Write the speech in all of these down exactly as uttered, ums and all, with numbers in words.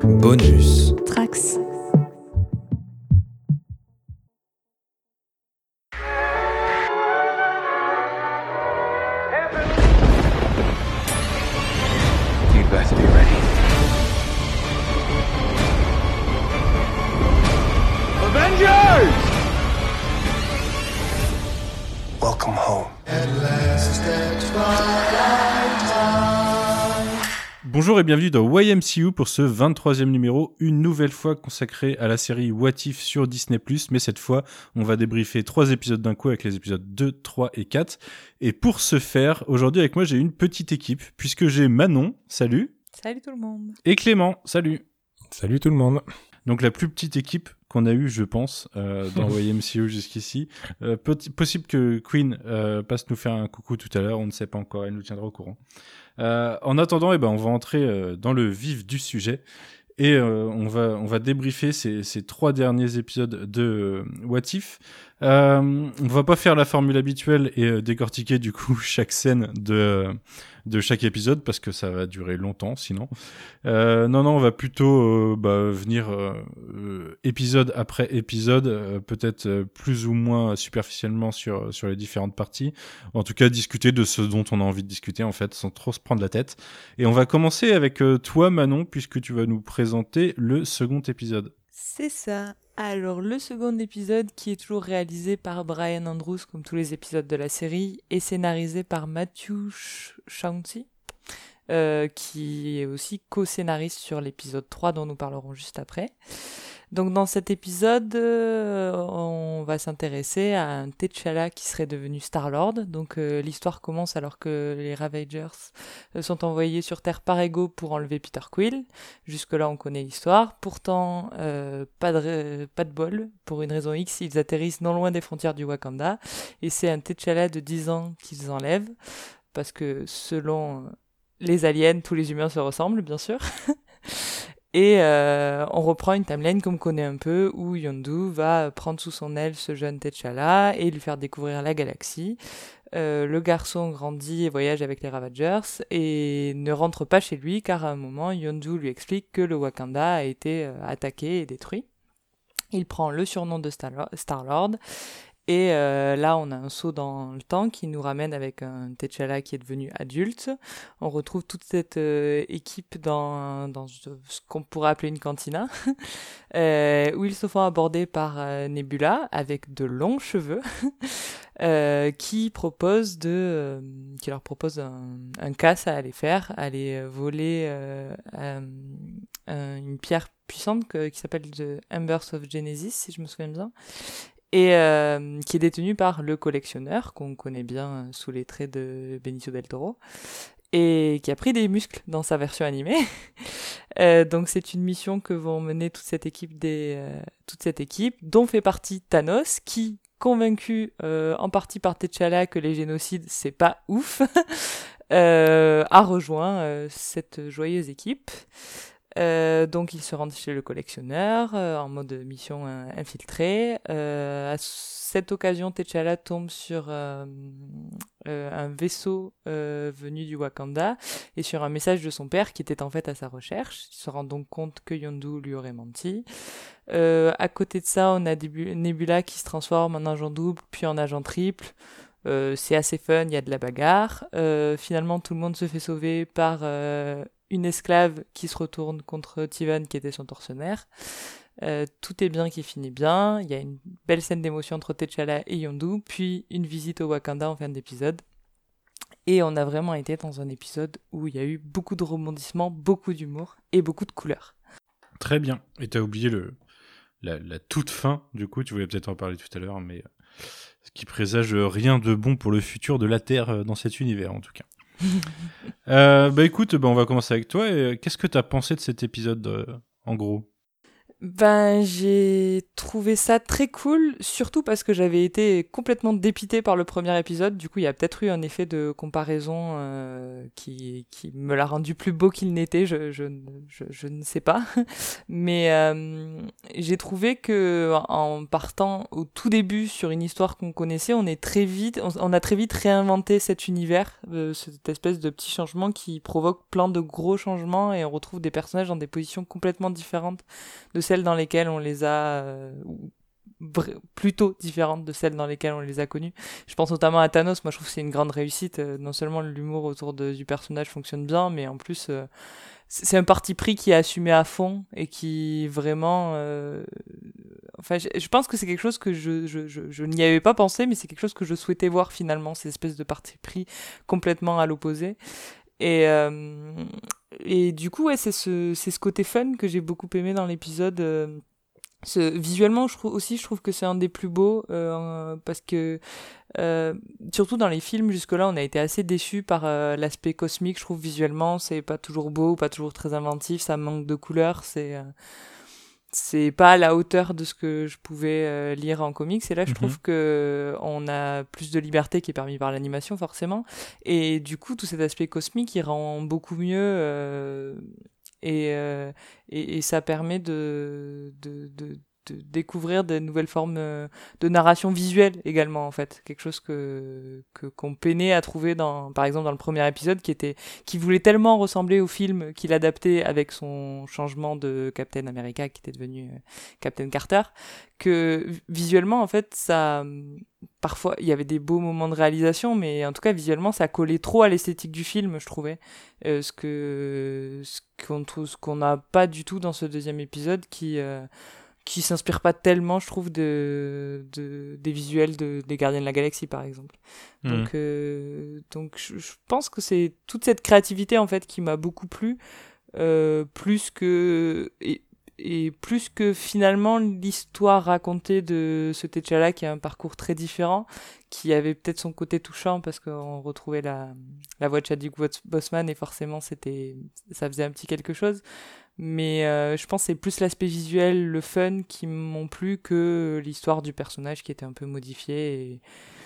Bonus. Trax. You'd better be ready. Avengers! Welcome home. Bonjour et bienvenue dans Y M C U pour ce vingt-troisième numéro, une nouvelle fois consacré à la série What If sur Disney plus, mais cette fois, on va débriefer trois épisodes d'un coup avec les épisodes deux, trois et quatre. Et pour ce faire, aujourd'hui avec moi, j'ai une petite équipe, puisque j'ai Manon, salut. Salut tout le monde. Et Clément, salut. Salut tout le monde. Donc la plus petite équipe qu'on a eue, je pense, euh, dans Y M C U jusqu'ici. Euh, peut- possible que Queen euh, passe nous faire un coucou tout à l'heure, on ne sait pas encore, elle nous tiendra au courant. Euh, en attendant, eh ben, on va entrer euh, dans le vif du sujet et euh, on va on va débriefer ces, ces trois derniers épisodes de euh, What If. Euh, on va pas faire la formule habituelle et euh, décortiquer du coup chaque scène de euh, de chaque épisode parce que ça va durer longtemps sinon. Euh, non non, on va plutôt euh, bah, venir euh, euh, épisode après épisode, euh, peut-être euh, plus ou moins superficiellement sur sur les différentes parties. En tout cas, discuter de ce dont on a envie de discuter en fait, sans trop se prendre la tête. Et on va commencer avec euh, toi Manon, puisque tu vas nous présenter le second épisode. C'est ça. Alors, le second épisode, qui est toujours réalisé par Brian Andrews, comme tous les épisodes de la série, est scénarisé par Matthew Shaughnessy, euh, qui est aussi co-scénariste sur l'épisode trois, dont nous parlerons juste après. Donc, dans cet épisode, euh, on va s'intéresser à un T'Challa qui serait devenu Star-Lord. Donc, euh, l'histoire commence alors que les Ravagers euh, sont envoyés sur Terre par Ego pour enlever Peter Quill. Jusque-là, on connaît l'histoire. Pourtant, euh, pas de, euh, pas de bol. Pour une raison X, ils atterrissent non loin des frontières du Wakanda. Et c'est un T'Challa de dix ans qu'ils enlèvent. Parce que, selon les aliens, tous les humains se ressemblent, bien sûr. Et euh, on reprend une timeline qu'on connaît un peu, où Yondu va prendre sous son aile ce jeune T'Challa et lui faire découvrir la galaxie. Euh, le garçon grandit et voyage avec les Ravagers et ne rentre pas chez lui car à un moment, Yondu lui explique que le Wakanda a été euh, attaqué et détruit. Il prend le surnom de Star- Star-Lord. Et euh, là, on a un saut dans le temps qui nous ramène avec un T'Challa qui est devenu adulte. On retrouve toute cette euh, équipe dans, dans ce qu'on pourrait appeler une cantina, euh, où ils se font aborder par euh, Nebula avec de longs cheveux, euh, qui propose de, euh, qui leur propose un, un casse à aller faire, aller voler euh, euh, une pierre puissante que, qui s'appelle The Embers of Genesis, si je me souviens bien. Et euh, qui est détenu par le collectionneur, qu'on connaît bien sous les traits de Benicio del Toro, et qui a pris des muscles dans sa version animée. euh, donc c'est une mission que vont mener toute cette équipe, des, euh, toute cette équipe dont fait partie Thanos, qui, convaincu euh, en partie par T'Challa que les génocides, c'est pas ouf, euh, a rejoint euh, cette joyeuse équipe. Euh, donc ils se rendent chez le collectionneur euh, en mode mission euh, infiltrée. Euh, à cette occasion, T'Challa tombe sur euh, euh, un vaisseau euh, venu du Wakanda et sur un message de son père qui était en fait à sa recherche. Il se rend donc compte que Yondu lui aurait menti. Euh, à côté de ça, on a Debu- Nebula qui se transforme en agent double puis en agent triple. Euh, c'est assez fun, il y a de la bagarre. Euh, finalement, tout le monde se fait sauver par euh, une esclave qui se retourne contre Tivan qui était son tortionnaire. Euh, tout est bien qui finit bien. Il y a une belle scène d'émotion entre T'Challa et Yondu, puis une visite au Wakanda en fin d'épisode. Et on a vraiment été dans un épisode où il y a eu beaucoup de rebondissements, beaucoup d'humour et beaucoup de couleurs. Très bien. Et t'as oublié le la, la toute fin, du coup, tu voulais peut-être en parler tout à l'heure, mais ce qui présage rien de bon pour le futur de la Terre dans cet univers, en tout cas. euh, bah écoute, bah on va commencer avec toi. Et qu'est-ce que t'as pensé de cet épisode, euh, en gros ? Ben, j'ai trouvé ça très cool, surtout parce que j'avais été complètement dépitée par le premier épisode. Du coup, il y a peut-être eu un effet de comparaison euh, qui, qui me l'a rendu plus beau qu'il n'était, je, je, je, je ne sais pas. Mais euh, j'ai trouvé que en partant au tout début sur une histoire qu'on connaissait, on est très vite, on, on a très vite réinventé cet univers, euh, cette espèce de petit changement qui provoque plein de gros changements et on retrouve des personnages dans des positions complètement différentes de celles dans lesquelles on les a, euh, ou br- plutôt différentes de celles dans lesquelles on les a connues. Je pense notamment à Thanos, moi je trouve que c'est une grande réussite. Euh, non seulement l'humour autour de, du personnage fonctionne bien, mais en plus euh, c'est c'est un parti pris qui est assumé à fond et qui vraiment... euh, Enfin, je, je pense que c'est quelque chose que je, je, je, je n'y avais pas pensé, mais c'est quelque chose que je souhaitais voir finalement, ces espèces de parti pris complètement à l'opposé. Et, euh, et du coup, ouais, c'est ce, c'est ce côté fun que j'ai beaucoup aimé dans l'épisode. euh, ce, visuellement, je trouve aussi, je trouve que c'est un des plus beaux euh, parce que, euh, surtout dans les films, jusque-là, on a été assez déçus par euh, l'aspect cosmique. Je trouve visuellement, c'est pas toujours beau, pas toujours très inventif, ça manque de couleurs, c'est. Euh, c'est pas à la hauteur de ce que je pouvais euh, lire en comics et là je Mhm. trouve que on a plus de liberté qui est permis par l'animation forcément et du coup tout cet aspect cosmique il rend beaucoup mieux euh, et, euh, et et ça permet de de, de de découvrir de nouvelles formes euh, de narration visuelle également en fait quelque chose que que qu'on peinait à trouver dans par exemple dans le premier épisode qui était qui voulait tellement ressembler au film qu'il adaptait avec son changement de Captain America qui était devenu euh, Captain Carter que visuellement en fait ça parfois il y avait des beaux moments de réalisation mais en tout cas visuellement ça collait trop à l'esthétique du film je trouvais euh, ce que ce qu'on trouve ce qu'on n'a pas du tout dans ce deuxième épisode qui euh, qui s'inspire pas tellement, je trouve, de, de, des visuels de, des Gardiens de la Galaxie, par exemple. Mhm. Donc, euh, donc je, je pense que c'est toute cette créativité, en fait, qui m'a beaucoup plu, euh, plus que... Et, et plus que finalement l'histoire racontée de ce T'Challa qui a un parcours très différent, qui avait peut-être son côté touchant parce qu'on retrouvait la, la voix de Chadwick Boseman et forcément c'était, ça faisait un petit quelque chose. Mais euh, je pense que c'est plus l'aspect visuel, le fun qui m'ont plu que l'histoire du personnage qui était un peu modifiée.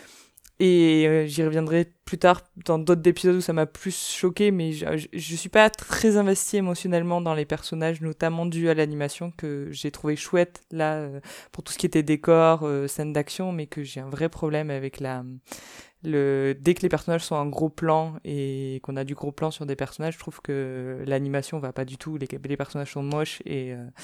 Et, et euh, j'y reviendrai plus tard dans d'autres épisodes où ça m'a plus choqué, mais je, je, je suis pas très investie émotionnellement dans les personnages, notamment dû à l'animation que j'ai trouvé chouette là euh, pour tout ce qui était décor, euh, scène d'action, mais que j'ai un vrai problème avec la... Le, dès que les personnages sont en gros plan et qu'on a du gros plan sur des personnages, je trouve que l'animation va pas du tout, les, les personnages sont moches et euh,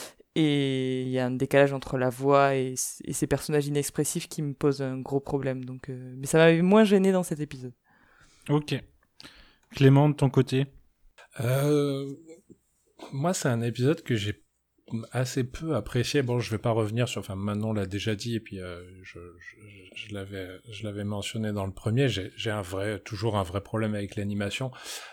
et il y a un décalage entre la voix et, et ces personnages inexpressifs qui me posent un gros problème. Donc, euh, mais ça m'avait moins gêné dans cet épisode. Ok. Clément, de ton côté? Euh, moi, c'est un épisode que j'ai assez peu apprécié. Bon, je vais pas revenir sur. Enfin, Manon l'a déjà dit et puis euh, je, je, je l'avais, je l'avais mentionné dans le premier. J'ai, j'ai un vrai, toujours un vrai problème avec l'animation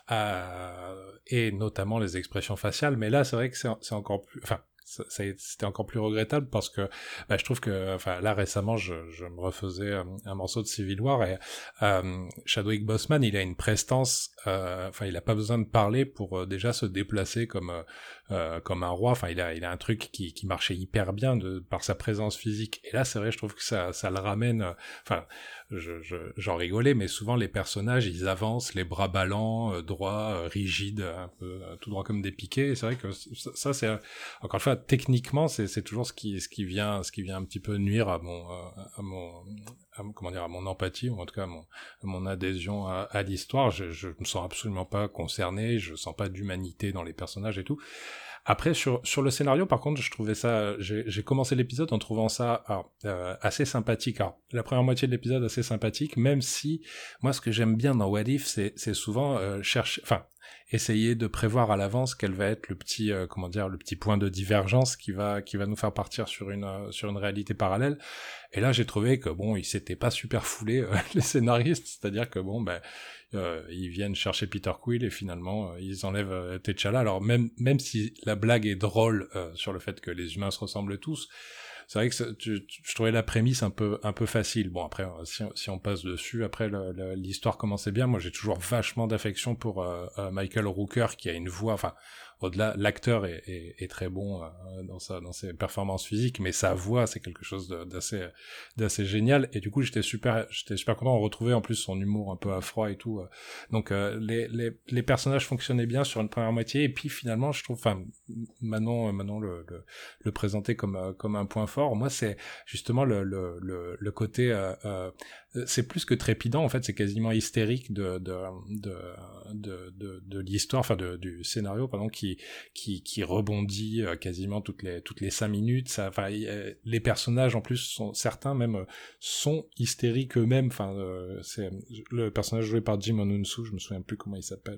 euh, et notamment les expressions faciales. Mais là, c'est vrai que c'est, c'est encore plus. Enfin, ça, ça, c'était encore plus regrettable parce que bah, je trouve que, enfin, là récemment, je, je me refaisais un, un morceau de Civil War et euh, Chadwick Boseman, il a une prestance. Enfin, euh, il a pas besoin de parler pour euh, déjà se déplacer comme. Euh, Euh, comme un roi, enfin il a, il a un truc qui, qui marchait hyper bien de, par sa présence physique, et là c'est vrai je trouve que ça, ça le ramène, enfin euh, je, je, j'en rigolais, mais souvent les personnages ils avancent les bras ballants, euh, droits, euh, rigides, un peu euh, tout droit comme des piquets, et c'est vrai que ça, ça c'est, encore une fois, techniquement c'est, c'est toujours ce qui, ce, qui vient, ce qui vient un petit peu nuire à mon, à mon, à, comment dire, à mon empathie, ou en tout cas à mon, à mon adhésion à, à l'histoire. Je, je me sens absolument pas concerné, je sens pas d'humanité dans les personnages et tout. Après, sur, sur le scénario, par contre, je trouvais ça... J'ai, j'ai commencé l'épisode en trouvant ça alors, euh, assez sympathique. Alors, la première moitié de l'épisode assez sympathique, même si, moi, ce que j'aime bien dans What If, c'est, c'est souvent euh, chercher... Enfin, essayer de prévoir à l'avance quel va être le petit, euh, comment dire, le petit point de divergence qui va, qui va nous faire partir sur une, euh, sur une réalité parallèle. Et là, j'ai trouvé que, bon, ils s'étaient pas super foulés, euh, les scénaristes. C'est-à-dire que, bon, ben... Euh, ils viennent chercher Peter Quill et finalement euh, ils enlèvent euh, T'Challa. Alors même même si la blague est drôle euh, sur le fait que les humains se ressemblent tous, c'est vrai que ça, tu, tu, je trouvais la prémisse un peu un peu facile. Bon après euh, si, si on passe dessus, après le, le, l'histoire commençait bien. Moi j'ai toujours vachement d'affection pour euh, euh, Michael Rooker qui a une voix, enfin au-delà, l'acteur est, est, est très bon euh, dans sa, dans ses performances physiques, mais sa voix, c'est quelque chose de, d'assez, d'assez génial. Et du coup, j'étais super, j'étais super content de retrouver en plus son humour un peu à froid et tout. Donc, euh, les, les, les personnages fonctionnaient bien sur une première moitié, et puis finalement, je trouve, enfin, Manon, Manon le, le, le présentait comme, comme un point fort. Moi, c'est justement le, le, le, le côté, euh, euh, c'est plus que trépidant, en fait, c'est quasiment hystérique de, de, de, de, de, de l'histoire, enfin, de, du scénario, pardon, qui, qui, qui rebondit euh, quasiment toutes les, toutes les cinq minutes. Ça, enfin, y, euh, les personnages, en plus, sont, certains même, euh, sont hystériques eux-mêmes. Enfin, euh, c'est le personnage joué par Jim Onunsu, je me souviens plus comment il s'appelle.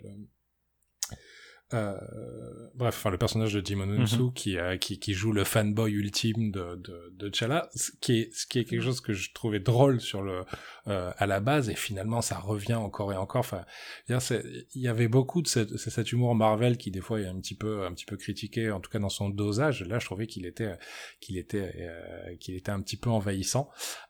Euh, bref, enfin le personnage de Jim Onunsu mm-hmm. qui, euh, qui qui joue le fanboy ultime de de, de T'Challa, ce qui est ce qui est quelque chose que je trouvais drôle sur le euh, à la base, et finalement ça revient encore et encore. Enfin, il y avait beaucoup de cette, cet humour Marvel qui des fois est un petit peu un petit peu critiqué, en tout cas dans son dosage. Là, je trouvais qu'il était qu'il était euh, qu'il était un petit peu envahissant.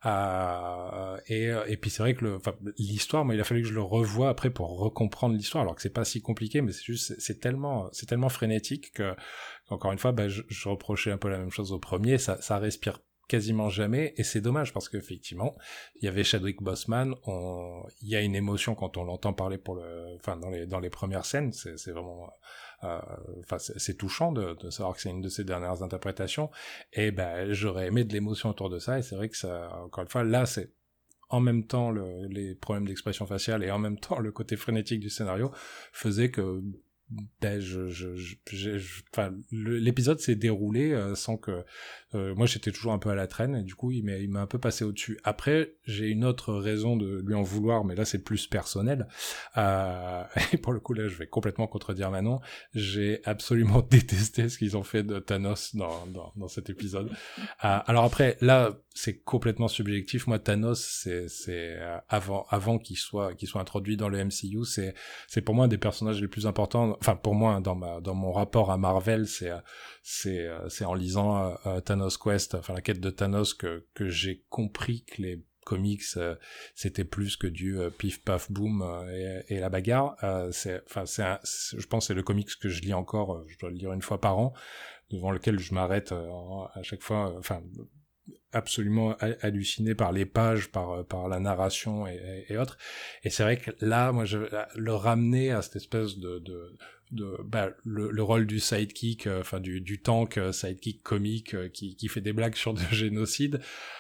Euh, et et puis c'est vrai que le, enfin l'histoire, moi il a fallu que je le revoie après pour recomprendre l'histoire, alors que c'est pas si compliqué, mais c'est juste c'est, c'est tellement c'est tellement frénétique que encore une fois bah je, je reprochais un peu la même chose au premier, ça ça respire quasiment jamais, et c'est dommage parce qu'effectivement il y avait Chadwick Boseman, on il y a une émotion quand on l'entend parler pour le enfin dans les dans les premières scènes, c'est c'est vraiment enfin euh, c'est, c'est touchant de, de savoir que c'est une de ses dernières interprétations, et ben j'aurais aimé de l'émotion autour de ça, et c'est vrai que ça encore une fois là c'est en même temps le, les problèmes d'expression faciale et en même temps le côté frénétique du scénario faisait que ben je je je, je, je enfin le, l'épisode s'est déroulé euh, sans que euh, moi j'étais toujours un peu à la traîne, et du coup il m'a il m'a un peu passé au-dessus. Après j'ai une autre raison de lui en vouloir, mais là c'est plus personnel, euh, et pour le coup là je vais complètement contredire Manon, j'ai absolument détesté ce qu'ils ont fait de Thanos dans dans, dans cet épisode. Euh, alors après là c'est complètement subjectif, moi Thanos c'est c'est euh, avant avant qu'il soit qu'il soit introduit dans le M C U, c'est c'est pour moi un des personnages les plus importants. Enfin, pour moi, dans ma, dans mon rapport à Marvel, c'est, c'est, c'est en lisant euh, Thanos Quest, enfin la quête de Thanos, que que j'ai compris que les comics euh, c'était plus que du euh, pif paf boum euh, et, et la bagarre. Euh, c'est, enfin, c'est, un, c'est, je pense, que c'est le comics que je lis encore. Euh, je dois le lire une fois par an, devant lequel je m'arrête euh, à chaque fois. Enfin. Euh, absolument halluciné par les pages, par par la narration et, et, et autres. Et c'est vrai que là, moi, je le ramener à cette espèce de de de bah le, le rôle du sidekick, enfin euh, du du tank euh, sidekick comique euh, qui qui fait des blagues sur le génocide.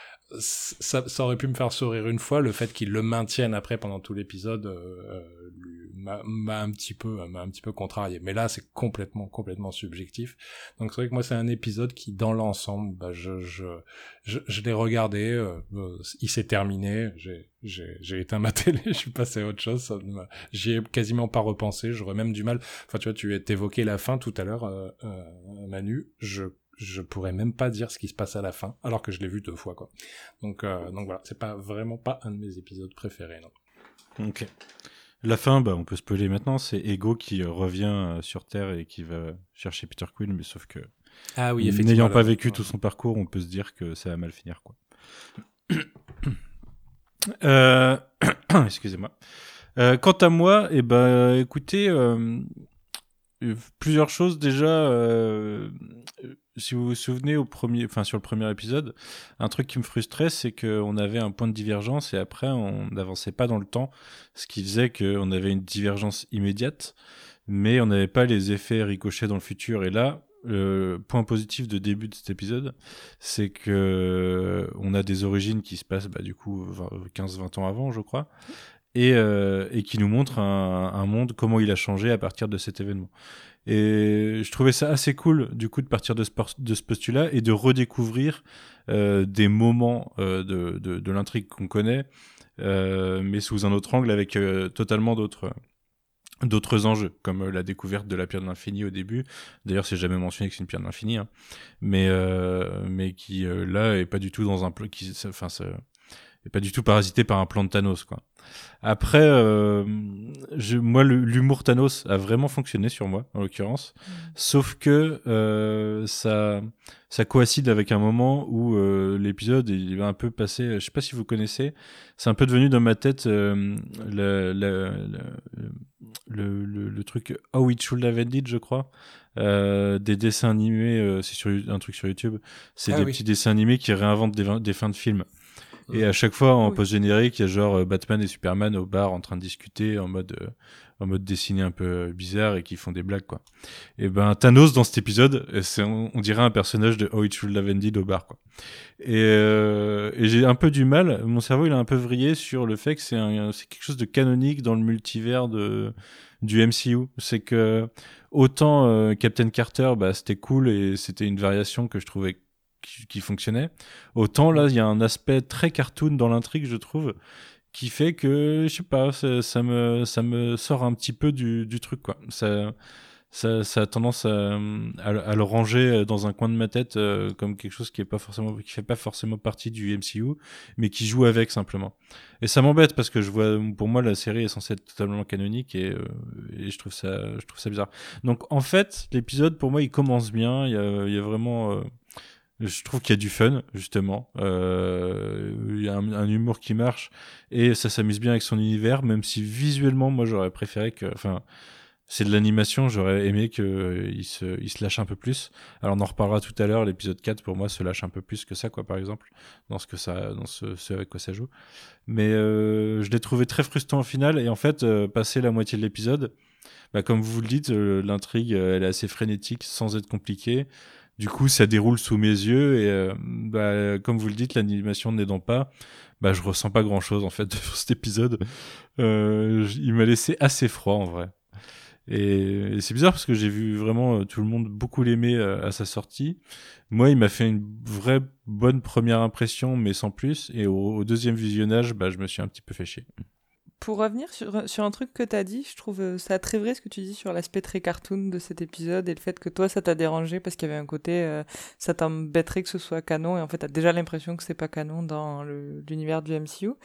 Ça, ça aurait pu me faire sourire une fois. Le fait qu'il le maintienne après pendant tout l'épisode euh, lui, m'a, m'a un petit peu m'a un petit peu contrarié. Mais là c'est complètement complètement subjectif. Donc c'est vrai que moi c'est un épisode qui dans l'ensemble bah je je je, je l'ai regardé, euh, il s'est terminé, j'ai j'ai j'ai éteint ma télé, je suis passé à autre chose, ça m'a, j'y ai quasiment pas repensé, j'aurais même du mal. Enfin tu vois, tu évoquais la fin tout à l'heure euh, euh, Manu, je je pourrais même pas dire ce qui se passe à la fin, alors que je l'ai vu deux fois, quoi. Donc, euh, donc voilà, c'est pas vraiment pas un de mes épisodes préférés, non. Ok. La fin, bah, on peut spoiler maintenant, c'est Ego qui revient sur Terre et qui va chercher Peter Quill, mais sauf que, ah oui, effectivement, n'ayant pas là, vécu tout son parcours, on peut se dire que ça va mal finir, quoi. euh... Excusez-moi. Euh, quant à moi, eh ben, écoutez, euh, plusieurs choses déjà. Euh, si vous vous souvenez au premier, enfin sur le premier épisode, un truc qui me frustrait, c'est qu'on avait un point de divergence et après on n'avançait pas dans le temps, ce qui faisait qu'on avait une divergence immédiate, mais on n'avait pas les effets ricochets dans le futur. Et là, le point positif de début de cet épisode, c'est que on a des origines qui se passent bah, du coup quinze vingt ans avant, je crois. Et, euh, et qui nous montre un, un monde, comment il a changé à partir de cet événement. Et je trouvais ça assez cool, du coup, de partir de ce, de ce postulat et de redécouvrir euh, des moments euh, de, de, de l'intrigue qu'on connaît, euh, mais sous un autre angle, avec euh, totalement d'autres, d'autres enjeux, comme la découverte de la pierre de l'infini au début. D'ailleurs, c'est jamais mentionné que c'est une pierre de l'infini, hein, mais, euh, mais qui, euh, là, est pas du tout dans un... Qui, enfin, ça, et pas du tout parasité par un plan de Thanos, quoi. Après, euh, je, moi, le, l'humour Thanos a vraiment fonctionné sur moi, en l'occurrence. Mmh. Sauf que euh, ça, ça coïncide avec un moment où euh, l'épisode il va un peu passer. Je sais pas si vous connaissez. C'est un peu devenu dans ma tête euh, le, le, le, le, le truc How It Should Have Ended, je crois. Euh, des dessins animés, euh, c'est sur un truc sur YouTube. C'est ah, des oui. petits dessins animés qui réinventent des, des fins de films. Et à chaque fois, en oui. post-générique, il y a genre euh, Batman et Superman au bar en train de discuter en mode, euh, en mode dessiné un peu bizarre et qui font des blagues, quoi. Et ben, Thanos, dans cet épisode, c'est, on, on dirait un personnage de How It Should Have Ended au bar, quoi. Et, euh, et j'ai un peu du mal, mon cerveau, il a un peu vrillé sur le fait que c'est, un, c'est quelque chose de canonique dans le multivers de, du M C U. C'est que, autant euh, Captain Carter, bah, c'était cool et c'était une variation que je trouvais Qui, qui fonctionnait. Autant là, il y a un aspect très cartoon dans l'intrigue, je trouve, qui fait que, je sais pas, ça, ça me, ça me sort un petit peu du, du truc, quoi. Ça, ça, ça a tendance à, à, à le ranger dans un coin de ma tête euh, comme quelque chose qui est pas forcément, qui fait pas forcément partie du M C U, mais qui joue avec simplement. Et ça m'embête parce que je vois, pour moi, la série est censée être totalement canonique et, euh, et je trouve ça, je trouve ça bizarre. Donc, en fait, l'épisode, pour moi, il commence bien. Il y a, il y a vraiment. Euh, Je trouve qu'il y a du fun, justement. Euh, il y a un, un humour qui marche et ça s'amuse bien avec son univers, même si visuellement, moi, j'aurais préféré que... Enfin, c'est de l'animation, j'aurais aimé qu'il se, il se lâche un peu plus. Alors, on en reparlera tout à l'heure. L'épisode quatre, pour moi, se lâche un peu plus que ça, quoi, par exemple, dans ce, que ça, dans ce, ce avec quoi ça joue. Mais euh, je l'ai trouvé très frustrant au final. Et en fait, euh, passer la moitié de l'épisode, bah, comme vous le dites, euh, l'intrigue, elle est assez frénétique sans être compliquée. Du coup, ça déroule sous mes yeux et euh, bah, comme vous le dites, l'animation n'aidant pas, bah, je ressens pas grand-chose en fait de cet épisode. Euh, il m'a laissé assez froid en vrai. Et, et c'est bizarre parce que j'ai vu vraiment euh, tout le monde beaucoup l'aimer euh, à sa sortie. Moi, il m'a fait une vraie bonne première impression, mais sans plus. Et au, au deuxième visionnage, bah, je me suis un petit peu fait chier. Pour revenir sur, sur un truc que t'as dit, je trouve ça très vrai ce que tu dis sur l'aspect très cartoon de cet épisode et le fait que toi ça t'a dérangé parce qu'il y avait un côté euh, ça t'embêterait que ce soit canon et en fait t'as déjà l'impression que c'est pas canon dans le, l'univers du M C U.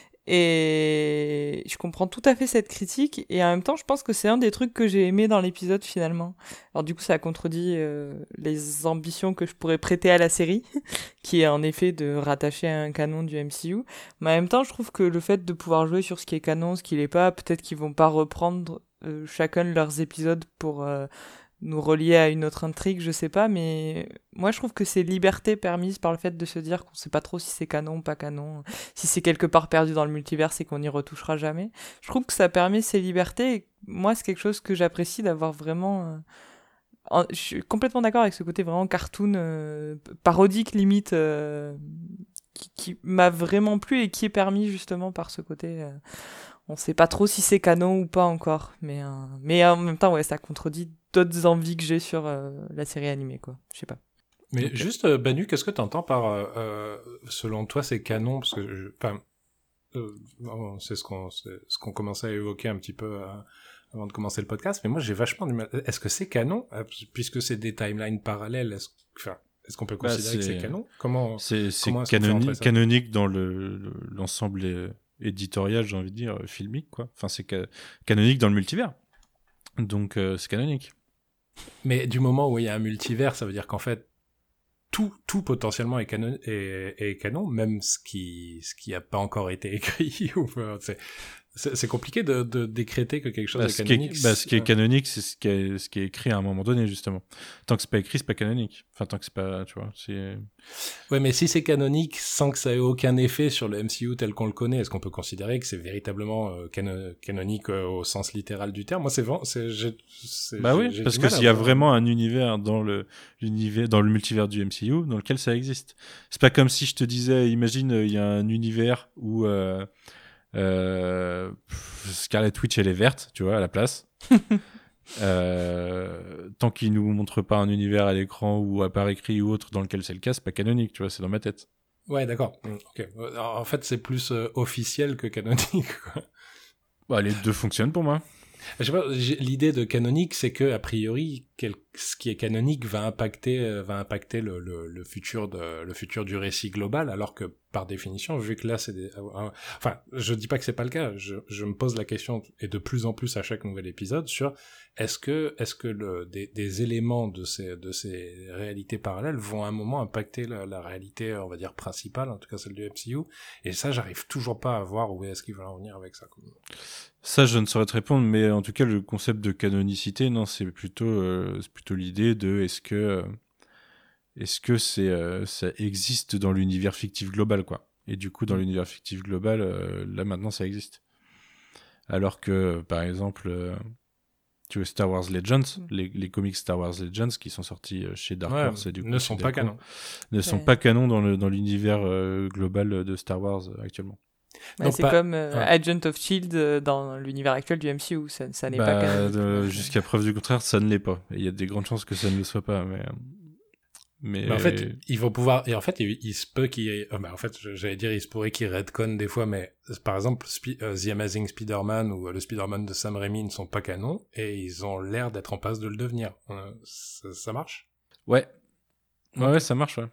Et je comprends tout à fait cette critique et en même temps je pense que c'est un des trucs que j'ai aimé dans l'épisode finalement. Alors du coup ça contredit euh, les ambitions que je pourrais prêter à la série qui est en effet de rattacher à un canon du M C U, mais en même temps je trouve que le fait de pouvoir jouer sur ce qui est canon, ce qui l'est pas, peut-être qu'ils vont pas reprendre euh, chacun de leurs épisodes pour euh, nous relier à une autre intrigue, je sais pas, mais moi je trouve que c'est liberté permise par le fait de se dire qu'on sait pas trop si c'est canon ou pas canon, si c'est quelque part perdu dans le multivers, c'est qu'on n'y retouchera jamais. Je trouve que ça permet ces libertés et moi c'est quelque chose que j'apprécie d'avoir vraiment... Euh, en, je suis complètement d'accord avec ce côté vraiment cartoon, euh, parodique limite, euh, qui, qui m'a vraiment plu et qui est permis justement par ce côté... Euh, on sait pas trop si c'est canon ou pas encore, mais, euh, mais en même temps, ouais, ça contredit d'autres envies que j'ai sur euh, la série animée, quoi. Je sais pas. Mais okay. juste, euh, Banu, qu'est-ce que t'entends par, euh, selon toi, c'est canon? Parce que, enfin, euh, c'est ce qu'on, c'est ce qu'on commençait à évoquer un petit peu euh, avant de commencer le podcast, mais moi, j'ai vachement du mal. Est-ce que c'est canon? Puisque c'est des timelines parallèles, est-ce, enfin, est-ce qu'on peut considérer bah, que c'est canon? Comment, c'est, c'est comment canoni- canonique dans le, le, l'ensemble est... éditorial, j'ai envie de dire, filmique, quoi. Enfin, c'est ca- canonique dans le multivers. Donc, euh, c'est canonique. Mais du moment où il y a un multivers, ça veut dire qu'en fait, tout, tout potentiellement est canon, est, est canon, même ce qui, ce qui a pas encore été écrit. Ou, c'est, c'est, c'est compliqué de, de décréter que quelque chose bah, est canonique. Qui est, bah, ce qui est canonique, c'est ce qui est, ce qui est écrit à un moment donné, justement. Tant que c'est pas écrit, c'est pas canonique. Enfin, tant que c'est pas, tu vois, c'est... Ouais, mais si c'est canonique sans que ça ait aucun effet sur le M C U tel qu'on le connaît, est-ce qu'on peut considérer que c'est véritablement euh, cano- canonique euh, au sens littéral du terme? Moi, c'est vraiment, c'est, j'ai, c'est, bah j'ai, oui, j'ai parce que s'il y a vraiment un univers dans le, l'univers, dans le multivers du M C U, dans lequel ça existe. C'est pas comme si je te disais, imagine, il y a un univers où, euh, Euh, Scarlet Witch elle est verte, tu vois, à la place. euh, tant qu'il nous montre pas un univers à l'écran ou à par écrit ou autre dans lequel c'est le cas, c'est pas canonique, tu vois, c'est dans ma tête. Ouais, d'accord. Ok. En fait, c'est plus euh, officiel que canonique, quoi. Bah, les deux fonctionnent pour moi. Je sais pas, l'idée de canonique, c'est que a priori, quel, ce qui est canonique va impacter euh, va impacter le, le le futur de le futur du récit global, alors que par définition, vu que là c'est des euh, enfin je dis pas que c'est pas le cas, je je me pose la question, et de plus en plus à chaque nouvel épisode, sur est-ce que est-ce que le des des éléments de ces de ces réalités parallèles vont à un moment impacter la, la réalité, on va dire principale, en tout cas celle du M C U, et ça j'arrive toujours pas à voir où est-ce qu'ils veulent en venir avec ça. Ça, je ne saurais te répondre, mais en tout cas, le concept de canonicité, non, c'est plutôt, euh, c'est plutôt l'idée de est-ce que, euh, est-ce que c'est, euh, ça existe dans l'univers fictif global, quoi. Et du coup, dans mmh. l'univers fictif global, euh, là maintenant, ça existe. Alors que, par exemple, euh, tu vois, Star Wars Legends, mmh. les, les comics Star Wars Legends qui sont sortis chez Dark ouais, Horse, et du coup, ne sont pas canons. Ne sont ouais. pas canons dans le dans l'univers euh, global de Star Wars euh, actuellement. Ouais, c'est pas... comme euh, ouais. Agent of Shield euh, dans l'univers actuel du M C U, ça, ça n'est bah, pas canonique. Euh, jusqu'à preuve du contraire, ça ne l'est pas. Il y a des grandes chances que ça ne le soit pas, mais. Mais bah en fait, il faut pouvoir. Et en fait, il, il se peut qu'il y ait. Oh, bah en fait, j'allais dire, il se pourrait qu'il redconne des fois, mais par exemple, Sp- uh, The Amazing Spider-Man ou uh, le Spider-Man de Sam Raimi ne sont pas canons, et ils ont l'air d'être en passe de le devenir. Euh, ça, ça marche ? Ouais. Ouais, ouais, ça marche, ouais.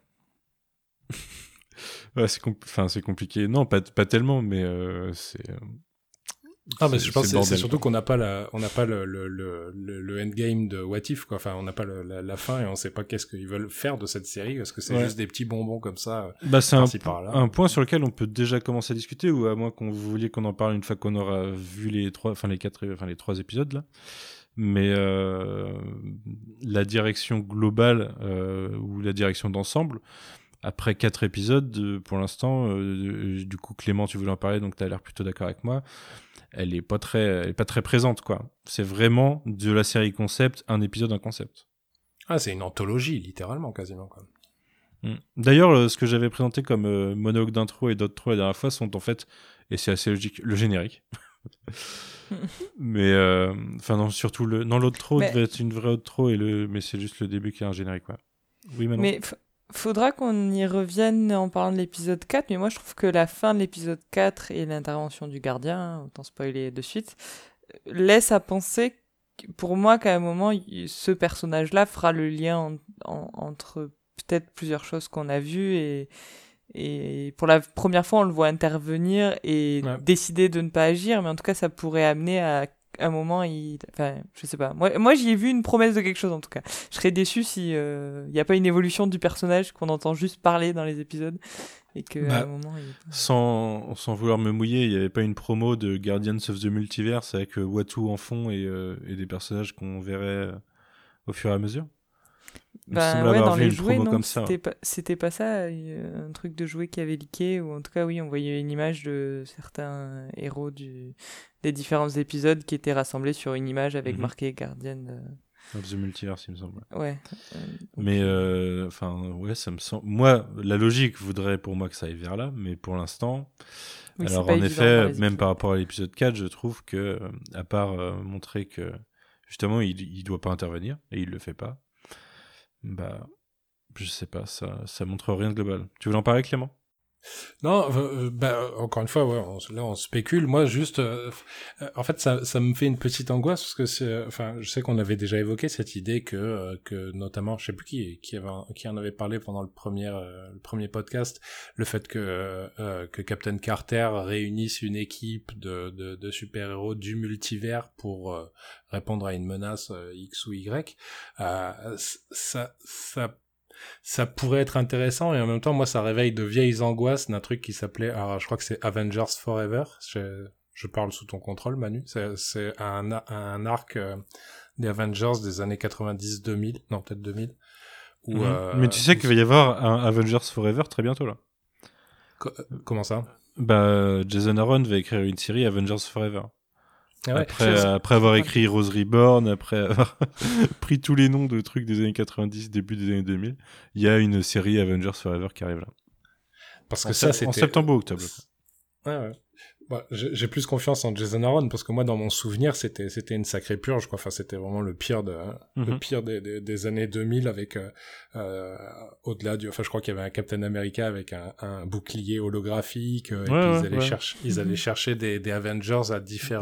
Ouais, c'est, compl- enfin, c'est compliqué. Non, pas, pas tellement, mais euh, c'est. Euh, ah, mais je pense que c'est, c'est surtout qu'on n'a pas la, on n'a pas le, le, le, le endgame de What If, quoi. Enfin, on n'a pas le, la, la fin, et on sait pas qu'est-ce qu'ils veulent faire de cette série. Est-ce que c'est ouais. juste des petits bonbons comme ça? Bah, c'est un, un point sur lequel on peut déjà commencer à discuter, ou à moins qu'on vous vouliez qu'on en parle une fois qu'on aura vu les trois, enfin les quatre, enfin les trois épisodes là. Mais euh, la direction globale euh, ou la direction d'ensemble. Après quatre épisodes, pour l'instant, euh, du coup Clément, tu voulais en parler, donc tu as l'air plutôt d'accord avec moi. Elle est pas très, elle est pas très présente, quoi. C'est vraiment de la série concept, un épisode, un concept. Ah, c'est une anthologie, littéralement, quasiment, quoi. Mm. D'ailleurs, ce que j'avais présenté comme euh, monologue d'intro et d'outro la dernière fois sont en fait, et c'est assez logique, le générique. mais enfin euh, non, surtout le, non l'outro mais... devait être une vraie outro et le, mais c'est juste le début qui est un générique, quoi. Oui, Manon. Mais f- faudra qu'on y revienne en parlant de l'épisode quatre, mais moi je trouve que la fin de l'épisode quatre et l'intervention du gardien, autant spoiler de suite, laisse à penser pour moi qu'à un moment ce personnage-là fera le lien en, en, entre peut-être plusieurs choses qu'on a vues, et, et pour la première fois on le voit intervenir et ouais. décider de ne pas agir, mais en tout cas ça pourrait amener à un moment, il... enfin, je sais pas. Moi, moi, j'y ai vu une promesse de quelque chose, en tout cas. Je serais déçu si il euh, n'y a pas une évolution du personnage, qu'on entend juste parler dans les épisodes, et qu'à bah, un moment... Il... Sans, sans vouloir me mouiller, il n'y avait pas une promo de Guardians of the Multiverse avec euh, Watu en fond et, euh, et des personnages qu'on verrait euh, au fur et à mesure? Bah ouais, dans les jouets, non, c'était, ça. Pas, c'était pas ça, un truc de jouet qui avait leaké, ou en tout cas, oui, on voyait une image de certains héros du, des différents épisodes qui étaient rassemblés sur une image avec mm-hmm. marqué Guardian de... of the Multiverse, il me semble. Ouais. Euh, mais, enfin, euh, ouais, ça me semble... Moi, la logique voudrait pour moi que ça aille vers là, mais pour l'instant... Oui, alors, en effet, même par rapport à l'épisode quatre, je trouve que, à part euh, montrer que, justement, il, il doit pas intervenir, et il le fait pas, bah, je sais pas, ça, ça montre rien de global. Tu voulais en parler, Clément? Non, euh, bah, encore une fois, ouais, on, là on spécule. Moi, juste, euh, en fait, ça, ça me fait une petite angoisse parce que c'est, enfin, je sais qu'on avait déjà évoqué cette idée que, euh, que notamment, je sais plus qui, qui avait, qui en avait parlé pendant le premier, euh, le premier podcast, le fait que, euh, que Captain Carter réunisse une équipe de, de, de super-héros du multivers pour euh, répondre à une menace euh, X ou Y. Euh, ça, ça. Ça pourrait être intéressant, et en même temps, moi, ça réveille de vieilles angoisses d'un truc qui s'appelait, alors je crois que c'est Avengers Forever. Je, je parle sous ton contrôle, Manu. C'est, c'est un, un arc euh, des Avengers des années quatre-vingt-dix deux mille, non, peut-être deux mille. Où, mmh. euh, Mais tu sais qu'il va y avoir un Avengers Forever très bientôt, là. Co- comment ça? Bah, Jason Aaron va écrire une série Avengers Forever. Ah ouais, après, euh, après avoir écrit Rose Reborn, après avoir pris tous les noms de trucs des années quatre-vingt-dix, début des années deux mille, il y a une série Avengers Forever qui arrive là. Parce en que ça, c'était... En septembre ou octobre. Ouais, ouais. Bah, j'ai, j'ai plus confiance en Jason Aaron, parce que moi, dans mon souvenir, c'était, c'était une sacrée purge, quoi. Enfin, c'était vraiment le pire de, mm-hmm. le pire des, des, des années deux mille avec, euh, euh, au-delà du, enfin, je crois qu'il y avait un Captain America avec un, un bouclier holographique, euh, et ouais, puis ouais, ils allaient ouais. chercher, ils allaient chercher des, des Avengers à différentes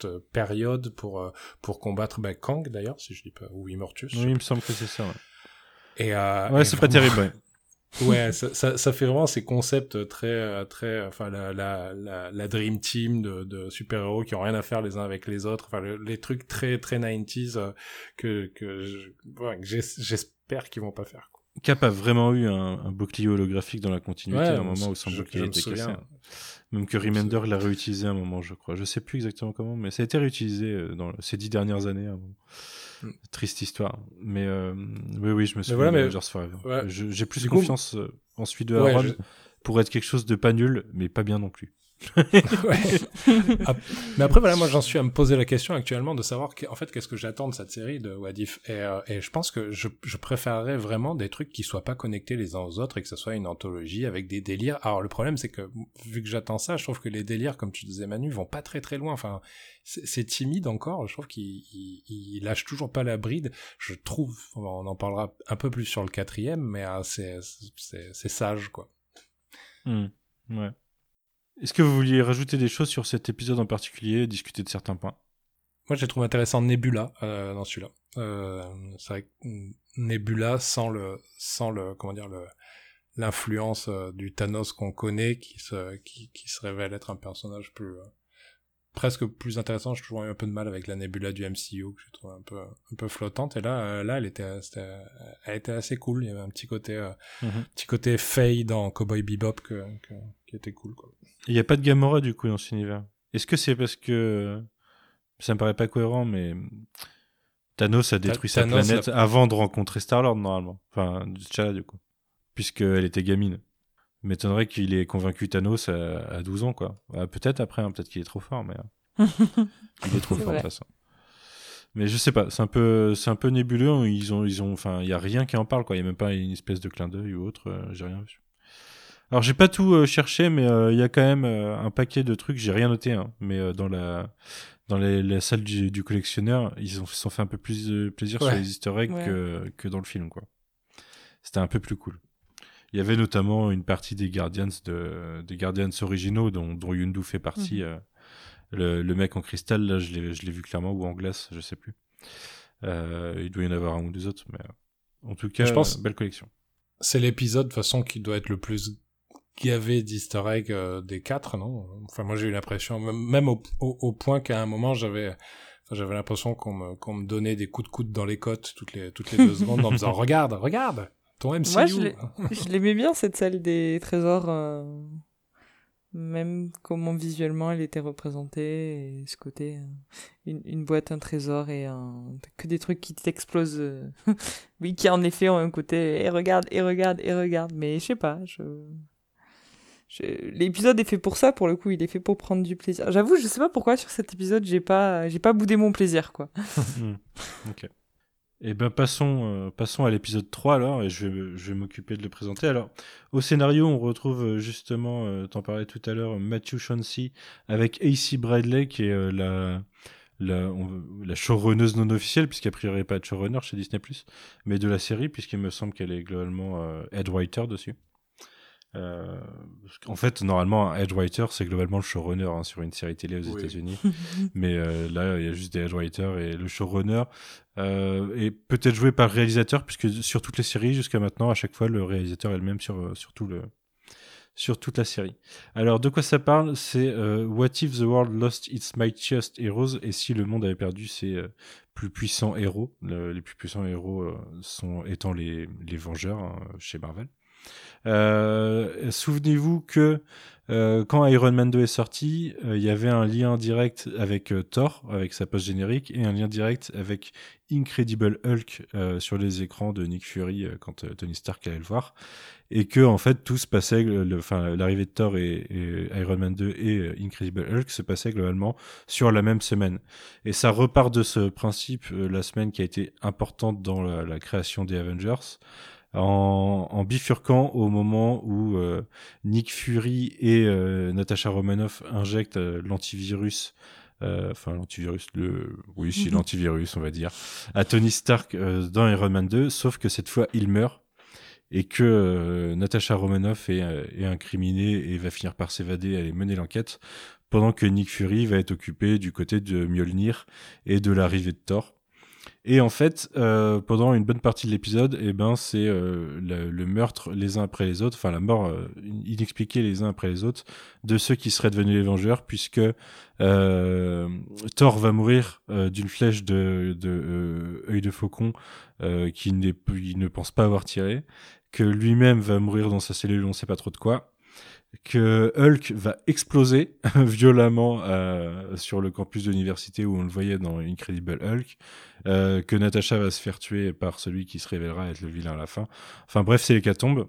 cette période pour euh, pour combattre bah, Kang d'ailleurs, si je dis pas, ou Immortus. Oui, il me semble que c'est ça. Ouais, et, euh, ouais et c'est vraiment... pas terrible. Ouais. Ouais, ça, ça, ça fait vraiment ces concepts très, très, enfin la, la, la, la dream team de, de super-héros qui ont rien à faire les uns avec les autres. Enfin, le, les trucs très, très nineties euh, que que, je, ouais, que j'espère qu'ils vont pas faire. Quoi. Cap a vraiment eu un, un bouclier holographique dans la continuité Ouais, à un moment où son je, bouclier je était me cassé. Même que Remender l'a réutilisé à un moment, je crois. Je sais plus exactement comment, mais ça a été réutilisé dans ces dix dernières années. À un moment. Mm. Triste histoire. Mais euh, oui, oui, je me souviens voilà, de mais... Avengers Forever. Ouais. Je, j'ai plus du confiance coup... en celui de Aaron ouais, je... pour être quelque chose de pas nul, mais pas bien non plus. ouais. Mais après voilà, moi j'en suis à me poser la question actuellement de savoir en fait qu'est-ce que j'attends de cette série de What If et, euh, et je pense que je, je préférerais vraiment des trucs qui soient pas connectés les uns aux autres et que ce soit une anthologie avec des délires. Alors le problème c'est que vu que j'attends ça, je trouve que les délires comme tu disais Manu vont pas très très loin. Enfin c'est, c'est timide encore. Je trouve qu'il il, il lâche toujours pas la bride. Je trouve, on en parlera un peu plus sur le quatrième, mais euh, c'est, c'est c'est sage quoi. Mmh. Ouais. Est-ce que vous vouliez rajouter des choses sur cet épisode en particulier, discuter de certains points ? Moi, j'ai trouvé intéressant Nebula euh, dans celui-là. Euh, c'est vrai que Nebula sans le, sans le, comment dire, le, l'influence euh, du Thanos qu'on connaît, qui se, qui, qui se révèle être un personnage plus, euh, presque plus intéressant. J'ai toujours eu un peu de mal avec la Nebula du M C U que j'ai trouvé un peu, un peu flottante. Et là, euh, là, elle était, c'était, elle était assez cool. Il y avait un petit côté, euh, mm-hmm. petit côté Faye dans Cowboy Bebop que, que, qui était cool, quoi. Il n'y a pas de Gamora, du coup, dans cet univers. Est-ce que c'est parce que... Ça me paraît pas cohérent, mais... Thanos a détruit Ta- sa Thanos planète a... avant de rencontrer Star-Lord, normalement. Enfin, T'Challa, du coup. Puisqu'elle était gamine. M'étonnerait qu'il ait convaincu Thanos à, à douze ans, quoi. Ah, peut-être après, hein, peut-être qu'il est trop fort, mais... il est trop c'est fort, vrai. de toute façon. Mais je sais pas, c'est un peu, c'est un peu nébuleux. Ils ont, ils ont... Enfin, il y a rien qui en parle, quoi. Il y a même pas une espèce de clin d'œil ou autre. Euh, j'ai rien vu. Alors j'ai pas tout euh, cherché, mais il euh, y a quand même euh, un paquet de trucs. J'ai rien noté, hein, mais euh, dans la dans les, la salle du, du collectionneur, ils ont, sont fait un peu plus de plaisir ouais. sur les Easter eggs ouais. que que dans le film, quoi. C'était un peu plus cool. Il y avait notamment une partie des Guardians de des Guardians originaux dont dont Yondu fait partie. Mm-hmm. Euh, le, le mec en cristal, là, je l'ai je l'ai vu clairement, ou en glace, je sais plus. Euh, il doit y en avoir un ou deux autres, mais en tout cas, je pense euh, belle collection. C'est l'épisode de façon qui doit être le plus gavé d'easter egg euh, des quatre, non ? Enfin, moi j'ai eu l'impression, même au, au, au point qu'à un moment j'avais, enfin, j'avais l'impression qu'on me, qu'on me donnait des coups de coude dans les côtes toutes les toutes les deux secondes en me disant regarde, regarde ton M C U. Moi je, l'ai, je l'aimais bien cette salle des trésors, euh, même comment visuellement elle était représentée et ce côté euh, une, une boîte, un trésor et un, que des trucs qui t'explosent. Euh, oui, qui en effet ont un côté et regarde et regarde et regarde, mais je sais pas, je Je... l'épisode est fait pour ça, pour le coup, il est fait pour prendre du plaisir. J'avoue, je sais pas pourquoi sur cet épisode, j'ai pas, j'ai pas boudé mon plaisir, quoi. Ok. Et ben passons, euh, passons à l'épisode trois alors, et je vais, je vais m'occuper de le présenter. Alors, au scénario, on retrouve justement, euh, t'en parlais tout à l'heure, Matthew Chauncey avec A C Bradley, qui est euh, la, la, on, la showrunneuse non officielle, puisqu'a priori il n'y a pas de showrunner chez Disney plus, mais de la série, puisqu'il me semble qu'elle est globalement euh, head writer dessus. Euh, en fait, normalement, un head writer, c'est globalement le showrunner hein, sur une série télé aux oui. États-Unis. Mais euh, là, il y a juste des head writers et le showrunner euh, est peut-être joué par le réalisateur, puisque sur toutes les séries, jusqu'à maintenant, à chaque fois, le réalisateur est le même sur, sur, tout le, sur toute la série. Alors, de quoi ça parle ? C'est euh, What if the world lost its mightiest heroes ? Et si le monde avait perdu ses euh, plus puissants héros ? le, Les plus puissants héros euh, sont étant les, les Vengeurs hein, chez Marvel. Euh, souvenez-vous que euh, quand Iron Man deux est sorti, il euh, y avait un lien direct avec euh, Thor, avec sa post générique, et un lien direct avec Incredible Hulk euh, sur les écrans de Nick Fury euh, quand euh, Tony Stark allait le voir, et que en fait tout se passait, enfin l'arrivée de Thor et, et Iron Man deux et euh, Incredible Hulk se passait globalement sur la même semaine. Et ça repart de ce principe euh, la semaine qui a été importante dans la, la création des Avengers. En, en bifurquant au moment où euh, Nick Fury et euh, Natasha Romanoff injectent euh, l'antivirus, euh, enfin l'antivirus, le, oui, si l'antivirus, on va dire, à Tony Stark euh, dans Iron Man deux, sauf que cette fois il meurt et que euh, Natasha Romanoff est, est incriminée et va finir par s'évader, aller mener l'enquête pendant que Nick Fury va être occupé du côté de Mjolnir et de l'arrivée de Thor. Et en fait, euh, pendant une bonne partie de l'épisode, eh ben, c'est euh, le, le meurtre les uns après les autres, enfin la mort euh, inexpliquée les uns après les autres de ceux qui seraient devenus les Vengeurs, puisque euh, Thor va mourir euh, d'une flèche de, de euh, œil de faucon euh, qu'il n'est, il ne pense pas avoir tiré, que lui-même va mourir dans sa cellule, on ne sait pas trop de quoi, que Hulk va exploser violemment euh, sur le campus de l'université où on le voyait dans Incredible Hulk, euh, que Natasha va se faire tuer par celui qui se révélera être le vilain à la fin. Enfin bref, c'est l'hécatombe.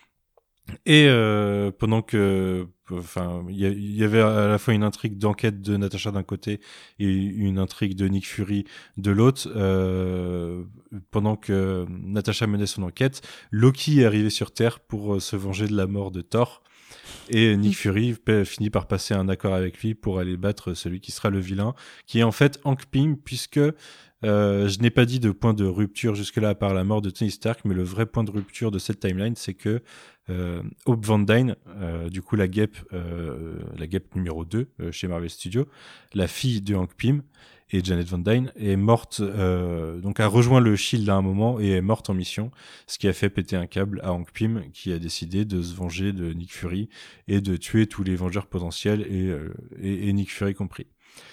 Et euh, pendant que, enfin, il y, y avait à la fois une intrigue d'enquête de Natasha d'un côté et une intrigue de Nick Fury de l'autre, euh, pendant que Natasha menait son enquête, Loki est arrivé sur Terre pour se venger de la mort de Thor. Et Nick Fury finit par passer un accord avec lui pour aller battre celui qui sera le vilain, qui est en fait Hank Pym, puisque euh, je n'ai pas dit de point de rupture jusque-là à part la mort de Tony Stark, mais le vrai point de rupture de cette timeline, c'est que euh, Hope Van Dyne, euh, du coup la guêpe, euh, la guêpe numéro deux euh, chez Marvel Studios, la fille de Hank Pym, et Janet Van Dyne est morte, euh, donc a rejoint le Shield à un moment et est morte en mission, ce qui a fait péter un câble à Hank Pym qui a décidé de se venger de Nick Fury et de tuer tous les Vengeurs potentiels et, euh, et, et Nick Fury compris.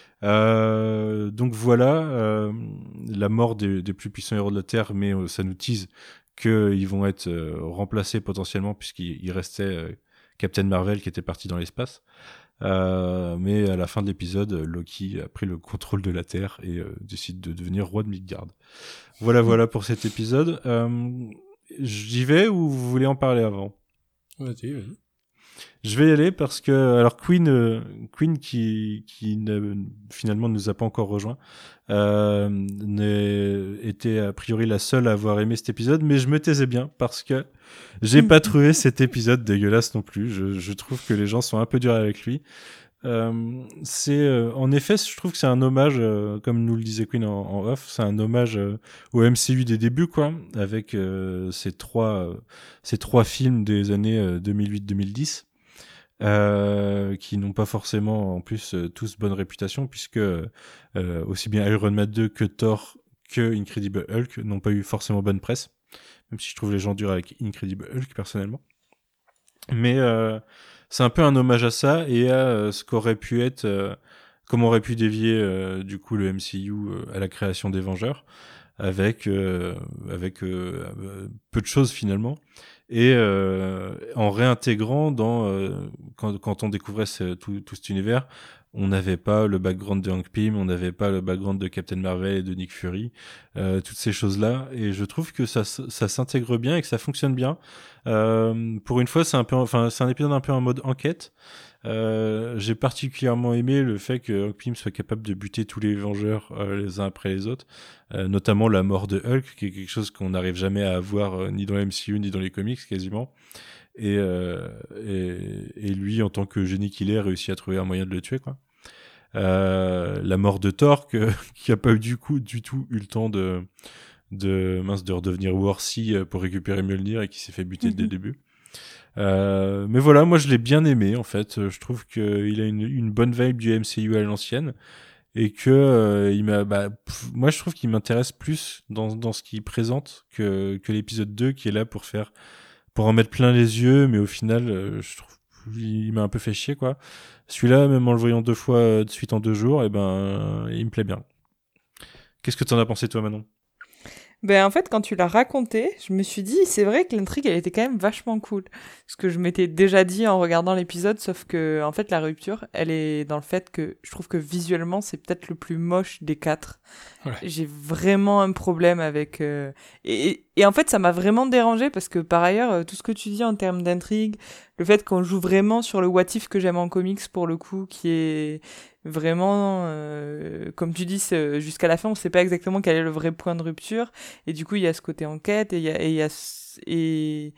Euh, donc voilà, euh, la mort des, des plus puissants héros de la Terre, mais euh, ça nous tease qu'ils vont être euh, remplacés potentiellement puisqu'il il restait euh, Captain Marvel qui était parti dans l'espace. Euh, mais à la fin de l'épisode, Loki a pris le contrôle de la Terre et euh, décide de devenir roi de Midgard. Voilà, voilà pour cet épisode. Euh, j'y vais ou vous voulez en parler avant ? Vas-y, vas-y. Je vais y aller parce que alors Queen, euh, Queen qui qui ne, finalement ne nous a pas encore rejoint, euh, n'est, était a priori la seule à avoir aimé cet épisode, mais je me taisais bien parce que j'ai pas trouvé cet épisode dégueulasse non plus. Je, je trouve que les gens sont un peu durs avec lui. Euh, c'est euh, en effet, je trouve que c'est un hommage, euh, comme nous le disait Queen en, en off, c'est un hommage euh, au M C U des débuts, quoi, avec euh, ces trois euh, ces trois films des années euh, deux mille huit deux mille dix. Euh, qui n'ont pas forcément en plus euh, tous bonne réputation puisque euh, aussi bien Iron Man deux que Thor que Incredible Hulk n'ont pas eu forcément bonne presse, même si je trouve les gens durs avec Incredible Hulk personnellement. Mais euh, c'est un peu un hommage à ça et à euh, ce qu'aurait pu être, euh, comment aurait pu dévier euh, du coup le M C U euh, à la création des Vengeurs avec euh, avec euh, peu de choses finalement. Et euh, en réintégrant dans euh, quand, quand on découvrait ce, tout, tout cet univers, on n'avait pas le background de Hank Pym, on n'avait pas le background de Captain Marvel et de Nick Fury, euh, toutes ces choses-là. Et je trouve que ça, ça s'intègre bien et que ça fonctionne bien. Euh, pour une fois, c'est un peu, enfin, c'est un épisode un peu en mode enquête. Euh, j'ai particulièrement aimé le fait que Hank Pym soit capable de buter tous les Vengeurs euh, les uns après les autres, euh, notamment la mort de Hulk, qui est quelque chose qu'on n'arrive jamais à avoir euh, ni dans le M C U ni dans les comics quasiment. Et, euh, et, et lui, en tant que génie qu'il est, a réussi à trouver un moyen de le tuer, quoi. Euh, la mort de Thor, que, qui a pas eu du coup du tout eu le temps de de mince de redevenir Worthy pour récupérer Mjolnir et qui s'est fait buter mm-hmm. dès le début. Euh, mais voilà, moi je l'ai bien aimé en fait. Je trouve qu'il a une, une bonne vibe du M C U à l'ancienne et que euh, il m'a, bah, pff, moi je trouve qu'il m'intéresse plus dans dans ce qu'il présente que que l'épisode deux qui est là pour faire pour en mettre plein les yeux, mais au final euh, je trouve il m'a un peu fait chier quoi. Celui-là, même en le voyant deux fois de suite en deux jours, et eh ben il me plaît bien. Qu'est-ce que t'en as pensé toi, Manon ? Ben en fait, quand tu l'as raconté, je me suis dit, c'est vrai que l'intrigue, elle était quand même vachement cool. Ce que je m'étais déjà dit en regardant l'épisode, sauf que, en fait, la rupture, elle est dans le fait que je trouve que visuellement, c'est peut-être le plus moche des quatre. Ouais. J'ai vraiment un problème avec... Euh... Et, et, et en fait, ça m'a vraiment dérangé parce que, par ailleurs, tout ce que tu dis en termes d'intrigue, le fait qu'on joue vraiment sur le what if que j'aime en comics, pour le coup, qui est... Vraiment, euh, comme tu dis, jusqu'à la fin, on ne sait pas exactement quel est le vrai point de rupture. Et du coup, il y a ce côté enquête et il y a, et il y a et,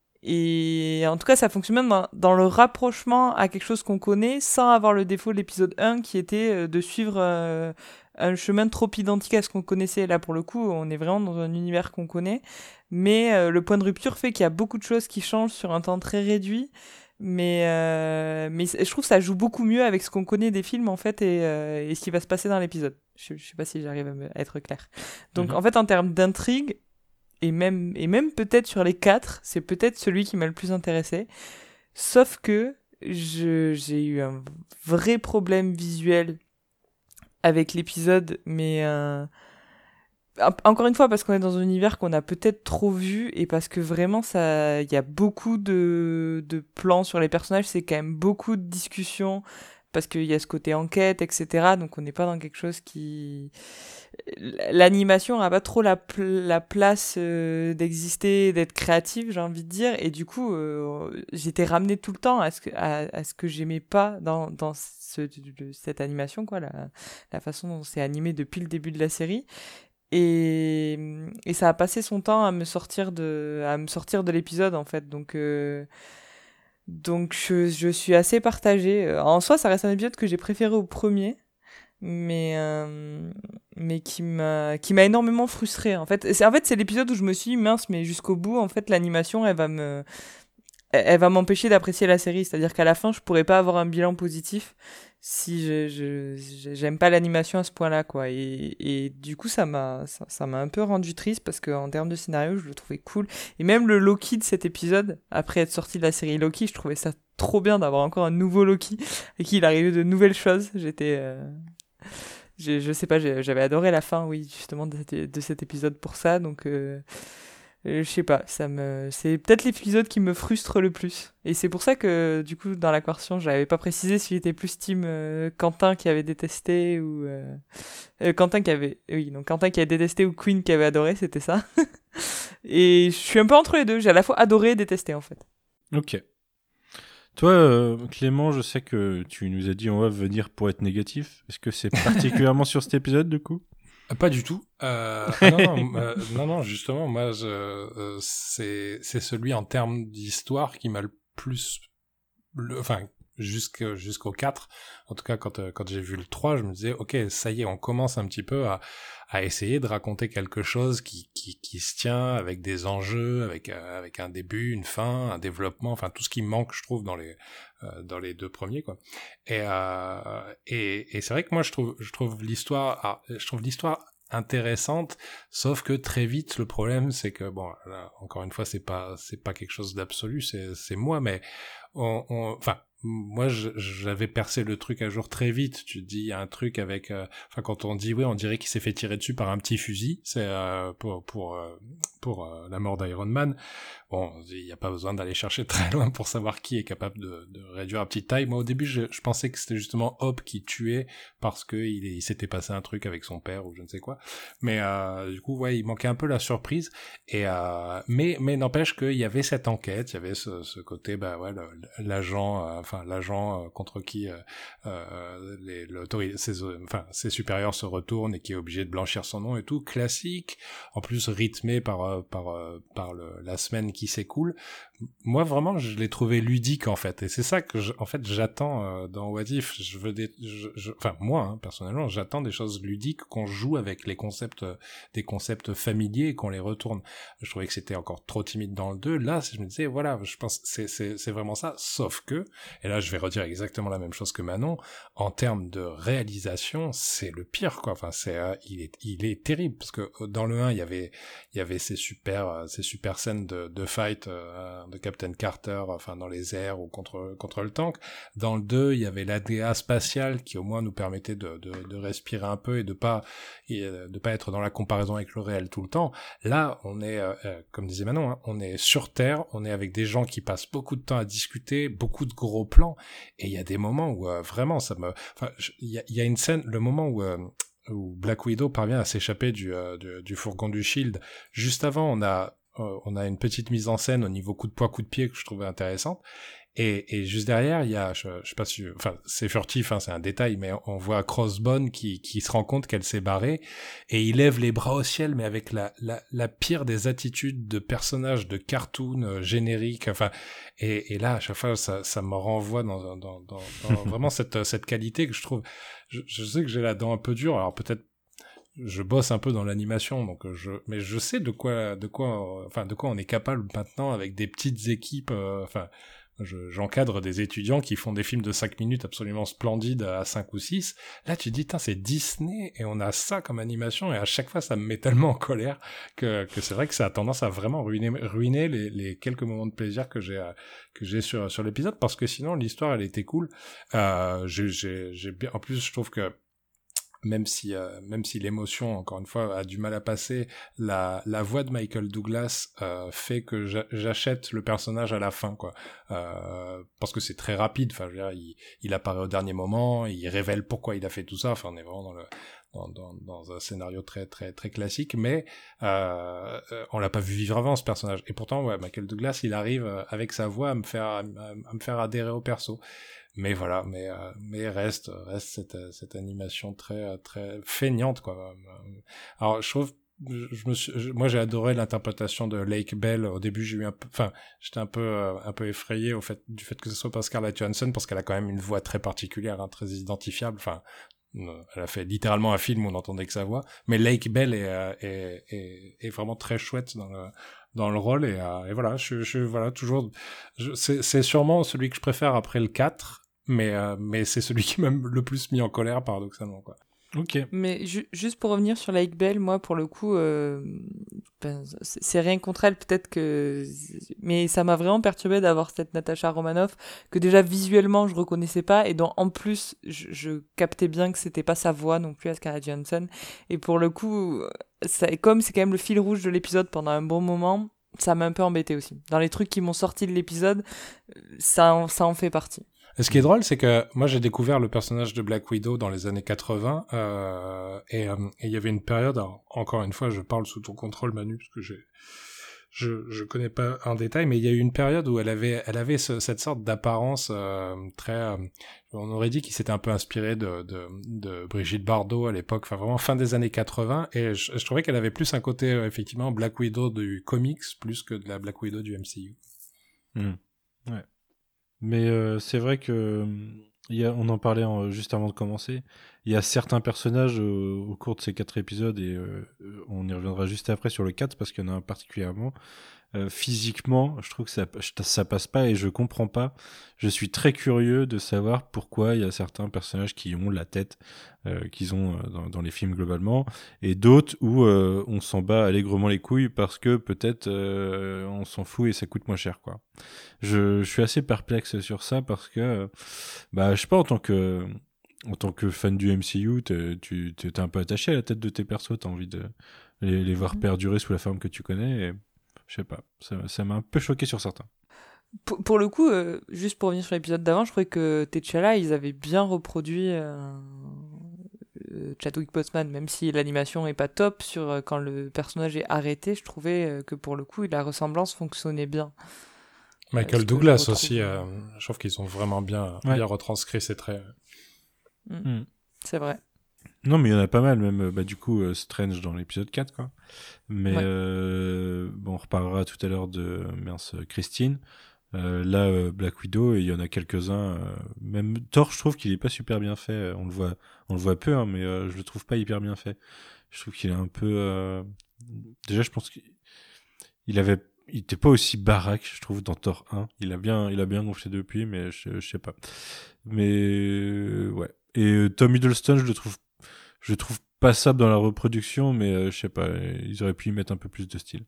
et en tout cas, ça fonctionne même dans, dans le rapprochement à quelque chose qu'on connaît, sans avoir le défaut de l'épisode un qui était de suivre euh, un chemin trop identique à ce qu'on connaissait. Là, pour le coup, on est vraiment dans un univers qu'on connaît, mais euh, le point de rupture fait qu'il y a beaucoup de choses qui changent sur un temps très réduit. Mais, euh, mais je trouve que ça joue beaucoup mieux avec ce qu'on connaît des films, en fait, et, euh, et ce qui va se passer dans l'épisode. Je, je sais pas si j'arrive à, me, à être clair. Donc, mm-hmm. en fait, en termes d'intrigue, et même, et même peut-être sur les quatre, c'est peut-être celui qui m'a le plus intéressé. Sauf que je, j'ai eu un vrai problème visuel avec l'épisode, mais... Euh, encore une fois, parce qu'on est dans un univers qu'on a peut-être trop vu et parce que vraiment, ça, il y a beaucoup de, de plans sur les personnages, c'est quand même beaucoup de discussions parce qu'il y a ce côté enquête, et cetera. Donc on n'est pas dans quelque chose qui... L'animation n'a pas trop la, pl- la place euh, d'exister, d'être créative, j'ai envie de dire. Et du coup, euh, j'étais ramenée tout le temps à ce que, à, à ce que j'aimais pas dans, dans ce, de, cette animation, quoi, la, la façon dont c'est animé depuis le début de la série. Et, et ça a passé son temps à me sortir de, à me sortir de l'épisode, en fait. Donc, euh, donc je, je suis assez partagée. En soi, ça reste un épisode que j'ai préféré au premier, mais, euh, mais qui m'a, qui m'a énormément frustrée, en fait. C'est, en fait, c'est l'épisode où je me suis dit, mince, mais jusqu'au bout, en fait, l'animation, elle va me... elle va m'empêcher d'apprécier la série. C'est-à-dire qu'à la fin, je pourrais pas avoir un bilan positif si je, je, j'aime pas l'animation à ce point-là, quoi. Et, et du coup, ça m'a, ça, ça m'a un peu rendu triste parce qu'en termes de scénario, je le trouvais cool. Et même le Loki de cet épisode, après être sorti de la série Loki, je trouvais ça trop bien d'avoir encore un nouveau Loki et qu'il arrivait de nouvelles choses. J'étais... Euh... Je, je sais pas, j'avais adoré la fin, oui, justement, de cet, de cet épisode pour ça, donc... Euh... Je sais pas, ça me... c'est peut-être l'épisode qui me frustre le plus. Et c'est pour ça que, du coup, dans la question, j'avais pas précisé si j'étais plus team euh, Quentin qui avait détesté ou... Euh... Euh, Quentin qui avait... Oui, donc Quentin qui avait détesté ou Queen qui avait adoré, c'était ça. Et je suis un peu entre les deux, j'ai à la fois adoré et détesté, en fait. Ok. Toi, euh, Clément, je sais que tu nous as dit on va venir pour être négatif. Est-ce que c'est particulièrement sur cet épisode, du coup ? Pas du tout. Euh, ah non, non, euh, non, non, justement, moi, je, euh, c'est, c'est celui en termes d'histoire qui m'a le plus, le, enfin, jusqu'au, jusqu'au quatre. En tout cas, quand, euh, quand j'ai vu le trois, je me disais, ok, ça y est, on commence un petit peu à, à essayer de raconter quelque chose qui, qui, qui se tient avec des enjeux, avec, euh, avec un début, une fin, un développement, enfin, tout ce qui manque, je trouve, dans les, euh, dans les deux premiers, quoi. Et, euh, et, et c'est vrai que moi, je trouve, je trouve l'histoire, ah, je trouve l'histoire intéressante, sauf que très vite, le problème, c'est que, bon, là, encore une fois, c'est pas, c'est pas quelque chose d'absolu, c'est, c'est moi, mais on, on, enfin, moi, je, j'avais percé le truc à jour très vite. Tu te dis, il y a un truc avec... Euh, enfin, quand on dit, oui, on dirait qu'il s'est fait tirer dessus par un petit fusil. C'est euh, pour pour euh, pour euh, la mort d'Iron Man. Bon, il n'y a pas besoin d'aller chercher très loin pour savoir qui est capable de, de réduire à petite taille. Moi, au début, je, je pensais que c'était justement Hope qui tuait parce que il, il s'était passé un truc avec son père ou je ne sais quoi. Mais euh, du coup, ouais, il manquait un peu la surprise. Et euh, mais mais n'empêche qu'il y avait cette enquête, il y avait ce, ce côté, bah ouais, le, l'agent... Euh, enfin l'agent euh, contre qui euh, euh, les, ses, euh, enfin, ses supérieurs se retournent et qui est obligé de blanchir son nom et tout, classique, en plus rythmé par, euh, par, euh, par le, la semaine qui s'écoule. Moi vraiment je l'ai trouvé ludique en fait, et c'est ça que je, en fait j'attends euh, dans What If. Je veux des, je, je, enfin moi hein, personnellement j'attends des choses ludiques, qu'on joue avec les concepts, euh, des concepts familiers et qu'on les retourne. Je trouvais que c'était encore trop timide dans le deux. Là je me disais voilà, je pense c'est c'est c'est vraiment ça, sauf que, et là je vais redire exactement la même chose que Manon, en termes de réalisation c'est le pire quoi. Enfin c'est euh, il est il est terrible parce que dans le un il y avait il y avait ces super euh, ces super scènes de de fight euh, de Captain Carter, enfin dans les airs ou contre contre le tank. Dans le deux, il y avait l'A D A spatiale qui au moins nous permettait de de, de respirer un peu et de pas et de pas être dans la comparaison avec le réel tout le temps. Là, on est euh, comme disait Manon, hein, on est sur Terre, on est avec des gens qui passent beaucoup de temps à discuter, beaucoup de gros plans, et il y a des moments où euh, vraiment ça me, enfin il y a, y a une scène, le moment où euh, où Black Widow parvient à s'échapper du, euh, du du fourgon du Shield. Juste avant, on a on a une petite mise en scène au niveau coup de poing, coup de pied que je trouvais intéressante. Et, et juste derrière, il y a, je, je sais pas si, enfin, c'est furtif, hein, c'est un détail, mais on voit Crossbone qui, qui se rend compte qu'elle s'est barrée et il lève les bras au ciel, mais avec la, la, la pire des attitudes de personnage de cartoon euh, générique. Enfin, et, et là, à chaque fois, ça, ça me renvoie dans, dans, dans, dans vraiment cette, cette qualité que je trouve. Je, je sais que j'ai la dent un peu dure, alors peut-être. Je bosse un peu dans l'animation, donc je, mais je sais de quoi, de quoi, enfin de quoi on est capable maintenant avec des petites équipes, euh, enfin je, j'encadre des étudiants qui font des films de cinq minutes absolument splendides à cinq ou six. Là, tu te dis, c'est Disney et on a ça comme animation, et à chaque fois, ça me met tellement en colère que, que c'est vrai que ça a tendance à vraiment ruiner, ruiner les, les quelques moments de plaisir que j'ai, que j'ai sur, sur l'épisode, parce que sinon, l'histoire, elle était cool. Euh, j'ai, j'ai, j'ai bien, en plus, je trouve que même si euh, même si l'émotion, encore une fois, a du mal à passer, la la voix de Michael Douglas euh, fait que j'a- j'achète le personnage à la fin, quoi, euh, parce que c'est très rapide. Enfin, je veux dire, il, il apparaît au dernier moment, il révèle pourquoi il a fait tout ça. Enfin, on est vraiment dans le dans dans, dans un scénario très très très classique, mais euh, euh, on l'a pas vu vivre avant, ce personnage. Et pourtant, ouais, Michael Douglas, il arrive euh, avec sa voix à me faire à, à me faire adhérer au perso. Mais voilà, mais euh, mais reste reste cette cette animation très très feignante, quoi. Alors je trouve, je me suis, je, moi j'ai adoré l'interprétation de Lake Bell. Au début j'ai eu un peu, enfin j'étais un peu euh, un peu effrayé au fait du fait que ce soit pas Scarlett Johansson, parce qu'elle a quand même une voix très particulière, hein, très identifiable. Enfin, elle a fait littéralement un film où on n'entendait que sa voix, mais Lake Bell est euh, est, est est vraiment très chouette dans le dans le rôle, et, euh, et voilà, je je voilà toujours, je, c'est c'est sûrement celui que je préfère après le quatre. Mais, euh, mais c'est celui qui m'a le plus mis en colère, paradoxalement, quoi. Ok. Mais ju- juste pour revenir sur Lake Bell, moi, pour le coup, euh, ben, c'est c'est rien contre elle, peut-être que... Mais ça m'a vraiment perturbé d'avoir cette Natasha Romanoff, que déjà visuellement, je reconnaissais pas, et dont en plus, je, je captais bien que c'était pas sa voix non plus à Scarlett Johansson. Et pour le coup, ça, comme c'est quand même le fil rouge de l'épisode pendant un bon moment, ça m'a un peu embêté aussi. Dans les trucs qui m'ont sorti de l'épisode, ça en, ça en fait partie. Et ce qui est drôle, c'est que moi j'ai découvert le personnage de Black Widow dans les années quatre-vingts, euh, et euh, il y avait une période, alors, encore une fois je parle sous ton contrôle Manu, parce que j'ai, je je connais pas en détail, mais il y a eu une période où elle avait elle avait ce, cette sorte d'apparence euh, très, euh, on aurait dit qu'il s'était un peu inspiré de de, de Brigitte Bardot à l'époque, enfin vraiment fin des années quatre-vingts, et je, je trouvais qu'elle avait plus un côté euh, effectivement Black Widow du comics plus que de la Black Widow du M C U. Mmh. Ouais. Mais euh, c'est vrai que il y a, on en parlait en, juste avant de commencer. Il y a certains personnages euh, au cours de ces quatre épisodes, et euh, on y reviendra juste après sur le quatre, parce qu'il y en a un particulièrement. Euh, physiquement, je trouve que ça, ça passe pas, et je comprends pas. Je suis très curieux de savoir pourquoi il y a certains personnages qui ont la tête euh, qu'ils ont euh, dans, dans les films globalement, et d'autres où euh, on s'en bat allègrement les couilles parce que peut-être euh, on s'en fout et ça coûte moins cher, quoi. Je, je suis assez perplexe sur ça parce que, bah, je sais pas, en tant que en tant que fan du M C U, t'es, tu t'es un peu attaché à la tête de tes persos, t'as envie de les, les voir perdurer sous la forme que tu connais, et je sais pas, ça, ça m'a un peu choqué sur certains. Pour, pour le coup, euh, juste pour revenir sur l'épisode d'avant, je trouvais que T'Challa, ils avaient bien reproduit euh, euh, Chadwick Boseman, même si l'animation est pas top, sur euh, quand le personnage est arrêté, je trouvais euh, que pour le coup, la ressemblance fonctionnait bien. Michael euh, Douglas retrouve... aussi, euh, je trouve qu'ils ont vraiment bien, ouais. bien retranscrit ces traits. Mmh. Mmh. C'est vrai. Non, mais il y en a pas mal, même bah, du coup euh, Strange dans l'épisode quatre, quoi. Mais ouais. euh, bon, on reparlera tout à l'heure de mince, Christine. Euh, là, euh, Black Widow, il y en a quelques-uns. Euh, même Thor, je trouve qu'il est pas super bien fait. On le voit, on le voit peu, hein, mais euh, je le trouve pas hyper bien fait. Je trouve qu'il est un peu. Euh... Déjà, je pense qu'il avait, il était pas aussi baraque, je trouve, dans Thor un. Il a bien, il a bien gonflé depuis, mais je, je sais pas. Mais euh, ouais. Et euh, Tom Hiddleston, je le trouve, je le trouve passable dans la reproduction, mais euh, je sais pas. Ils auraient pu y mettre un peu plus de style.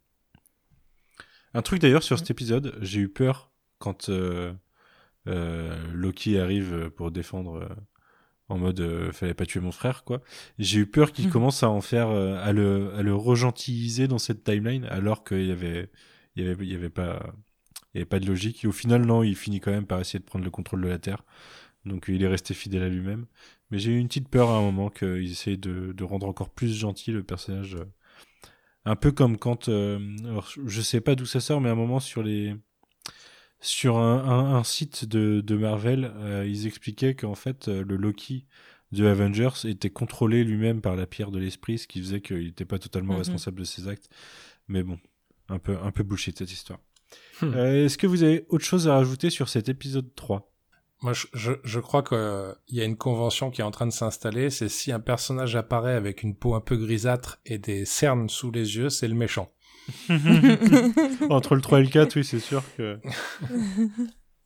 Un truc d'ailleurs sur cet épisode, j'ai eu peur quand euh, euh, Loki arrive pour défendre euh, en mode euh, fallait pas tuer mon frère, quoi. J'ai eu peur qu'il mmh. commence à en faire euh, à le à le regentiliser dans cette timeline, alors qu'il y avait il y avait il y avait pas il y avait pas de logique. Et au final, non, il finit quand même par essayer de prendre le contrôle de la Terre. Donc il est resté fidèle à lui-même. Mais j'ai eu une petite peur à un moment qu'ils essayent de de rendre encore plus gentil le personnage. Euh, Un peu comme quand, euh, alors je sais pas d'où ça sort, mais à un moment sur les, sur un, un, un site de, de Marvel, euh, ils expliquaient qu'en fait euh, le Loki de Avengers était contrôlé lui-même par la pierre de l'esprit, ce qui faisait qu'il n'était pas totalement mm-hmm. responsable de ses actes. Mais bon, un peu, un peu bullshit cette histoire. Hmm. Euh, est-ce que vous avez autre chose à rajouter sur cet épisode trois ? Moi, je, je, je crois qu'il euh, y a une convention qui est en train de s'installer, c'est si un personnage apparaît avec une peau un peu grisâtre et des cernes sous les yeux, c'est le méchant. Entre le trois et le quatre, oui, c'est sûr que...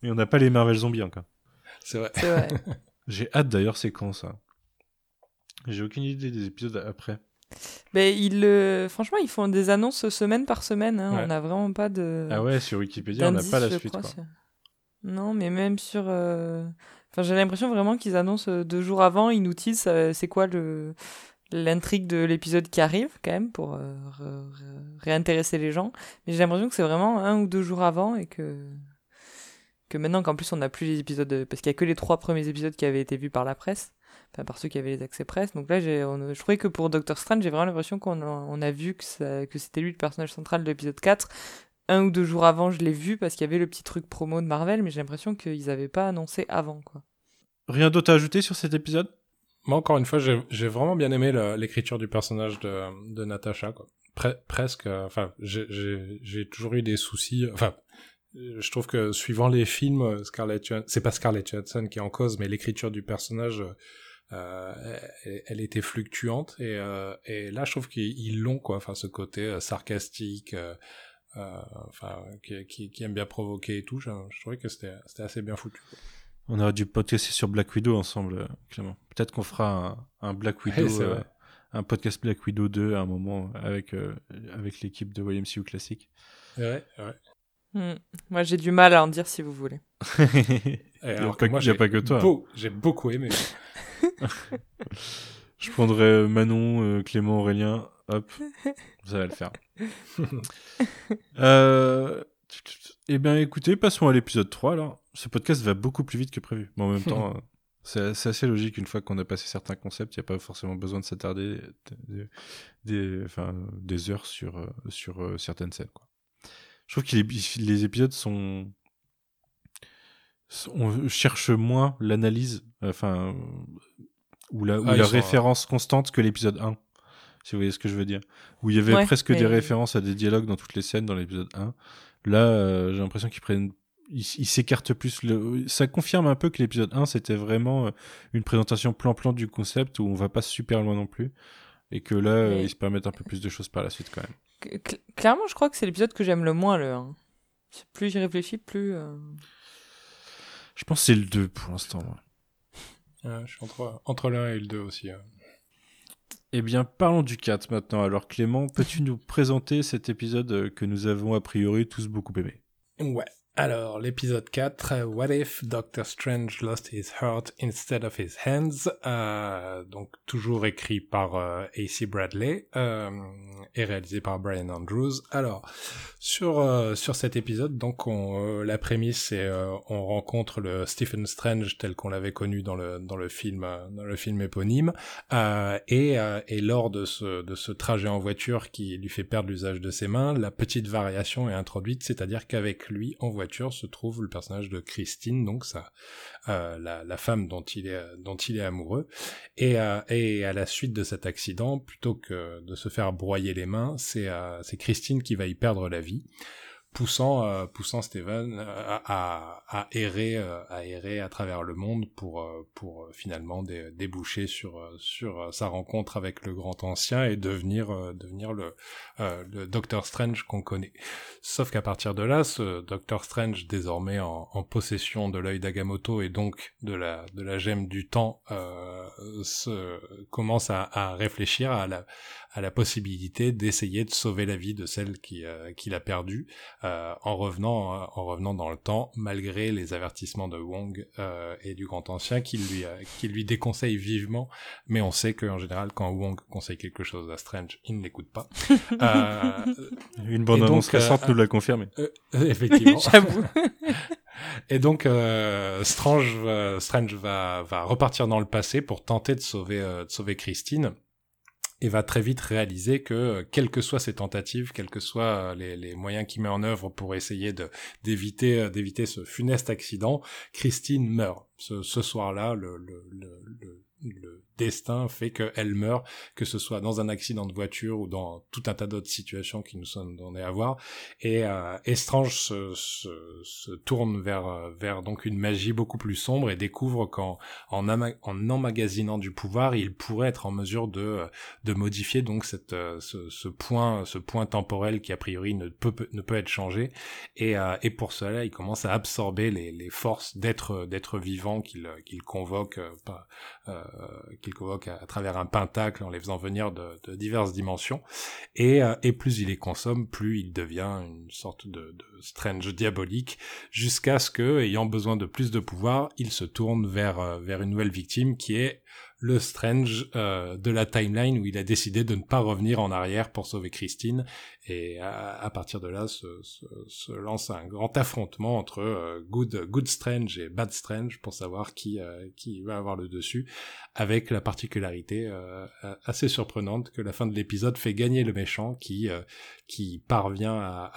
Et on n'a pas les Marvel Zombies encore. C'est vrai. C'est vrai. J'ai hâte d'ailleurs, c'est quand ça? J'ai aucune idée des épisodes après. Mais ils, euh, franchement, ils font des annonces semaine par semaine. Hein. Ouais. On n'a vraiment pas de. Ah ouais, sur Wikipédia, on n'a d'indices, pas la je suite. crois, Quoi. sur- Non, mais même sur. euh, Enfin, j'ai l'impression vraiment qu'ils annoncent euh, deux jours avant. Ils nous disent euh, c'est quoi le l'intrigue de l'épisode qui arrive, quand même, pour euh, re- re- réintéresser les gens. Mais j'ai l'impression que c'est vraiment un ou deux jours avant et que. Que maintenant qu'en plus on n'a plus les épisodes. de- Parce qu'il n'y a que les trois premiers épisodes qui avaient été vus par la presse. Enfin, par ceux qui avaient les accès presse. Donc là, j'ai, on- je trouvais que pour Doctor Strange, j'ai vraiment l'impression qu'on a, on a vu que, ça- que c'était lui le personnage central de l'épisode quatre. Un ou deux jours avant, je l'ai vu parce qu'il y avait le petit truc promo de Marvel, mais j'ai l'impression qu'ils n'avaient pas annoncé avant, quoi. Rien d'autre à ajouter sur cet épisode? Moi, encore une fois, j'ai, j'ai vraiment bien aimé le- l'écriture du personnage de, de Natasha, quoi. Pre- presque, euh, enfin, j'ai, j'ai, j'ai toujours eu des soucis, enfin, euh, je trouve que suivant les films, euh, Scarlett Johansson, c'est pas Scarlett Johansson qui est en cause, mais l'écriture du personnage, euh, elle, elle était fluctuante, et, euh, et là, je trouve qu'ils ils l'ont, quoi, enfin, ce côté euh, sarcastique, euh, euh, enfin, qui, qui, qui aime bien provoquer et tout, je, je trouvais que c'était, c'était assez bien foutu, quoi. On aurait dû podcaster sur Black Widow ensemble, euh, Clément. Peut-être qu'on fera un, un Black Widow, Ouais, c'est euh, vrai. un podcast Black Widow deux à un moment avec, euh, avec l'équipe de Y M C U classique. Ouais, ouais. Hmm. Moi, j'ai du mal à en dire si vous voulez. Et Il n'y a, alors pas que moi, que- y a j'ai pas que toi. beau- j'ai beaucoup aimé. Je prendrais euh, Manon, euh, Clément, Aurélien. Hop, ça va le faire. euh... Eh bien, écoutez, passons à l'épisode trois, alors. Ce podcast va beaucoup plus vite que prévu. Mais en même temps, euh, c'est, c'est assez logique. Une fois qu'on a passé certains concepts, il n'y a pas forcément besoin de s'attarder des, des, enfin, des heures sur, euh, sur euh, certaines scènes, quoi. Je trouve que les, les épisodes sont... On cherche moins l'analyse, enfin, ou la, ou Ah, ils la sont, référence constante que l'épisode un, si vous voyez ce que je veux dire. Où il y avait Ouais, presque mais- des références à des dialogues dans toutes les scènes dans l'épisode un. Là, euh, j'ai l'impression qu'ils prennent... Ils, ils s'écartent plus. Le... Ça confirme un peu que l'épisode un, c'était vraiment euh, une présentation plan-plan du concept où on va pas super loin non plus. Et que là, euh, Mais- ils se permettent un peu plus de choses par la suite quand même. Cl- Clairement, je crois que c'est l'épisode que j'aime le moins, le un. Plus j'y réfléchis, plus... euh, Je pense que c'est le deux pour l'instant. Moi. Ouais, je suis entre, entre le un et le deux aussi. hein. Eh bien, parlons du quatre maintenant. Alors Clément, peux-tu nous présenter cet épisode que nous avons a priori tous beaucoup aimé? Ouais. Alors, l'épisode quatre, euh, What if Doctor Strange lost his heart instead of his hands? Euh, donc, toujours écrit par euh, A C Bradley euh, et réalisé par Brian Andrews. Alors, sur euh, sur cet épisode, donc, on, euh, la prémisse, c'est euh, on rencontre le Stephen Strange tel qu'on l'avait connu dans le dans le film euh, dans le film éponyme, euh, et euh, et lors de ce de ce trajet en voiture qui lui fait perdre l'usage de ses mains, la petite variation est introduite, c'est-à-dire qu'avec lui en voiture se trouve le personnage de Christine, donc ça, euh, la, la femme dont il est dont il est amoureux, et, euh, et à la suite de cet accident, plutôt que de se faire broyer les mains, c'est euh, c'est Christine qui va y perdre la vie, poussant euh, poussant Steven à, à, à errer euh, à errer à travers le monde pour euh, pour euh, finalement dé, déboucher sur euh, sur euh, sa rencontre avec le grand ancien et devenir euh, devenir le euh, le Doctor Strange qu'on connaît. Sauf qu'à partir de là, ce Doctor Strange désormais en, en possession de l'œil d'Agamotto et donc de la de la gemme du temps euh, se commence à, à réfléchir à la à la possibilité d'essayer de sauver la vie de celle qui euh, qu'il a perdue. Euh, en revenant euh, en revenant dans le temps, malgré les avertissements de Wong euh, et du Grand Ancien qui lui euh, qui lui déconseillent vivement, mais on sait qu'en général quand Wong conseille quelque chose à Strange, il ne l'écoute pas. euh, Une bande-annonce donc, euh, récente nous l'a confirmé. euh, effectivement. J'avoue. Et donc euh, Strange euh, Strange va va repartir dans le passé pour tenter de sauver euh, de sauver Christine. Et va très vite réaliser que, quelles que soient ses tentatives, quels que soient les, les moyens qu'il met en œuvre pour essayer de, d'éviter, d'éviter ce funeste accident, Christine meurt. Ce, ce soir-là, le, le, le, le le destin fait qu'elle meurt, que ce soit dans un accident de voiture ou dans tout un tas d'autres situations qui nous sont données à voir. Et, euh, et Strange se, se, se tourne vers, vers donc une magie beaucoup plus sombre et découvre qu'en en, ama- en emmagasinant du pouvoir, il pourrait être en mesure de, de modifier donc cette, ce, ce point, ce point temporel qui a priori ne peut, ne peut être changé. Et, euh, et pour cela, il commence à absorber les, les forces d'être, d'être vivant qu'il, qu'il convoque, euh, pas, euh, qu'il convoque à, à travers un pentacle en les faisant venir de, de diverses dimensions. Et, euh, et plus il les consomme, plus il devient une sorte de, de Strange diabolique, jusqu'à ce que, ayant besoin de plus de pouvoir, il se tourne vers, euh, vers une nouvelle victime qui est le Strange euh, de la timeline où il a décidé de ne pas revenir en arrière pour sauver Christine. Et à, à partir de là, se, se, se lance un grand affrontement entre euh, Good, Good Strange et Bad Strange pour savoir qui, euh, qui va avoir le dessus, avec la particularité euh, assez surprenante que la fin de l'épisode fait gagner le méchant qui, euh, qui parvient à,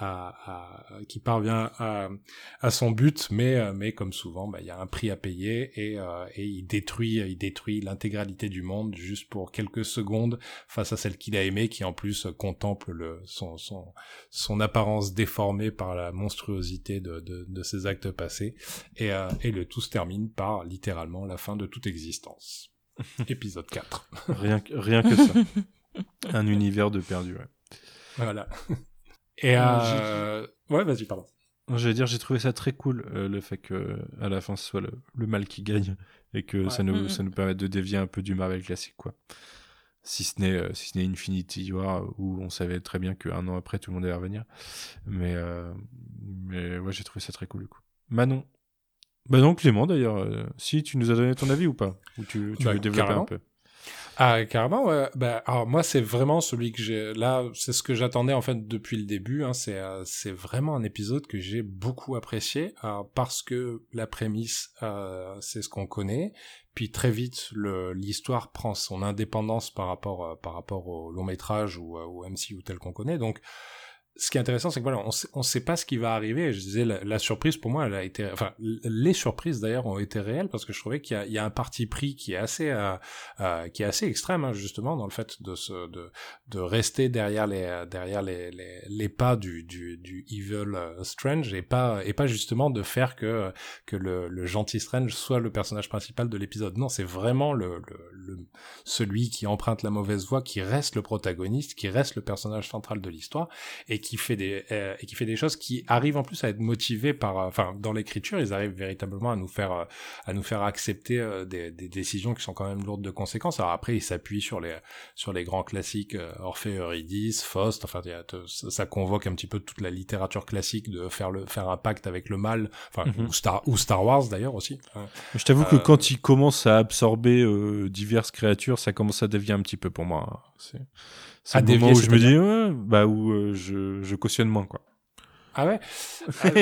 à, à qui parvient à, à son but, mais, mais comme souvent, bah, il y a un prix à payer et, euh, et il détruit, il détruit l'intégralité du monde juste pour quelques secondes face à celle qu'il a aimée, qui en plus contemple le, son, son, son apparence déformée par la monstruosité de, de, de ses actes passés. Et, euh, et le tout se termine par littéralement la fin de toute existence. Épisode quatre. Rien, que- rien que ça. Un univers de perdu, ouais. Voilà. Et euh... ouais, vas-y, pardon. Je vais dire, j'ai trouvé ça très cool, euh, le fait que à la fin ce soit le, le mal qui gagne et que Ouais. ça nous Mm-hmm. ça nous permet de dévier un peu du Marvel classique, quoi. Si ce n'est euh, si ce n'est Infinity War où on savait très bien qu'un an après tout le monde allait revenir, mais euh, mais ouais, j'ai trouvé ça très cool du coup. Manon, bah non Clément d'ailleurs, euh, si tu nous as donné ton avis ou pas, ou tu tu Bah, veux développer carrément. un peu. Ah, carrément, ouais. Bah, alors moi, c'est vraiment celui que j'ai. Là, c'est ce que j'attendais en fait depuis le début. Hein. C'est, euh, c'est vraiment un épisode que j'ai beaucoup apprécié euh, parce que la prémisse, euh, c'est ce qu'on connaît. Puis très vite, le, l'histoire prend son indépendance par rapport, euh, par rapport au long métrage ou euh, au M C U tel qu'on connaît. Donc, ce qui est intéressant, c'est que voilà, on sait, on sait pas ce qui va arriver. Et je disais, la, la surprise pour moi, elle a été, enfin, les surprises d'ailleurs ont été réelles parce que je trouvais qu'il y a, il y a un parti pris qui est assez, euh, euh, qui est assez extrême, hein, justement, dans le fait de se, de, de rester derrière les, derrière les, les, les pas du, du, du evil euh, Strange et pas, et pas justement de faire que, que le, le gentil Strange soit le personnage principal de l'épisode. Non, c'est vraiment le, le, le, celui qui emprunte la mauvaise voie, qui reste le protagoniste, qui reste le personnage central de l'histoire et qui qui fait des euh, et qui fait des choses qui arrivent en plus à être motivées par enfin euh, dans l'écriture, ils arrivent véritablement à nous faire euh, à nous faire accepter euh, des, des décisions qui sont quand même lourdes de conséquences. Alors après, ils s'appuient sur les sur les grands classiques euh, Orphée, Eurydice, Faust, enfin y a, ça, ça convoque un petit peu toute la littérature classique de faire le faire un pacte avec le mal, enfin Mm-hmm. ou Star ou Star Wars d'ailleurs aussi. Je t'avoue que Euh, quand il commence à absorber euh, diverses créatures, ça commence à dévier un petit peu pour moi, hein. C'est c'est À le dévier, moment où je me dis c'est-à-dire ouais, bah où euh, je je cautionne moins, quoi. Ah ouais. Euh,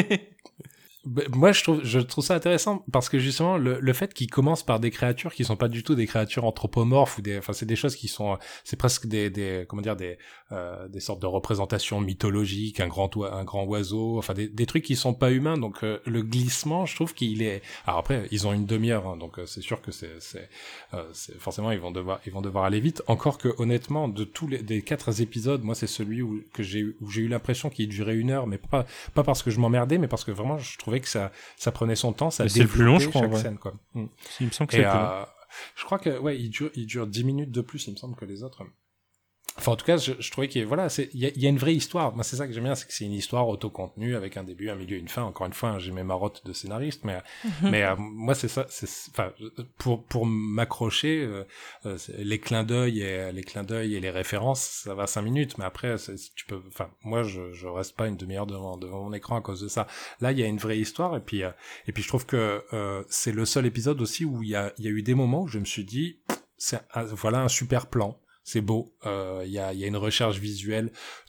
bah, moi, je trouve, je trouve ça intéressant parce que justement, le, le fait qu'ils commencent par des créatures qui sont pas du tout des créatures anthropomorphes ou des, enfin, c'est des choses qui sont, c'est presque des, des, comment dire, des, euh, des sortes de représentations mythologiques, un grand, oi- un grand oiseau, enfin, des, des trucs qui sont pas humains. Donc, euh, le glissement, je trouve qu'il est. Alors après, ils ont une demi-heure, hein, donc euh, c'est sûr que c'est, c'est, euh, c'est, forcément, ils vont devoir, ils vont devoir aller vite. Encore que, honnêtement, de tous les, des quatre épisodes, moi, c'est celui où que j'ai, eu- où j'ai eu l'impression qu'il durait une heure, mais pas, pas parce que je m'emmerdais, mais parce que vraiment, je trouvais que ça, ça prenait son temps, ça Mais c'est le plus long, je développait crois, chaque ouais. scène, quoi. Mm. Il me semble que Et c'est plus long. euh, je crois que ouais, il dure, il dure dix minutes de plus, il me semble, que les autres. Enfin, en tout cas, je, je trouvais qu'il voilà, c'est il y a, il y a une vraie histoire. Moi, c'est ça que j'aime bien, c'est que c'est une histoire autocontenue avec un début, un milieu, une fin. Encore une fois, hein, j'ai mes marottes de scénariste, mais mais euh, moi, c'est ça. C'est enfin pour pour m'accrocher, euh, euh, c'est- les clins d'œil et les clins d'œil et les références, ça va cinq minutes. Mais après, c'est- tu peux. Enfin, moi, je je reste pas une demi-heure devant devant mon écran à cause de ça. Là, il y a une vraie histoire et puis euh, et puis je trouve que euh, c'est le seul épisode aussi où il y a il y a eu des moments où je me suis dit, c'est un- voilà un super plan. C'est beau, il euh, y, a, y a une recherche visuelle,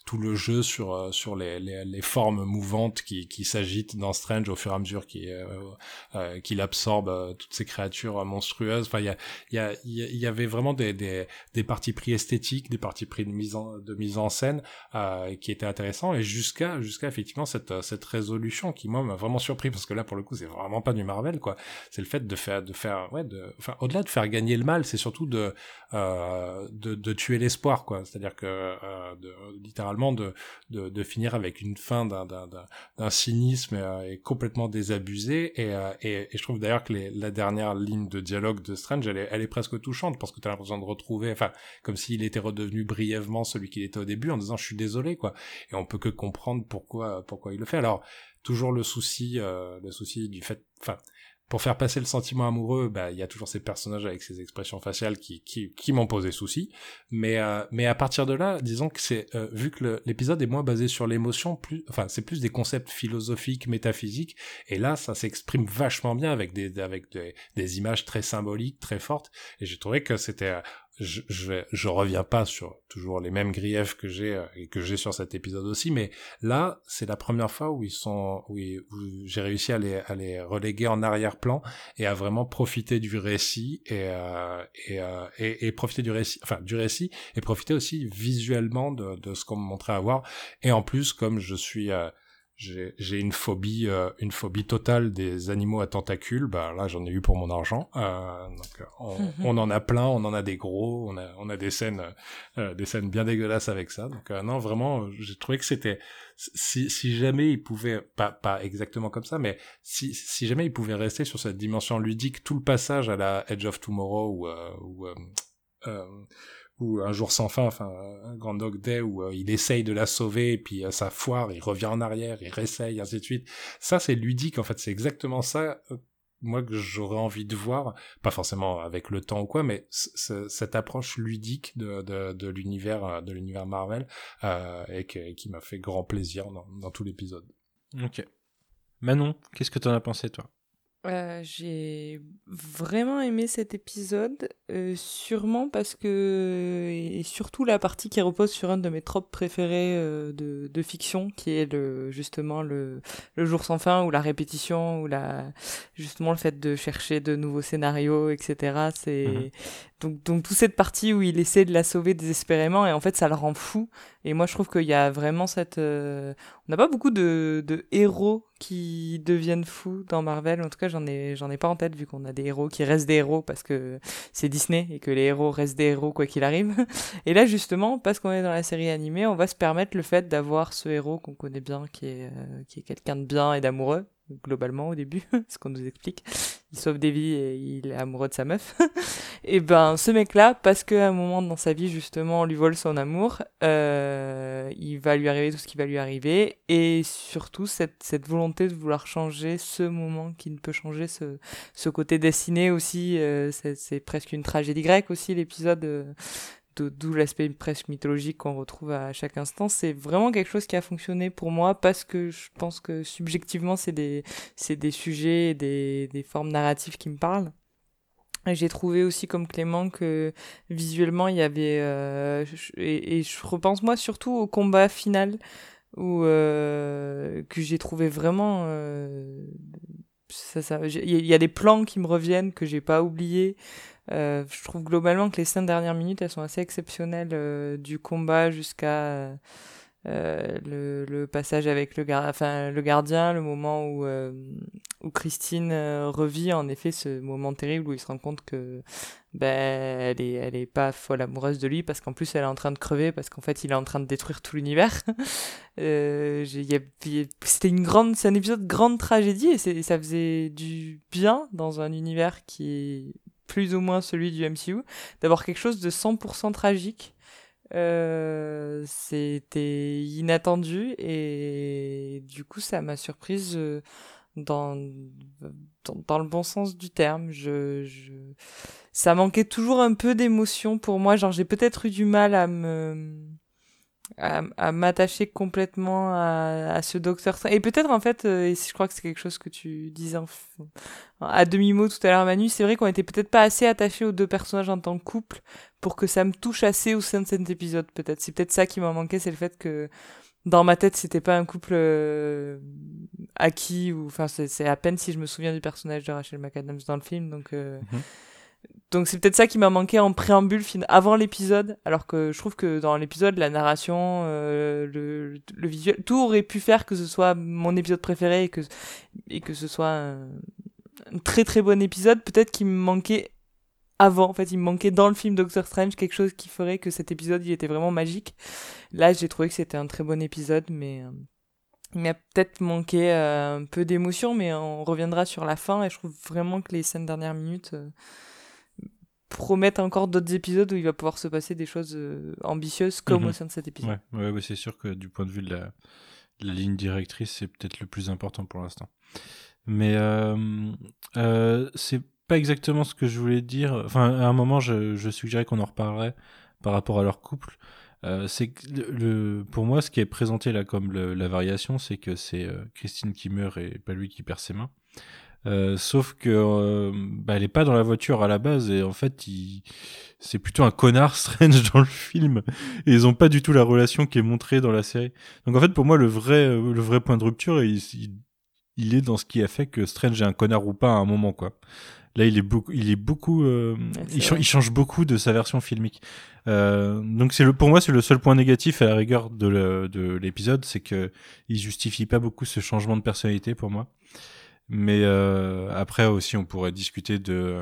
tout le jeu sur euh, sur les, les les formes mouvantes qui qui s'agitent dans Strange au fur et à mesure qu'il euh, euh, qu'il absorbe euh, toutes ces créatures monstrueuses. Enfin, il y a il y a il y avait vraiment des des des partis pris esthétiques, des partis pris de mise en de mise en scène euh, qui étaient intéressants, et jusqu'à jusqu'à effectivement cette cette résolution qui moi m'a vraiment surpris, parce que là pour le coup c'est vraiment pas du Marvel quoi. C'est le fait de faire de faire ouais de enfin au-delà de faire gagner le mal, c'est surtout de euh, de de tuer l'espoir quoi. C'est-à-dire que euh, de, littéralement de, de de finir avec une fin d'un d'un d'un, d'un cynisme euh, et complètement désabusé, et, euh, et et je trouve d'ailleurs que les, la dernière ligne de dialogue de Strange elle est elle est presque touchante, parce que t'as l'impression de retrouver, enfin comme s'il était redevenu brièvement celui qu'il était au début, en disant je suis désolé quoi, et on peut que comprendre pourquoi pourquoi il le fait. Alors toujours le souci euh, le souci du fait, enfin pour faire passer le sentiment amoureux, bah il y a toujours ces personnages avec ces expressions faciales qui qui qui m'ont posé souci, mais euh, mais à partir de là, disons que c'est euh, vu que le, l'épisode est moins basé sur l'émotion, plus enfin c'est plus des concepts philosophiques, métaphysiques, et là ça s'exprime vachement bien avec des avec des, des images très symboliques, très fortes, et j'ai trouvé que c'était euh, je je, vais, je reviens pas sur toujours les mêmes griefs que j'ai euh, et que j'ai sur cet épisode aussi, mais là c'est la première fois où ils sont où, ils, où j'ai réussi à les à les reléguer en arrière-plan et à vraiment profiter du récit et euh, et, euh, et et profiter du récit enfin du récit et profiter aussi visuellement de de ce qu'on me montrait à voir. Et en plus, comme je suis euh, j'ai j'ai une phobie euh, une phobie totale des animaux à tentacules, bah là j'en ai eu pour mon argent. Euh, donc on, on en a plein, on en a des gros, on a on a des scènes euh, des scènes bien dégueulasses avec ça. Donc euh, non, vraiment j'ai trouvé que c'était, si si jamais il pouvait, pas pas exactement comme ça, mais si si jamais il pouvait rester sur cette dimension ludique tout le passage à la Edge of Tomorrow ou euh, ou euh, euh, ou Un jour sans fin, enfin un Groundhog Day, où euh, il essaye de la sauver et puis euh, ça foire, il revient en arrière, il réessaye, ainsi de suite. Ça c'est ludique en fait, c'est exactement ça euh, moi que j'aurais envie de voir, pas forcément avec le temps ou quoi, mais c- c- cette approche ludique de de, de l'univers de l'univers Marvel euh, et, que, et qui m'a fait grand plaisir dans, dans tout l'épisode. Ok. Manon, qu'est-ce que t'en as pensé toi? Euh, j'ai vraiment aimé cet épisode, euh, sûrement parce que, et surtout la partie qui repose sur un de mes tropes préférés euh, de, de fiction, qui est le, justement le, le jour sans fin, ou la répétition, ou la, justement le fait de chercher de nouveaux scénarios, et cetera. C'est, Mhm. donc, donc toute cette partie où il essaie de la sauver désespérément, et en fait ça le rend fou. Et moi je trouve qu'il y a vraiment cette, euh, on n'a pas beaucoup de, de héros qui deviennent fous dans Marvel. En tout cas, j'en ai, j'en ai pas en tête, vu qu'on a des héros qui restent des héros parce que c'est Disney et que les héros restent des héros quoi qu'il arrive. Et là, justement, parce qu'on est dans la série animée, on va se permettre le fait d'avoir ce héros qu'on connaît bien, qui est, euh, qui est quelqu'un de bien et d'amoureux, globalement, au début, ce qu'on nous explique. Il sauve des vies et il est amoureux de sa meuf. Et ben, ce mec-là, parce qu'à un moment dans sa vie, justement, on lui vole son amour, euh, il va lui arriver tout ce qui va lui arriver, et surtout cette, cette volonté de vouloir changer ce moment qui ne peut changer, ce, ce côté destiné aussi, euh, c'est, c'est presque une tragédie grecque aussi, l'épisode, euh, d'où l'aspect presque mythologique qu'on retrouve à chaque instant. C'est vraiment quelque chose qui a fonctionné pour moi, parce que je pense que subjectivement c'est des, c'est des sujets et des, des formes narratives qui me parlent. Et j'ai trouvé aussi comme Clément que visuellement il y avait euh, et, et je repense moi surtout au combat final où euh, que j'ai trouvé vraiment euh, ça, ça, il y a des plans qui me reviennent que j'ai pas oubliés. Euh, je trouve globalement que les cinq dernières minutes elles sont assez exceptionnelles, euh, du combat jusqu'à euh, le, le passage avec le, gar- enfin, le gardien, le moment où, euh, où Christine euh, revit en effet ce moment terrible où il se rend compte que ben, elle est, elle est pas folle amoureuse de lui, parce qu'en plus elle est en train de crever, parce qu'en fait il est en train de détruire tout l'univers. euh, j'ai, y a, y a, c'était une grande, c'est un épisode grande tragédie, et c'est, ça faisait du bien dans un univers qui est plus ou moins celui du M C U, d'avoir quelque chose de cent pour cent tragique. Euh, c'était inattendu, et du coup ça m'a surprise euh, dans, dans dans le bon sens du terme. Je, je ça manquait toujours un peu d'émotion pour moi, genre j'ai peut-être eu du mal à me à, à m'attacher complètement à, à ce Docteur Strange. Et peut-être en fait, euh, et je crois que c'est quelque chose que tu disais en, à demi-mot tout à l'heure Manu, c'est vrai qu'on était peut-être pas assez attachés aux deux personnages en tant que couple pour que ça me touche assez au sein de cet épisode, peut-être. C'est peut-être ça qui m'a manqué, c'est le fait que dans ma tête, c'était pas un couple euh, acquis, ou enfin, c'est, c'est à peine si je me souviens du personnage de Rachel McAdams dans le film, donc... Euh, Mhm. Donc c'est peut-être ça qui m'a manqué en préambule fin- avant l'épisode, alors que je trouve que dans l'épisode, la narration, euh, le, le visuel, tout aurait pu faire que ce soit mon épisode préféré et que, et que ce soit un, un très très bon épisode. Peut-être qu'il me manquait avant, en fait, il me manquait dans le film Doctor Strange quelque chose qui ferait que cet épisode il était vraiment magique. Là, j'ai trouvé que c'était un très bon épisode, mais euh, il m'a peut-être manqué euh, un peu d'émotion, mais on reviendra sur la fin et je trouve vraiment que les cinq dernières minutes... Euh, promettent encore d'autres épisodes où il va pouvoir se passer des choses euh, ambitieuses comme Mhm. au sein de cet épisode. Ouais, ouais, ouais, c'est sûr que du point de vue de la, de la ligne directrice, c'est peut-être le plus important pour l'instant. Mais euh, euh, c'est pas exactement ce que je voulais dire. Enfin, à un moment, je, je suggérais qu'on en reparlerait par rapport à leur couple. Euh, c'est que le, le- pour moi, ce qui est présenté là comme le- la variation, c'est que c'est euh, Christine qui meurt et pas lui qui perd ses mains. Euh, sauf que euh, bah, elle est pas dans la voiture à la base et en fait il... c'est plutôt un connard Strange dans le film et ils ont pas du tout la relation qui est montrée dans la série. Donc en fait pour moi le vrai le vrai point de rupture il, il, il est dans ce qui a fait que Strange est un connard ou pas à un moment quoi. Là il est beaucoup il est beaucoup euh, Ouais, c'est il, cha- vrai. il change beaucoup de sa version filmique. Euh, donc c'est le pour moi c'est le seul point négatif à la rigueur de, le, de l'épisode, c'est que il justifie pas beaucoup ce changement de personnalité pour moi. Mais euh, après aussi, on pourrait discuter de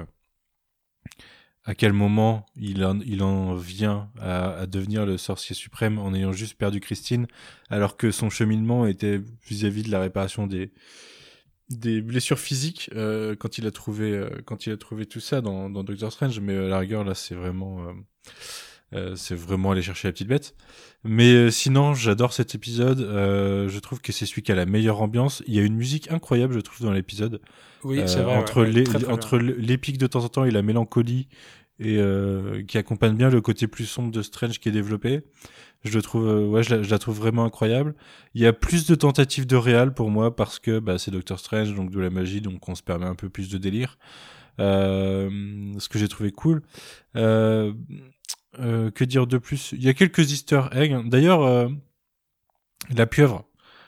à quel moment il en, il en vient à, à devenir le sorcier suprême en ayant juste perdu Christine, alors que son cheminement était vis-à-vis de la réparation des des blessures physiques euh, quand il a trouvé euh, quand il a trouvé tout ça dans, dans Doctor Strange. Mais à la rigueur là, c'est vraiment euh, euh, c'est vraiment aller chercher la petite bête. Mais euh, sinon, j'adore cet épisode. Euh, je trouve que c'est celui qui a la meilleure ambiance. Il y a une musique incroyable, je trouve, dans l'épisode. Oui, Euh, c'est vrai. entre ouais, ouais, les, très, très entre bien. l'épique de temps en temps et la mélancolie, et euh, qui accompagne bien le côté plus sombre de Strange qui est développé. Je le trouve, euh, ouais, je la, je la trouve vraiment incroyable. Il y a plus de tentatives de réal pour moi parce que bah, c'est Doctor Strange, donc de la magie, donc on se permet un peu plus de délire. Euh, ce que j'ai trouvé cool. Euh, euh, que dire de plus? Il y a quelques Easter eggs. D'ailleurs, euh, la pieuvre.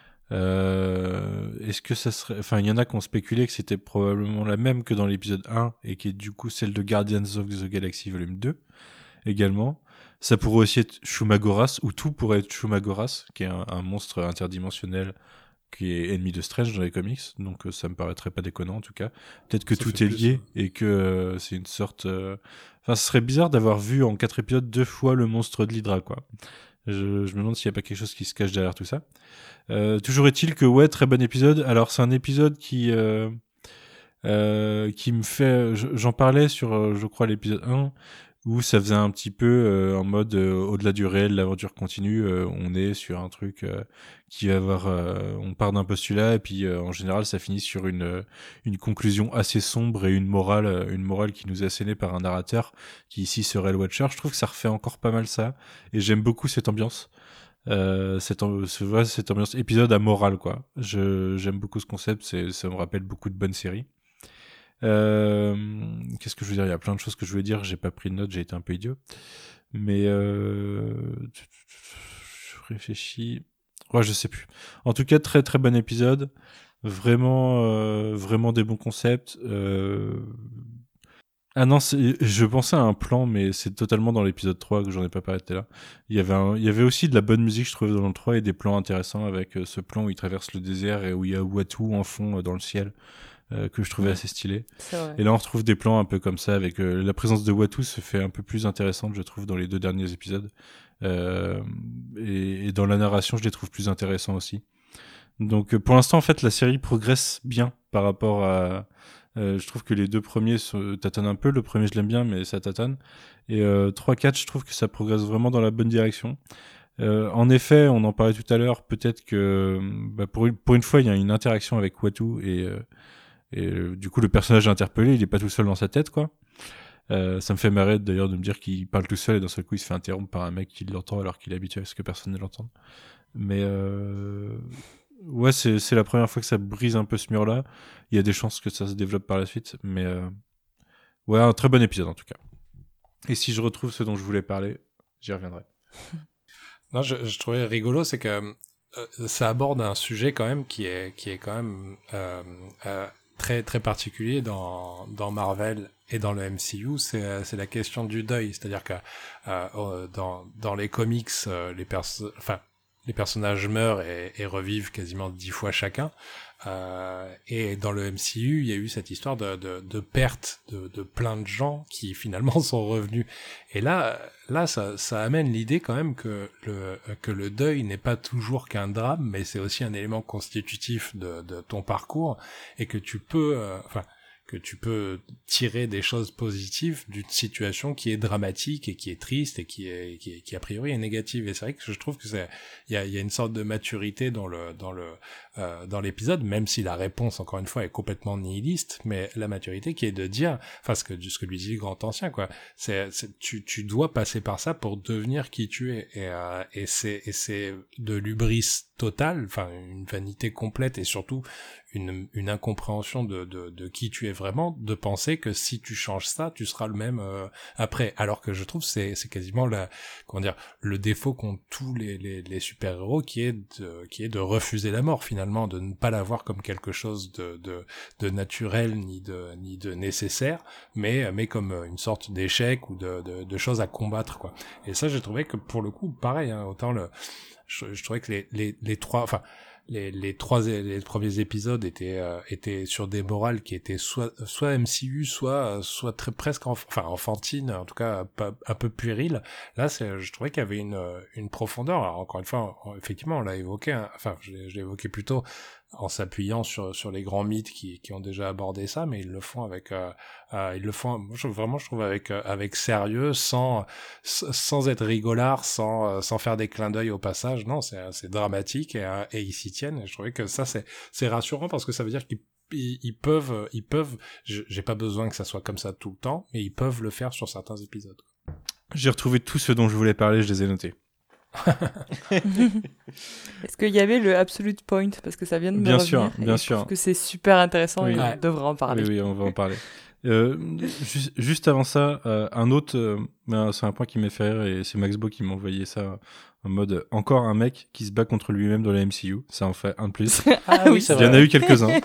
Euh, est-ce que ça serait... Enfin, il y en a qui ont spéculé que c'était probablement la même que dans l'épisode un et qui est du coup celle de Guardians of the Galaxy volume deux également. Ça pourrait aussi être Shumagoras, ou tout pourrait être Shumagoras, qui est un, un monstre interdimensionnel qui est ennemi de Strange dans les comics, donc euh, ça me paraîtrait pas déconnant en tout cas. Peut-être que Ça tout fait est plus, lié ouais. et que euh, c'est une sorte... euh, Enfin, ce serait bizarre d'avoir vu en quatre épisodes deux fois le monstre de l'Hydra, quoi. Je, je me demande s'il n'y a pas quelque chose qui se cache derrière tout ça. Euh, toujours est-il que, ouais, très bon épisode. Alors, c'est un épisode qui... Euh, euh, qui me fait... J'en parlais sur, euh, je crois, l'épisode un, où ça faisait un petit peu euh, en mode euh, au-delà du réel, l'aventure continue. Euh, on est sur un truc euh, qui va avoir... Euh, on part d'un postulat et puis euh, en général, ça finit sur une, euh, une conclusion assez sombre et une morale, euh, une morale qui nous est assénée par un narrateur qui ici serait le Watcher. Je trouve que ça refait encore pas mal ça et j'aime beaucoup cette ambiance. Euh, cette, amb- ce- ouais, cette ambiance épisode à morale quoi. Je, j'aime beaucoup ce concept, c'est, ça me rappelle beaucoup de bonnes séries. Euh, qu'est-ce que je veux dire? Il y a plein de choses que je voulais dire, j'ai pas pris de notes, j'ai été un peu idiot. Mais euh, je réfléchis. Ouais, je sais plus. En tout cas, très très bon épisode. Vraiment, euh, vraiment des bons concepts. Euh... Ah non, c'est... je pensais à un plan, mais c'est totalement dans l'épisode trois que j'en ai pas parlé tout à l'heure. Il y avait, un... il y avait aussi de la bonne musique, je trouvais, dans le trois et des plans intéressants avec euh, ce plan où il traverse le désert et où il y a Watu en fond euh, dans le ciel. Euh, que je trouvais Ouais. assez stylé. C'est vrai. Et là, on retrouve des plans un peu comme ça, avec euh, la présence de Watu se fait un peu plus intéressante, je trouve, dans les deux derniers épisodes. Euh, et, et dans la narration, je les trouve plus intéressants aussi. Donc, euh, pour l'instant, en fait, la série progresse bien par rapport à... Euh, je trouve que les deux premiers se tâtonnent un peu. Le premier, je l'aime bien, mais ça tâtonne. Et euh, trois quatre, je trouve que ça progresse vraiment dans la bonne direction. Euh, en effet, on en parlait tout à l'heure, peut-être que bah, pour, une, pour une fois, il y a une interaction avec Watu et... Euh, Et euh, du coup, le personnage interpellé, il est pas tout seul dans sa tête, quoi. Euh, ça me fait marrer d'ailleurs de me dire qu'il parle tout seul et d'un seul coup, il se fait interrompre par un mec qui l'entend alors qu'il est habitué à ce que personne ne l'entende. Mais euh... ouais, c'est, c'est la première fois que ça brise un peu ce mur-là. Il y a des chances que ça se développe par la suite, mais euh... ouais, un très bon épisode en tout cas. Et si je retrouve ce dont je voulais parler, j'y reviendrai. Non, je, je trouvais rigolo, c'est que euh, ça aborde un sujet quand même qui est qui est quand même euh, euh, très très particulier dans dans Marvel et dans le M C U. C'est c'est la question du deuil, c'est-à-dire que euh, dans dans les comics, euh, les perso- enfin les personnages meurent et, et revivent quasiment dix fois chacun. Euh, et dans le M C U, il y a eu cette histoire de, de, de perte de, de plein de gens qui finalement sont revenus. Et là, là, ça, ça amène l'idée quand même que le que le deuil n'est pas toujours qu'un drame, mais c'est aussi un élément constitutif de, de ton parcours et que tu peux, euh, enfin. que tu peux tirer des choses positives d'une situation qui est dramatique et qui est triste et qui est qui, est, qui a priori est négative. Et c'est vrai que je trouve que c'est il y a il y a une sorte de maturité dans le dans le euh, dans l'épisode, même si la réponse encore une fois est complètement nihiliste, mais la maturité qui est de dire, enfin ce que ce que lui dit le grand ancien quoi, c'est, c'est tu tu dois passer par ça pour devenir qui tu es et euh, et c'est et c'est de l'hubris totale, enfin une vanité complète et surtout une une incompréhension de de de qui tu es vraiment, de penser que si tu changes ça, tu seras le même euh, après. Alors que je trouve c'est c'est quasiment la comment dire le défaut qu'ont tous les les les super-héros qui est de qui est de refuser la mort finalement, de ne pas la voir comme quelque chose de de de naturel ni de ni de nécessaire, mais mais comme une sorte d'échec ou de de de choses à combattre quoi. Et ça j'ai trouvé que pour le coup pareil hein, autant le je, je trouvais que les les les trois enfin les les trois les premiers épisodes étaient euh, étaient sur des morales qui étaient soit soit M C U soit soit très presque enf- enfin enfantines, en tout cas pas, un peu puériles. Là c'est je trouvais qu'il y avait une une profondeur. Alors encore une fois on, effectivement on l'a évoqué hein, enfin je l'ai, je l'ai évoqué plutôt en s'appuyant sur sur les grands mythes qui qui ont déjà abordé ça, mais ils le font avec euh, euh, ils le font je, vraiment je trouve avec euh, avec sérieux, sans sans être rigolard, sans euh, sans faire des clins d'œil au passage. Non, c'est c'est dramatique et euh, et ils s'y tiennent. Et je trouvais que ça c'est c'est rassurant parce que ça veut dire qu'ils ils, ils peuvent ils peuvent j'ai pas besoin que ça soit comme ça tout le temps, mais ils peuvent le faire sur certains épisodes. J'ai retrouvé tout ce dont je voulais parler, je les ai notés. Est-ce qu'il y avait le absolute point parce que ça vient de me bien revenir sûr, et bien je sûr. trouve que c'est super intéressant Oui. et Ouais. on devrait en parler. Oui, oui, on va en parler. Euh, juste, juste avant ça, euh, un autre, euh, ben, c'est un point qui m'a fait rire et c'est Max Beau qui m'a envoyé ça en mode euh, encore un mec qui se bat contre lui-même dans la M C U. Ça en fait un de plus. Ah oui, Il y en a eu quelques-uns.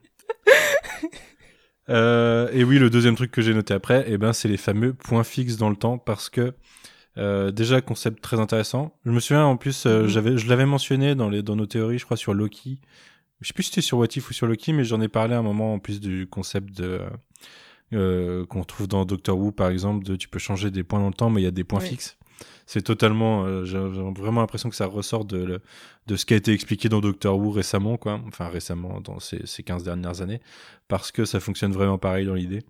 euh, et oui, le deuxième truc que j'ai noté après, eh ben, c'est les fameux points fixes dans le temps parce que Euh, déjà concept très intéressant. Je me souviens en plus, euh, Mhm. j'avais, je l'avais mentionné dans les dans nos théories, je crois sur Loki. Je sais plus si c'était sur What If ou sur Loki, mais j'en ai parlé à un moment en plus du concept de euh, qu'on trouve dans Doctor Who par exemple, de tu peux changer des points dans le temps, mais il y a des points Oui. fixes. C'est totalement, euh, j'ai, j'ai vraiment l'impression que ça ressort de le- de ce qui a été expliqué dans Doctor Who récemment, quoi. Enfin récemment dans ces ces quinze dernières années, parce que ça fonctionne vraiment pareil dans l'idée.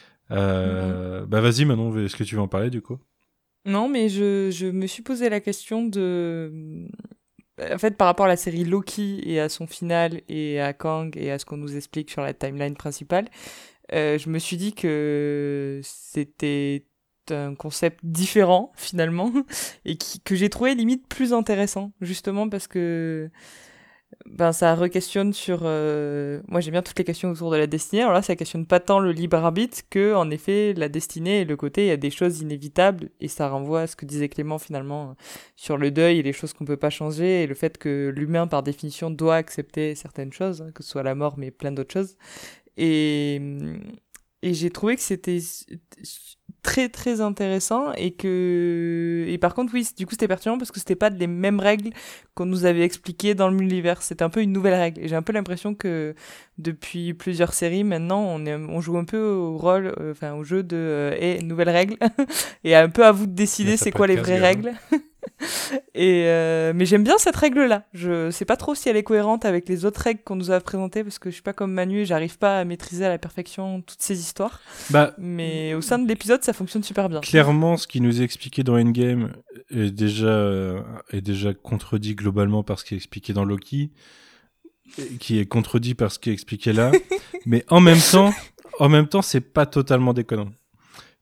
Euh, Mhm. Bah vas-y Manon, est-ce que tu veux en parler du coup? Non, mais je, je me suis posé la question de... En fait, par rapport à la série Loki et à son final et à Kang et à ce qu'on nous explique sur la timeline principale, euh, je me suis dit que c'était un concept différent finalement et qui, que j'ai trouvé limite plus intéressant, justement parce que ben, ça re-questionne sur... euh, Moi, j'aime bien toutes les questions autour de la destinée. Alors là, ça questionne pas tant le libre arbitre que, en effet, la destinée et le côté, il y a des choses inévitables. Et ça renvoie à ce que disait Clément, finalement, sur le deuil et les choses qu'on peut pas changer. Et le fait que l'humain, par définition, doit accepter certaines choses, hein, que ce soit la mort, mais plein d'autres choses. Et, et j'ai trouvé que c'était très très intéressant et que et par contre oui du coup c'était pertinent parce que c'était pas les mêmes règles qu'on nous avait expliquées dans l'univers, c'était un peu une nouvelle règle et j'ai un peu l'impression que depuis plusieurs séries maintenant on est on joue un peu au rôle euh, enfin au jeu de euh, et nouvelles règles et un peu à vous de décider Mais ça c'est peut quoi être les vraies casse-gueule, règles. Et euh, mais j'aime bien cette règle là, je sais pas trop si elle est cohérente avec les autres règles qu'on nous a présentées parce que je suis pas comme Manu et j'arrive pas à maîtriser à la perfection toutes ces histoires. Bah, Mais au sein de l'épisode, ça fonctionne super bien. clairement, ce qui nous est expliqué dans Endgame est déjà, euh, est déjà contredit globalement par ce qui est expliqué dans Loki, et qui est contredit par ce qui est expliqué là. Mais en même temps, en même temps, c'est pas totalement déconnant. Pourquoi ?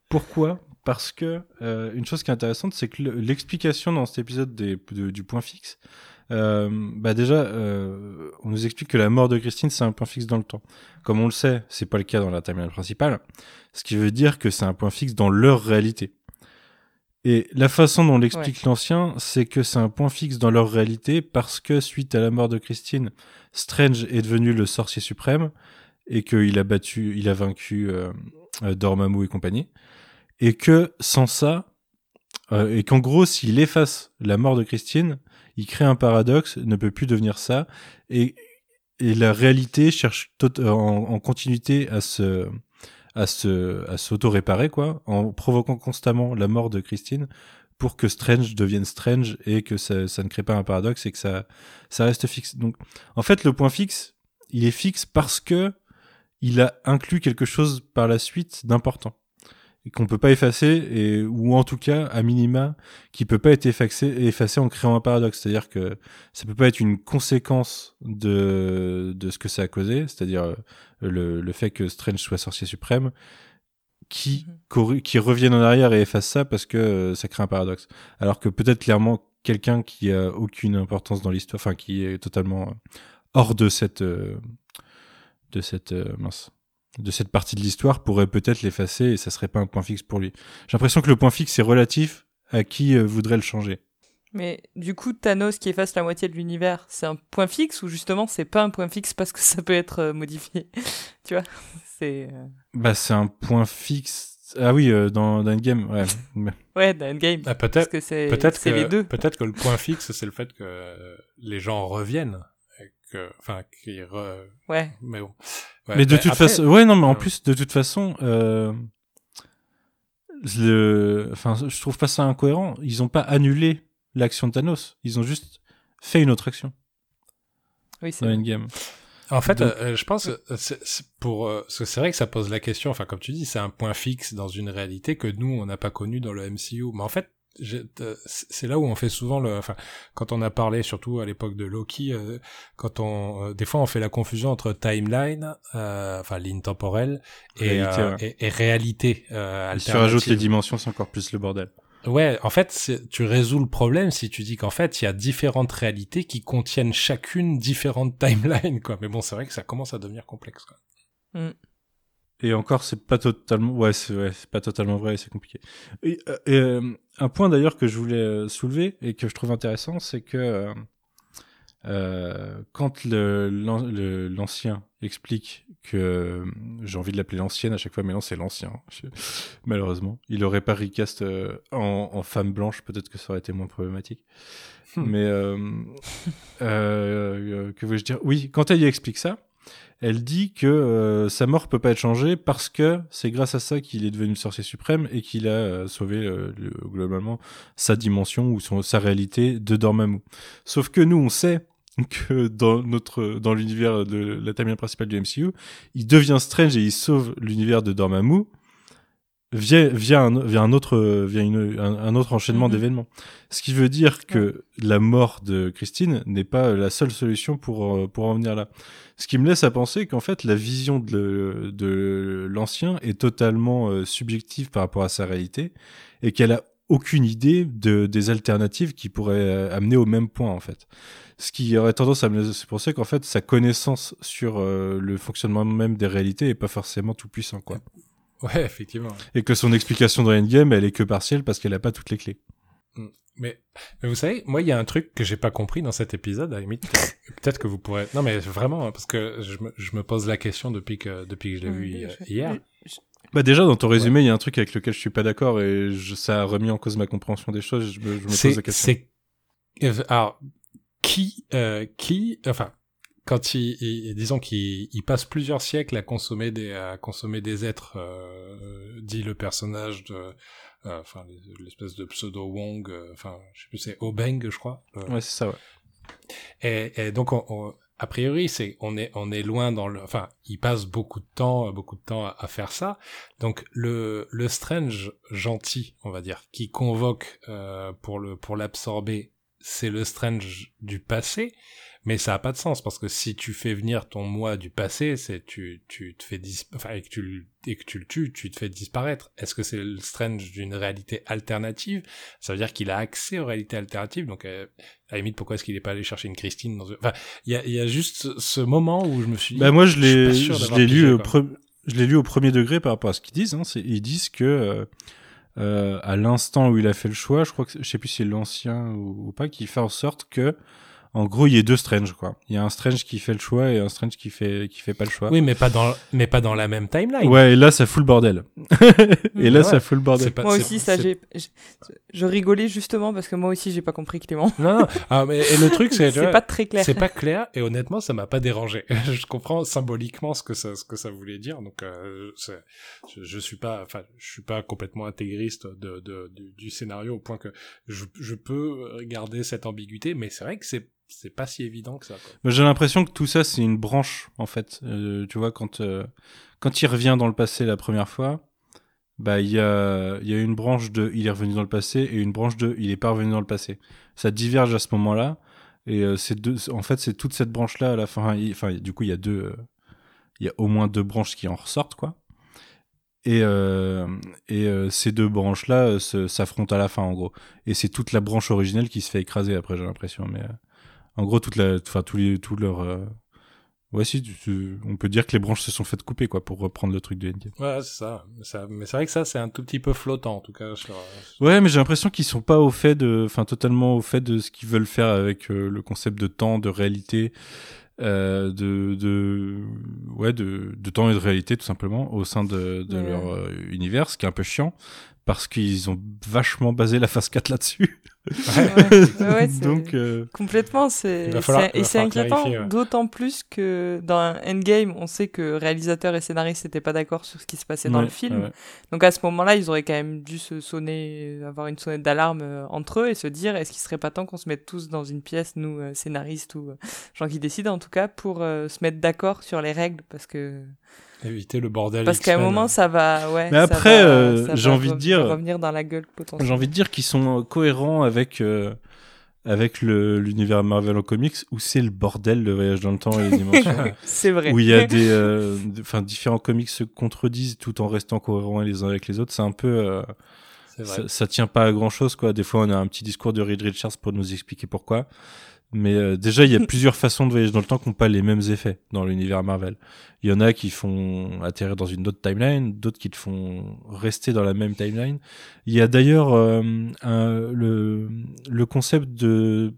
Parce que euh, une chose qui est intéressante, c'est que le- l'explication dans cet épisode des, de- du point fixe, euh, bah déjà, euh, on nous explique que la mort de Christine, c'est un point fixe dans le temps. Comme on le sait, c'est pas le cas dans la timeline principale, ce qui veut dire que c'est un point fixe dans leur réalité. Et la façon dont l'explique ouais. l'ancien, c'est que c'est un point fixe dans leur réalité parce que suite à la mort de Christine, Strange est devenu le sorcier suprême et qu'il a battu, il a vaincu euh, euh, Dormammu et compagnie. Et que sans ça, euh, et qu'en gros, s'il efface la mort de Christine, il crée un paradoxe, ne peut plus devenir ça. Et, et la réalité cherche tot- en, en continuité à se... à se à s'auto-réparer quoi, en provoquant constamment la mort de Christine pour que Strange devienne Strange et que ça, ça ne crée pas un paradoxe et que ça ça reste fixe. Donc en fait le point fixe, il est fixe parce que il a inclus quelque chose par la suite d'important et qu'on peut pas effacer et ou en tout cas à minima qui peut pas être effacé effacé en créant un paradoxe, c'est-à-dire que ça peut pas être une conséquence de de ce que ça a causé, c'est-à-dire le le fait que Strange soit sorcier suprême qui mm-hmm. qui revienne en arrière et efface ça parce que ça crée un paradoxe, alors que peut-être clairement quelqu'un qui a aucune importance dans l'histoire, enfin qui est totalement hors de cette de cette mince de cette partie de l'histoire pourrait peut-être l'effacer et ça serait pas un point fixe pour lui. J'ai l'impression que le point fixe est relatif à qui euh, voudrait le changer. Mais du coup, Thanos qui efface la moitié de l'univers, c'est un point fixe ou justement c'est pas un point fixe parce que ça peut être euh, modifié? Tu vois, c'est... Euh... Bah c'est un point fixe... Ah oui, euh, dans, dans Endgame, ouais. ouais, dans Endgame, ah, peut-être, parce que c'est, peut-être c'est que, les deux. Peut-être que le point fixe, c'est le fait que euh, les gens reviennent. Que, enfin, qu'ils re... Ouais. Mais bon. Ouais, mais de toute après... façon... Ouais, non, mais en euh... plus, de toute façon... Euh... Le... Enfin, je trouve pas ça incohérent. Ils ont pas annulé l'action de Thanos. Ils ont juste fait une autre action. Oui, c'est dans Endgame. En fait, Donc... euh, je pense que c'est, c'est pour, euh, parce que c'est vrai que ça pose la question, enfin, comme tu dis, c'est un point fixe dans une réalité que nous, on n'a pas connue dans le M C U. Mais en fait, Je, euh, c'est là où on fait souvent le, enfin, quand on a parlé, surtout à l'époque de Loki, euh, quand on, euh, des fois on fait la confusion entre timeline, euh, enfin ligne temporelle et réalité, euh, ouais. et, et réalité euh, alternative. Si tu rajoutes les dimensions, c'est encore plus le bordel. Ouais, en fait, c'est, tu résous le problème si tu dis qu'en fait il y a différentes réalités qui contiennent chacune différentes timelines, quoi. Mais bon, c'est vrai que ça commence à devenir complexe, quoi. Mm. Et encore, c'est pas totalement, ouais, c'est, ouais, c'est pas totalement vrai, c'est compliqué. Et, et euh, un point d'ailleurs que je voulais euh, soulever et que je trouve intéressant, c'est que euh, euh, quand le, l'an, le l'ancien explique que euh, j'ai envie de l'appeler l'ancienne à chaque fois, mais non, c'est l'ancien. Je, malheureusement, il aurait pas recast euh, en, en femme blanche, peut-être que ça aurait été moins problématique. Hmm. Mais euh, euh, que veux-je dire ? Oui, quand elle y explique ça. Elle dit que euh, sa mort peut pas être changée parce que c'est grâce à ça qu'il est devenu le sorcier suprême et qu'il a euh, sauvé euh, le, globalement sa dimension ou son, sa réalité de Dormammu. Sauf que nous, on sait que dans notre dans l'univers de la timeline principale du M C U, il devient Strange et il sauve l'univers de Dormammu via via un via un autre via une, un, un autre enchaînement mm-hmm. d'événements. Ce qui veut dire que ouais. la mort de Christine n'est pas la seule solution pour pour en venir là. Ce qui me laisse à penser qu'en fait la vision de, de l'ancien est totalement euh, subjective par rapport à sa réalité et qu'elle a aucune idée de des alternatives qui pourraient euh, amener au même point en fait. Ce qui aurait tendance à me laisser penser qu'en fait sa connaissance sur euh, le fonctionnement même des réalités est pas forcément tout puissant quoi. Ouais, effectivement. Et que son explication dans Endgame, elle est que partielle parce qu'elle a pas toutes les clés. Mais, mais vous savez, moi, il y a un truc que j'ai pas compris dans cet épisode, à la limite, que, peut-être que vous pourrez... Non, mais vraiment, parce que je me, je me pose la question depuis que, depuis que je l'ai vu oui, je... hier. Bah déjà, dans ton résumé, il ouais. y a un truc avec lequel je suis pas d'accord et je, ça a remis en cause ma compréhension des choses. Je me, je me c'est, pose la question. C'est... Alors, qui... Euh, qui... Enfin... Quand il, il disons qu'il il passe plusieurs siècles à consommer des à consommer des êtres, euh, dit le personnage de, euh, enfin l'espèce de pseudo Wong, euh, enfin je sais plus c'est Obeng je crois. Euh, ouais c'est ça ouais. Et, et donc on, on, a priori c'est on est on est loin dans le, enfin il passe beaucoup de temps beaucoup de temps à, à faire ça. Donc le le Strange gentil on va dire qui convoque euh, pour le pour l'absorber c'est le Strange du passé. Mais ça a pas de sens parce que si tu fais venir ton moi du passé, c'est tu tu te fais dis... enfin et que tu et que tu le tues, tu te fais disparaître. Est-ce que c'est le Strange d'une réalité alternative ? Ça veut dire qu'il a accès aux réalités alternatives. Donc euh, à la limite, pourquoi est-ce qu'il est pas allé chercher une Christine dans une... Enfin, il y a il y a juste ce moment où je me suis dit Bah moi je l'ai je, je l'ai lu au pre... je l'ai lu au premier degré par rapport à ce qu'ils disent hein, c'est ils disent que euh, euh, à l'instant où il a fait le choix, je crois que je sais plus si c'est l'ancien ou, ou pas, qui fait en sorte que en gros, il y a deux Strange, quoi. Il y a un Strange qui fait le choix et un Strange qui fait qui fait pas le choix. Oui, mais pas dans mais pas dans la même timeline. Ouais, et là ça fout le bordel. et là Ouais. ça fout le bordel. Pas, moi c'est, aussi, ça, c'est... j'ai, j'ai- je rigolais justement parce que moi aussi, j'ai pas compris Clément. Non, non. Ah, mais et le truc c'est, tu C'est vois, pas très clair. c'est pas clair et honnêtement ça m'a pas dérangé. Je comprends symboliquement ce que ça ce que ça voulait dire, donc euh, c'est, je, je suis pas, enfin je suis pas complètement intégriste de, de du, du scénario au point que je je peux garder cette ambiguïté, mais c'est vrai que c'est c'est pas si évident que ça, quoi. Mais j'ai l'impression que tout ça c'est une branche en fait. Euh, tu vois quand euh, quand il revient dans le passé la première fois, bah il y a il y a une branche de il est revenu dans le passé et une branche de il est pas revenu dans le passé. Ça diverge à ce moment-là et euh, c'est deux en fait c'est toute cette branche là à la fin il, enfin du coup il y a deux euh, il y a au moins deux branches qui en ressortent quoi. Et euh, et euh, ces deux branches là euh, se, s'affrontent à la fin en gros. Et c'est toute la branche originelle qui se fait écraser après j'ai l'impression mais euh, en gros, toute la, enfin tous les, tout leur, euh... ouais si, tu, tu, on peut dire que les branches se sont faites couper quoi pour reprendre le truc de Endgame. Ouais, c'est ça. ça. Mais c'est vrai que ça, c'est un tout petit peu flottant en tout cas. Sur... Ouais, mais j'ai l'impression qu'ils sont pas au fait de, enfin totalement au fait de ce qu'ils veulent faire avec euh, le concept de temps, de réalité, euh, de, de, ouais, de, de temps et de réalité tout simplement au sein de, de Ouais. leur euh, univers, ce qui est un peu chiant parce qu'ils ont vachement basé la phase quatre là-dessus. Ouais, ouais, ouais, c'est- Donc. Euh... Complètement, c'est, Il va falloir- c'est- il et va c'est falloir inquiétant, clarifier, ouais. d'autant plus que dans Endgame, on sait que réalisateur et scénariste n'étaient pas d'accord sur ce qui se passait dans ouais, le film. ouais. Donc à ce moment-là, ils auraient quand même dû se sonner, avoir une sonnette d'alarme euh, entre eux et se dire, est-ce qu'il serait pas temps qu'on se mette tous dans une pièce, nous euh, scénaristes ou euh, gens qui décident en tout cas, pour euh, se mettre d'accord sur les règles, parce que Éviter le bordel. parce qu'à un X-Men. moment ça va, ouais. Mais ça après, va- euh, ça j'ai va envie de re- dire- revenir dans la gueule potentiellement. J'ai envie de dire qu'ils sont euh, cohérents avec euh, avec le, l'univers Marvel en comics où c'est le bordel le voyage dans le temps et les dimensions. C'est vrai. Où il y a des, euh, de- enfin différents comics se contredisent tout en restant cohérents les uns avec les autres. C'est un peu, euh, C'est vrai. ça, ça tient pas à grand chose quoi. Des fois on a un petit discours de Reed Richards pour nous expliquer pourquoi. Mais euh, déjà il y a plusieurs façons de voyager dans le temps qui n'ont pas les mêmes effets dans l'univers Marvel. Il y en a qui font atterrir dans une autre timeline, d'autres qui te font rester dans la même timeline. Il y a d'ailleurs euh, un, le, le concept de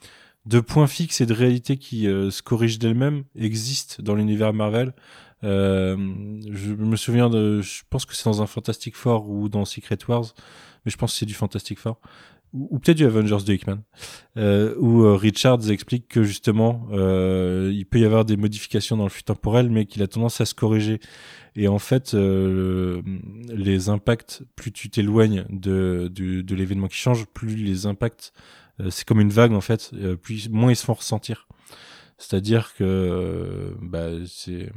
de points fixes et de réalité qui euh, se corrigent d'elles-mêmes existe dans l'univers Marvel. Euh, je me souviens de, je pense que c'est dans un Fantastic Four ou dans Secret Wars, mais je pense que c'est du Fantastic Four ou, ou peut-être du Avengers de Hickman, euh, où euh, Richards explique que justement euh, il peut y avoir des modifications dans le flux temporel, mais qu'il a tendance à se corriger. Et en fait, euh, le, les impacts, plus tu t'éloignes de, de, de l'événement qui change, plus les impacts, euh, c'est comme une vague en fait, euh, plus moins ils se font ressentir. C'est-à-dire que euh, bah, c'est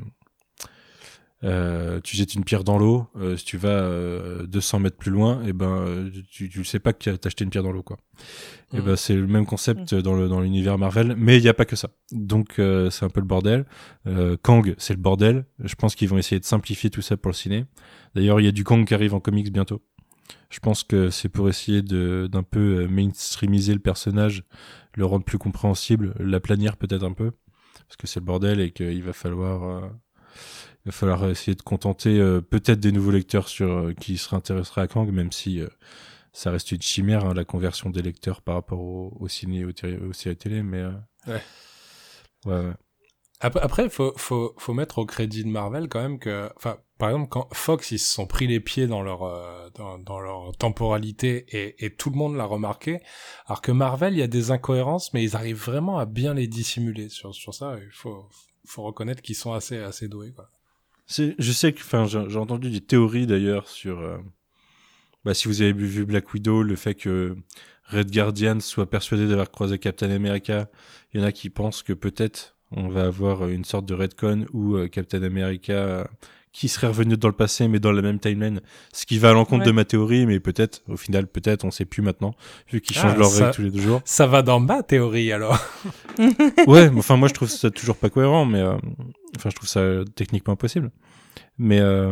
Euh, tu jettes une pierre dans l'eau, euh, si tu vas euh, deux cents mètres plus loin, et ben euh, tu tu sais pas que t'as acheté une pierre dans l'eau quoi. Mmh. Et ben c'est le même concept dans le dans l'univers Marvel, mais il y a pas que ça. Donc euh, c'est un peu le bordel. Euh, Kang, c'est le bordel. Je pense qu'ils vont essayer de simplifier tout ça pour le ciné. D'ailleurs, il y a du Kang qui arrive en comics bientôt. Je pense que c'est pour essayer de d'un peu mainstreamiser le personnage, le rendre plus compréhensible, l'aplanir peut-être un peu, parce que c'est le bordel et qu'il va falloir euh, il va falloir essayer de contenter euh, peut-être des nouveaux lecteurs sur euh, qui se réintéresseraient à Kang, même si euh, ça reste une chimère, hein, la conversion des lecteurs par rapport au, au ciné, au télé, aux séries télé, mais euh, Ouais. ouais, ouais. Après, après, faut, faut, faut mettre au crédit de Marvel quand même que, enfin, par exemple, quand Fox, ils se sont pris les pieds dans leur, euh, dans, dans leur temporalité et, et tout le monde l'a remarqué. Alors que Marvel, il y a des incohérences, mais ils arrivent vraiment à bien les dissimuler sur, sur ça. Il faut, faut reconnaître qu'ils sont assez, assez doués, quoi. C'est, je sais que, enfin, j'ai, j'ai entendu des théories d'ailleurs sur, euh, bah, si vous avez vu Black Widow, le fait que Red Guardian soit persuadé d'avoir croisé Captain America. Il y en a qui pensent que peut-être on va avoir une sorte de retcon où euh, Captain America, euh, qui serait revenu dans le passé mais dans la même timeline, ce qui va à l'encontre Ouais. de ma théorie, mais peut-être, au final, peut-être, on sait plus maintenant, vu qu'ils changent Ah, leurs ça- règles tous les deux jours. Ça va dans ma théorie, alors. Ouais, mais enfin, moi, je trouve ça toujours pas cohérent, mais euh, enfin, je trouve ça euh, techniquement impossible. Mais euh,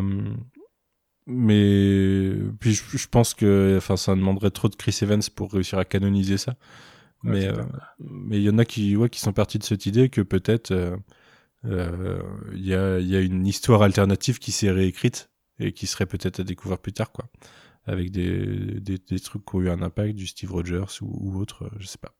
mais puis je, je pense que, enfin, ça demanderait trop de Chris Evans pour réussir à canoniser ça. Ouais, Mais c'est euh, clair. mais il y en a qui, ouais, qui sont partis de cette idée que peut-être euh, euh, il y a il y a une histoire alternative qui s'est réécrite et qui serait peut-être à découvrir plus tard, quoi. avec des, des, des trucs qui ont eu un impact, du Steve Rogers ou, ou autre, euh, je sais pas.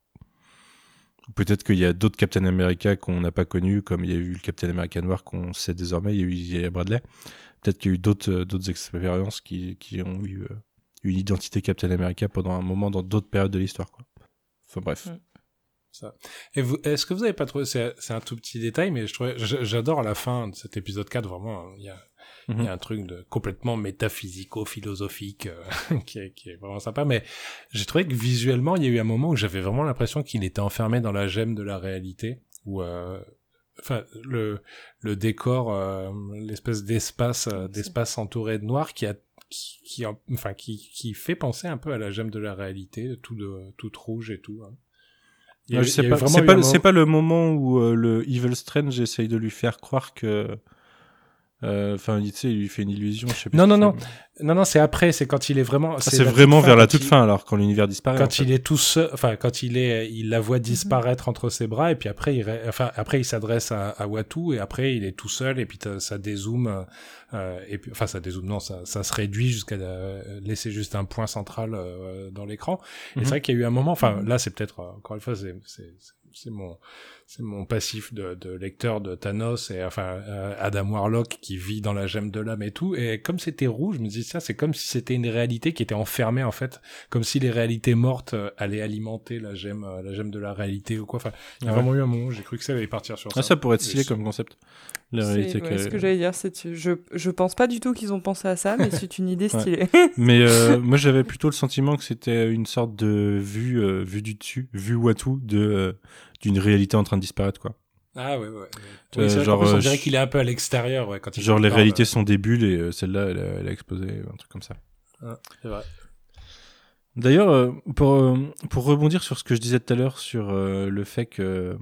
Ou peut-être qu'il y a d'autres Captain America qu'on n'a pas connus, comme il y a eu le Captain America noir qu'on sait désormais, il y a eu Isaiah Bradley. Peut-être qu'il y a eu d'autres, euh, d'autres expériences qui, qui ont eu euh, une identité Captain America pendant un moment dans d'autres périodes de l'histoire, quoi. Enfin bref. Mm. Ça. Et vous, est-ce que vous avez pas trouvé, c'est, c'est un tout petit détail, mais je trouvais, j'adore à la fin de cet épisode quatre, vraiment, il y a, il mm-hmm. y a un truc de complètement métaphysico-philosophique euh, qui, est, qui est vraiment sympa, mais j'ai trouvé que visuellement, il y a eu un moment où j'avais vraiment l'impression qu'il était enfermé dans la gemme de la réalité, où, euh, enfin, le, le décor, euh, l'espèce d'espace, euh, d'espace entouré de noir qui a qui, qui, enfin, qui, qui fait penser un peu à la gemme de la réalité, tout de, toute rouge et tout, hein. Non, je sais pas, c'est pas, moment... c'est pas le moment où euh, le Evil Strange essaye de lui faire croire que, enfin, euh, tu sais, il lui fait une illusion. Je sais plus non, si non, non, non, non, c'est après, c'est quand il est vraiment. Ah, c'est, c'est vraiment vers la toute il... fin, alors quand l'univers disparaît. Quand en fait. il est tout seul, enfin, quand il est, il la voit disparaître mm-hmm. entre ses bras, et puis après, il, enfin, après, il s'adresse à, à Uatu, et après, il est tout seul, et puis ça dézoome, euh, et puis, enfin, ça dézoome, non, ça, ça se réduit jusqu'à euh, laisser juste un point central euh, dans l'écran. Et mm-hmm. c'est vrai qu'il y a eu un moment, enfin, là, c'est peut-être, euh, encore une fois, c'est, c'est, c'est c'est mon c'est mon passif de, de lecteur de Thanos et enfin euh, Adam Warlock qui vit dans la gemme de l'âme et tout, et comme c'était rouge, je me dis ça, c'est comme si c'était une réalité qui était enfermée en fait, comme si les réalités mortes euh, allaient alimenter la gemme euh, la gemme de la réalité ou quoi. Enfin, il y a ouais. vraiment eu un moment où j'ai cru que ça allait partir sur ah, ça. Ça ça pourrait être stylé comme concept. La c'est, réalité ouais, que... ce que j'allais dire, c'est je je pense pas du tout qu'ils ont pensé à ça, mais c'est une idée stylée. Ouais. Mais euh, moi j'avais plutôt le sentiment que c'était une sorte de vue euh, vue du dessus, vue Uatu de euh, d'une réalité en train de disparaître, quoi. Ah ouais, ouais. ouais. Oui, euh, genre, on dirait qu'il est un peu à l'extérieur, ouais. Quand il genre les parle, réalités euh... sont des bulles et euh, celle-là, elle a, elle a explosé, un truc comme ça. Ah, c'est vrai. D'ailleurs, euh, pour, euh, pour rebondir sur ce que je disais tout à l'heure, sur euh, le fait que...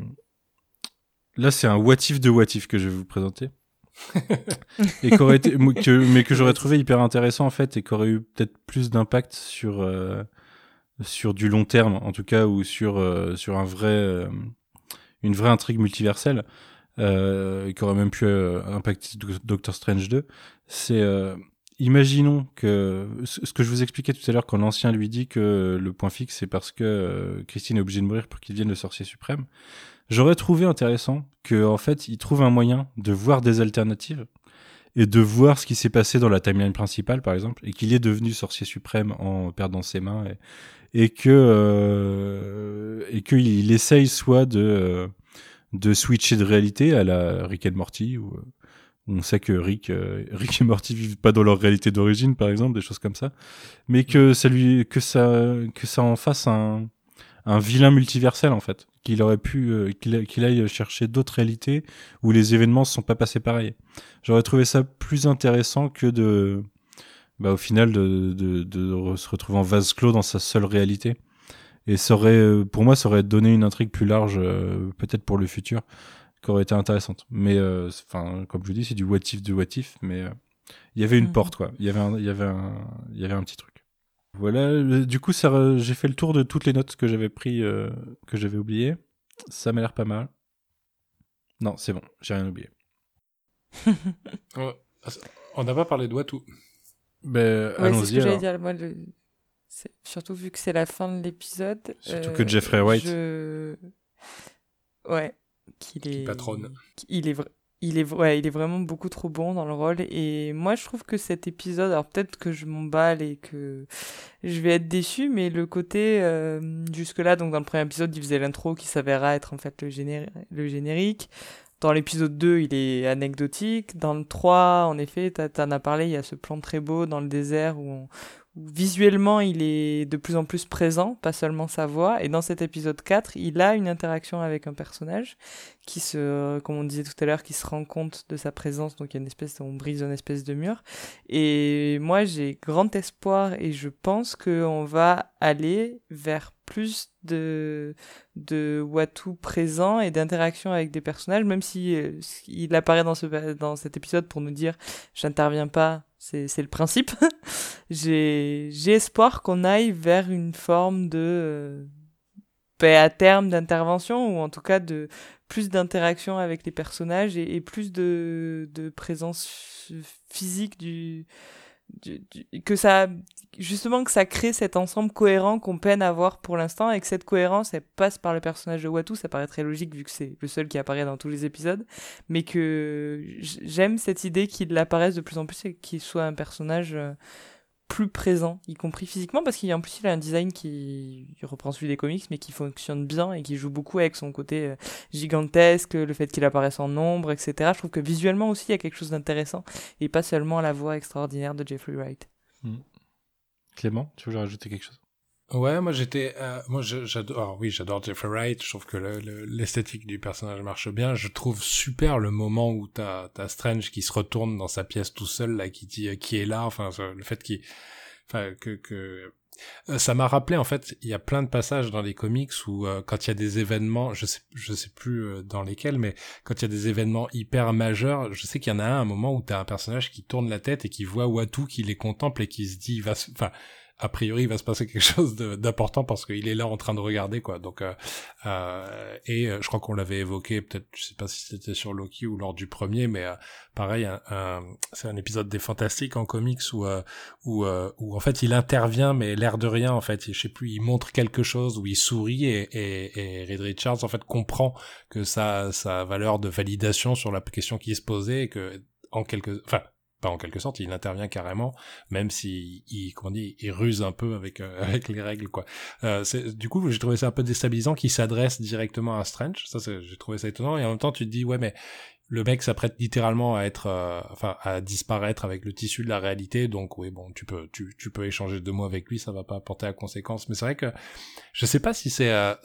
Là, c'est un what if de what if que je vais vous présenter. et qu'aurait été, que, mais que j'aurais trouvé hyper intéressant, en fait, et qui aurait eu peut-être plus d'impact sur... Euh, sur du long terme en tout cas, ou sur euh, sur un vrai euh, une vraie intrigue multiverselle euh, qui aurait même pu euh, impacter Doctor Strange deux. C'est euh, imaginons que ce que je vous expliquais tout à l'heure, quand l'ancien lui dit que le point fixe c'est parce que euh, Christine est obligée de mourir pour qu'il devienne le sorcier suprême. J'aurais trouvé intéressant que en fait il trouve un moyen de voir des alternatives et de voir ce qui s'est passé dans la timeline principale, par exemple, et qu'il est devenu sorcier suprême en perdant ses mains, et, et que euh, et qu'il essaye soit de euh, de switcher de réalité à la Rick et Morty, où, où on sait que Rick euh, Rick et Morty vivent pas dans leur réalité d'origine, par exemple, des choses comme ça, mais que ça lui que ça que ça en fasse un un vilain multiversel, en fait, qu'il aurait pu euh, qu'il, qu'il aille chercher d'autres réalités où les événements ne sont pas passés pareil. J'aurais trouvé ça plus intéressant que de bah au final de de, de se retrouver en vase clos dans sa seule réalité, et ça aurait, pour moi, ça aurait donné une intrigue plus large, euh, peut-être pour le futur, qui aurait été intéressante. Mais enfin euh, comme je vous dis, c'est du what if de what if, mais il euh, y avait une mmh. porte, quoi, il y avait un il y avait un il y avait un petit truc. Voilà, du coup, ça, j'ai fait le tour de toutes les notes que j'avais pris, euh, que j'avais oubliées. Ça m'a l'air pas mal. Non, c'est bon, j'ai rien oublié. On n'a pas parlé de Uatu. Ben, ouais, allons-y. C'est ce que alors. j'allais dire. Moi, le... c'est... Surtout vu que c'est la fin de l'épisode. Surtout euh, que Jeffrey Wright. Je... Ouais, qu'il est. Qui patronne. Il est vrai. Il est, ouais, il est vraiment beaucoup trop bon dans le rôle, et moi je trouve que cet épisode, alors peut-être que je m'emballe et que je vais être déçue, mais le côté euh, jusque là, donc dans le premier épisode il faisait l'intro qui s'avéra être en fait le, généri- le générique, dans l'épisode deux il est anecdotique, dans le trois en effet t'en as parlé, il y a ce plan très beau dans le désert où, on, où visuellement il est de plus en plus présent, pas seulement sa voix, et dans cet épisode quatre il a une interaction avec un personnage qui se, comme on disait tout à l'heure, qui se rend compte de sa présence, donc il y a une espèce, on brise une espèce de mur, et moi j'ai grand espoir et je pense qu'on va aller vers plus de de Uatu présent et d'interaction avec des personnages, même si euh, il apparaît dans ce dans cet épisode pour nous dire j'interviens pas, c'est c'est le principe. j'ai j'ai espoir qu'on aille vers une forme de euh, ben, à terme d'intervention, ou en tout cas de plus d'interaction avec les personnages, et, et plus de de présence physique du du, du, que ça, justement, que ça crée cet ensemble cohérent qu'on peine à voir pour l'instant, et que cette cohérence, elle passe par le personnage de Uatu. Ça paraît très logique vu que c'est le seul qui apparaît dans tous les épisodes, mais que j'aime cette idée qu'il apparaisse de plus en plus et qu'il soit un personnage euh, plus présent, y compris physiquement, parce qu'en plus il a un design qui reprend celui des comics, mais qui fonctionne bien et qui joue beaucoup avec son côté euh, gigantesque, le fait qu'il apparaisse en nombre, et cetera. Je trouve que visuellement aussi il y a quelque chose d'intéressant, et pas seulement la voix extraordinaire de Jeffrey Wright. Mmh. Clément, tu veux rajouter quelque chose ? Ouais, moi j'étais, euh, moi je, j'adore, alors oui, j'adore Jeffrey Wright. Je trouve que le, le, l'esthétique du personnage marche bien. Je trouve super le moment où t'as, t'as Strange qui se retourne dans sa pièce tout seul là, qui dit euh, qui est là. Enfin, le fait qu'il, enfin que que euh, ça m'a rappelé en fait, il y a plein de passages dans les comics où euh, quand il y a des événements, je sais, je sais plus euh, dans lesquels, mais quand il y a des événements hyper majeurs, je sais qu'il y en a un, un moment où t'as un personnage qui tourne la tête et qui voit Uatu, qui les contemple et qui se dit, il va, enfin. A priori, il va se passer quelque chose de, d'important parce qu'il est là en train de regarder, quoi. Donc, euh, euh, et euh, je crois qu'on l'avait évoqué, peut-être, je sais pas si c'était sur Loki ou lors du premier, mais euh, pareil, un, un, c'est un épisode des Fantastiques en comics où, euh, où, euh, où en fait, il intervient, mais l'air de rien, en fait. Je sais plus, il montre quelque chose où il sourit et, et, et Reed Richards, en fait, comprend que ça, ça a valeur de validation sur la question qui se posait et que, en quelque, enfin. Pas en quelque sorte, il intervient carrément, même si il, comment dire, il ruse un peu avec euh, avec les règles, quoi. Euh, c'est, du coup, j'ai trouvé ça un peu déstabilisant qu'il s'adresse directement à Strange. Ça, c'est, j'ai trouvé ça étonnant. Et en même temps, tu te dis, ouais, mais le mec s'apprête littéralement à être, euh, enfin, à disparaître avec le tissu de la réalité. Donc, oui, bon, tu peux, tu, tu peux échanger deux mots avec lui, ça va pas porter à conséquence. Mais c'est vrai que je sais pas si c'est, euh,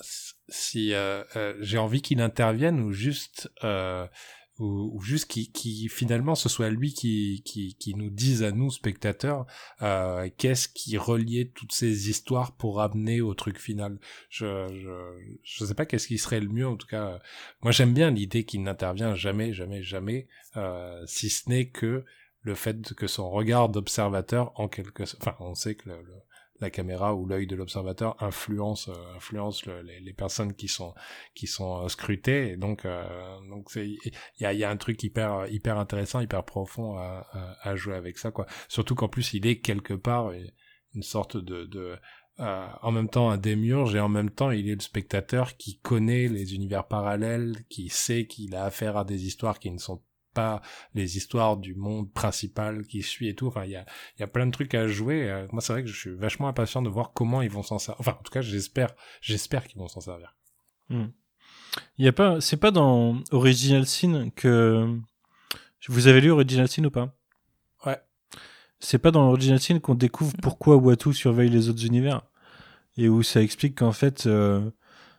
si euh, euh, j'ai envie qu'il intervienne ou juste. Euh, ou, ou juste qui, qui finalement ce soit lui qui, qui, qui nous dise à nous spectateurs euh, qu'est-ce qui reliait toutes ces histoires pour amener au truc final. Je je je sais pas qu'est-ce qui serait le mieux, en tout cas. Moi j'aime bien l'idée qu'il n'intervient jamais jamais jamais, euh, si ce n'est que le fait que son regard d'observateur en quelque, enfin on sait que le, le la caméra ou l'œil de l'observateur influence euh, influence le, les, les personnes qui sont qui sont euh, scrutées, et donc euh, donc c'est il y a il y a un truc hyper hyper intéressant, hyper profond à, à, à jouer avec ça, quoi. Surtout qu'en plus il est quelque part une sorte de de euh, en même temps un démiurge, et en même temps il est le spectateur qui connaît les univers parallèles, qui sait qu'il a affaire à des histoires qui ne sont pas les histoires du monde principal qui suit et tout. Enfin, il y a, il y a plein de trucs à jouer. Euh, moi, c'est vrai que je suis vachement impatient de voir comment ils vont s'en servir. Enfin, en tout cas, j'espère, j'espère qu'ils vont s'en servir. Hmm. Il y a pas, c'est pas dans Original Sin que, vous avez lu Original Sin ou pas? Ouais. C'est pas dans Original Sin qu'on découvre pourquoi Uatu surveille les autres univers, et où ça explique qu'en fait, euh,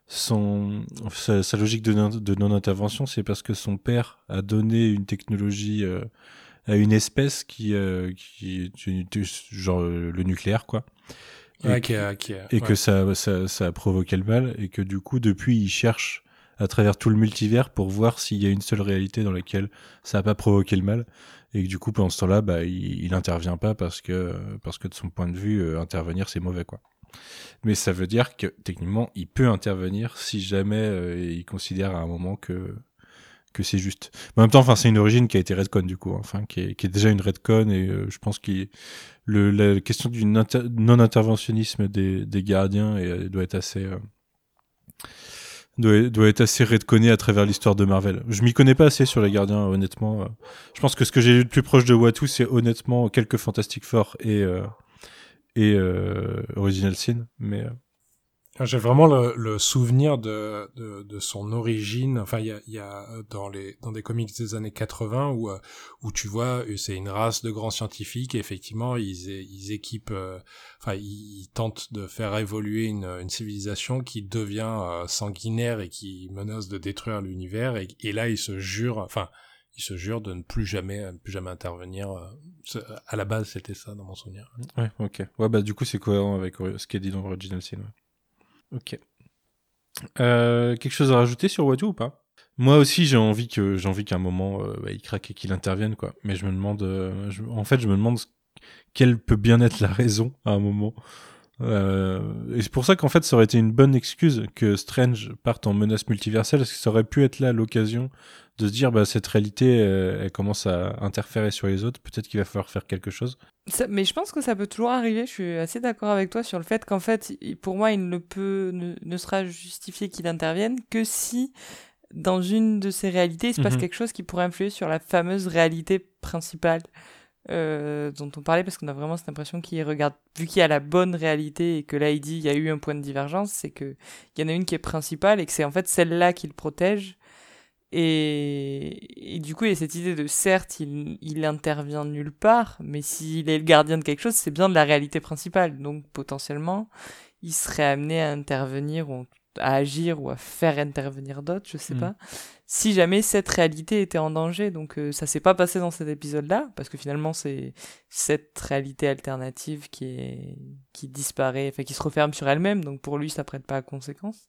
Son, sa, sa logique de, non, de non-intervention, c'est parce que son père a donné une technologie euh, à une espèce qui, euh, qui genre euh, le nucléaire, quoi. Et, ouais, que, okay, okay, et ouais. que ça, ça, ça a provoqué le mal, et que du coup, depuis, il cherche à travers tout le multivers pour voir s'il y a une seule réalité dans laquelle ça n'a pas provoqué le mal. Et que du coup, pendant ce temps-là, bah, il, il intervient pas parce que, parce que de son point de vue, euh, intervenir, c'est mauvais, quoi. Mais ça veut dire que techniquement il peut intervenir si jamais euh, il considère à un moment que que c'est juste. Mais en même temps, enfin c'est une origine qui a été redcon du coup, hein, enfin qui est qui est déjà une redcon, et euh, je pense que le la question du inter- non-interventionnisme des des gardiens et, doit être assez euh, doit doit être assez redconné à travers l'histoire de Marvel. Je m'y connais pas assez sur les gardiens, honnêtement. Je pense que ce que j'ai lu de plus proche de Uatu, c'est honnêtement quelques Fantastic Four et euh, et euh, Original Sin, mais euh... j'ai vraiment le, le souvenir de, de de son origine. Enfin, il y a il y a dans les dans des comics des années quatre-vingts où où tu vois, c'est une race de grands scientifiques, et effectivement ils ils équipent, euh, enfin ils, ils tentent de faire évoluer une une civilisation qui devient euh, sanguinaire et qui menace de détruire l'univers, et, et là ils se jurent, enfin il se jure de ne plus jamais, ne plus jamais intervenir. À la base, c'était ça dans mon souvenir. Ouais, ok. Ouais, bah du coup, c'est cohérent avec ce qui est dit dans Original Sin. Ouais. Ok. Euh, quelque chose à rajouter sur Uatu ou pas? Moi aussi, j'ai envie que j'ai envie qu'à un moment, euh, bah, il craque et qu'il intervienne, quoi. Mais je me demande, euh, je, en fait, je me demande quelle peut bien être la raison à un moment. Euh, et c'est pour ça qu'en fait, ça aurait été une bonne excuse que Strange parte en menace multiverselle, parce que ça aurait pu être là l'occasion de se dire bah cette réalité euh, elle commence à interférer sur les autres, peut-être qu'il va falloir faire quelque chose. Ça, mais je pense que ça peut toujours arriver. Je suis assez d'accord avec toi sur le fait qu'en fait, il- pour moi, il ne peut, ne, ne sera justifié qu'il intervienne que si, dans une de ces réalités, il se passe Mhm. quelque chose qui pourrait influer sur la fameuse réalité principale euh, dont on parlait, parce qu'on a vraiment cette impression qu'il regarde, vu qu'il y a la bonne réalité et que là, il dit il y a eu un point de divergence, c'est que il y en a une qui est principale et que c'est en fait celle-là qu'il protège. Et, et du coup, il y a cette idée de, certes, il, il intervient nulle part, mais s'il est le gardien de quelque chose, c'est bien de la réalité principale. Donc, potentiellement, il serait amené à intervenir, ou à agir, ou à faire intervenir d'autres, je sais Mm. pas, si jamais cette réalité était en danger. Donc, euh, ça s'est pas passé dans cet épisode-là, parce que finalement, c'est cette réalité alternative qui est, qui disparaît, enfin, qui se referme sur elle-même, donc pour lui, ça prête pas à conséquence.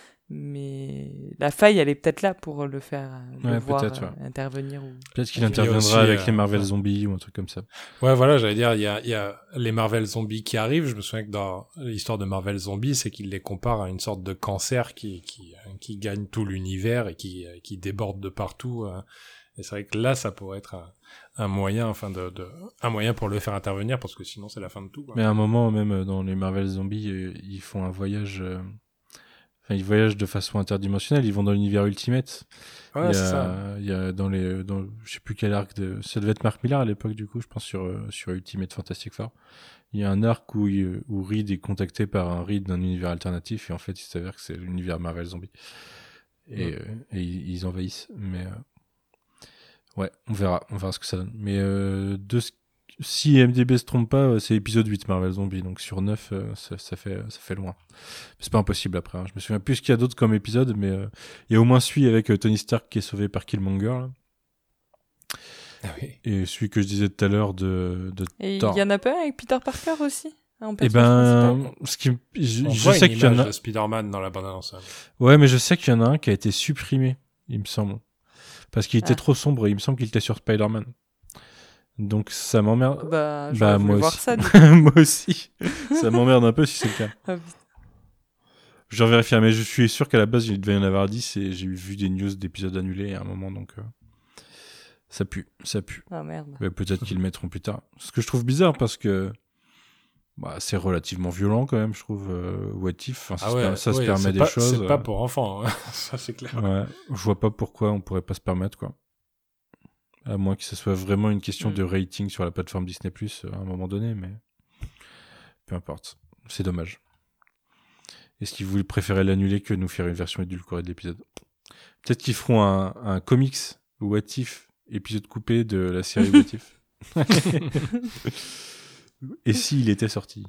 Mais la faille, elle est peut-être là pour le faire, le Ouais, voir peut-être, euh, ouais. intervenir. Ou... Peut-être qu'il Il y a interviendra aussi, avec euh, les Marvel ouais. Zombies ou un truc comme ça. Ouais, voilà, j'allais dire, il y a, il y a les Marvel Zombies qui arrivent. Je me souviens que dans l'histoire de Marvel Zombies, c'est qu'il les compare à une sorte de cancer qui, qui, qui gagne tout l'univers et qui, qui déborde de partout. hein. Et c'est vrai que là, ça pourrait être un, un moyen, enfin, de, de, un moyen pour le faire intervenir, parce que sinon, c'est la fin de tout. Quoi. Mais à un moment, même euh, dans les Marvel Zombies, euh, ils font un voyage. euh, Enfin, ils voyagent de façon interdimensionnelle. Ils vont dans l'univers Ultimate. Ouais, il y c'est a, ça. il y a dans les, dans, je sais plus quel arc de, ça devait être Mark Millar à l'époque du coup, je pense sur euh, sur Ultimate Fantastic Four. Il y a un arc où il- où Reed est contacté par un Reed d'un univers alternatif et en fait, il s'avère que c'est l'univers Marvel Zombie. Et, Mm. euh, et ils ils envahissent. Mais euh, ouais, on verra, on verra ce que ça donne. Mais euh, de ce si M D B se trompe pas, euh, c'est épisode huit Marvel Zombie, donc sur neuf, euh, ça, ça, fait, ça fait loin. C'est pas impossible après. Hein. Je me souviens plus ce qu'il y a d'autres comme épisode, mais euh, il y a au moins celui avec euh, Tony Stark qui est sauvé par Killmonger, là. Ah oui. Et celui que je disais tout à l'heure de, de Et il Thor. y en a pas un avec Peter Parker aussi en Et personnage ben, ce qui, je, On je voit sais une qu'il y en image a. de Spider-Man dans la bande-annonce. hein. Ouais, mais je sais qu'il y en a un qui a été supprimé, il me semble, parce qu'il était Ah. trop sombre. Et il me semble qu'il était sur Spider-Man. Donc ça m'emmerde. principal. Bah, j'aurais Bah voulu moi voir aussi. ça. Du coup. Moi aussi. Ça m'emmerde un peu si c'est le cas. Ah, putain. Je vais vérifier, mais je suis sûr qu'à la base, il devait y en avoir dix et j'ai vu des news d'épisodes annulés à un moment, donc euh, ça pue, ça pue. Ah, merde. Mais peut-être qu'ils le mettront plus tard. Ce que je trouve bizarre parce que bah, c'est relativement violent quand même, je trouve. Euh, What If, enfin, ça, Ah se, ouais, per- ça se ouais, permet c'est des pas, choses. C'est pas pour enfants, hein. ça c'est clair. Ouais, je vois pas pourquoi on pourrait pas se permettre, quoi. À moins que ce soit vraiment une question Mm. de rating sur la plateforme Disney+, à un moment donné, mais peu importe. C'est dommage. Est-ce qu'ils voulaient préférer l'annuler que nous faire une version édulcorée de l'épisode? Peut-être qu'ils feront un, un comics What If, épisode coupé de la série What If. Et s'il était sorti?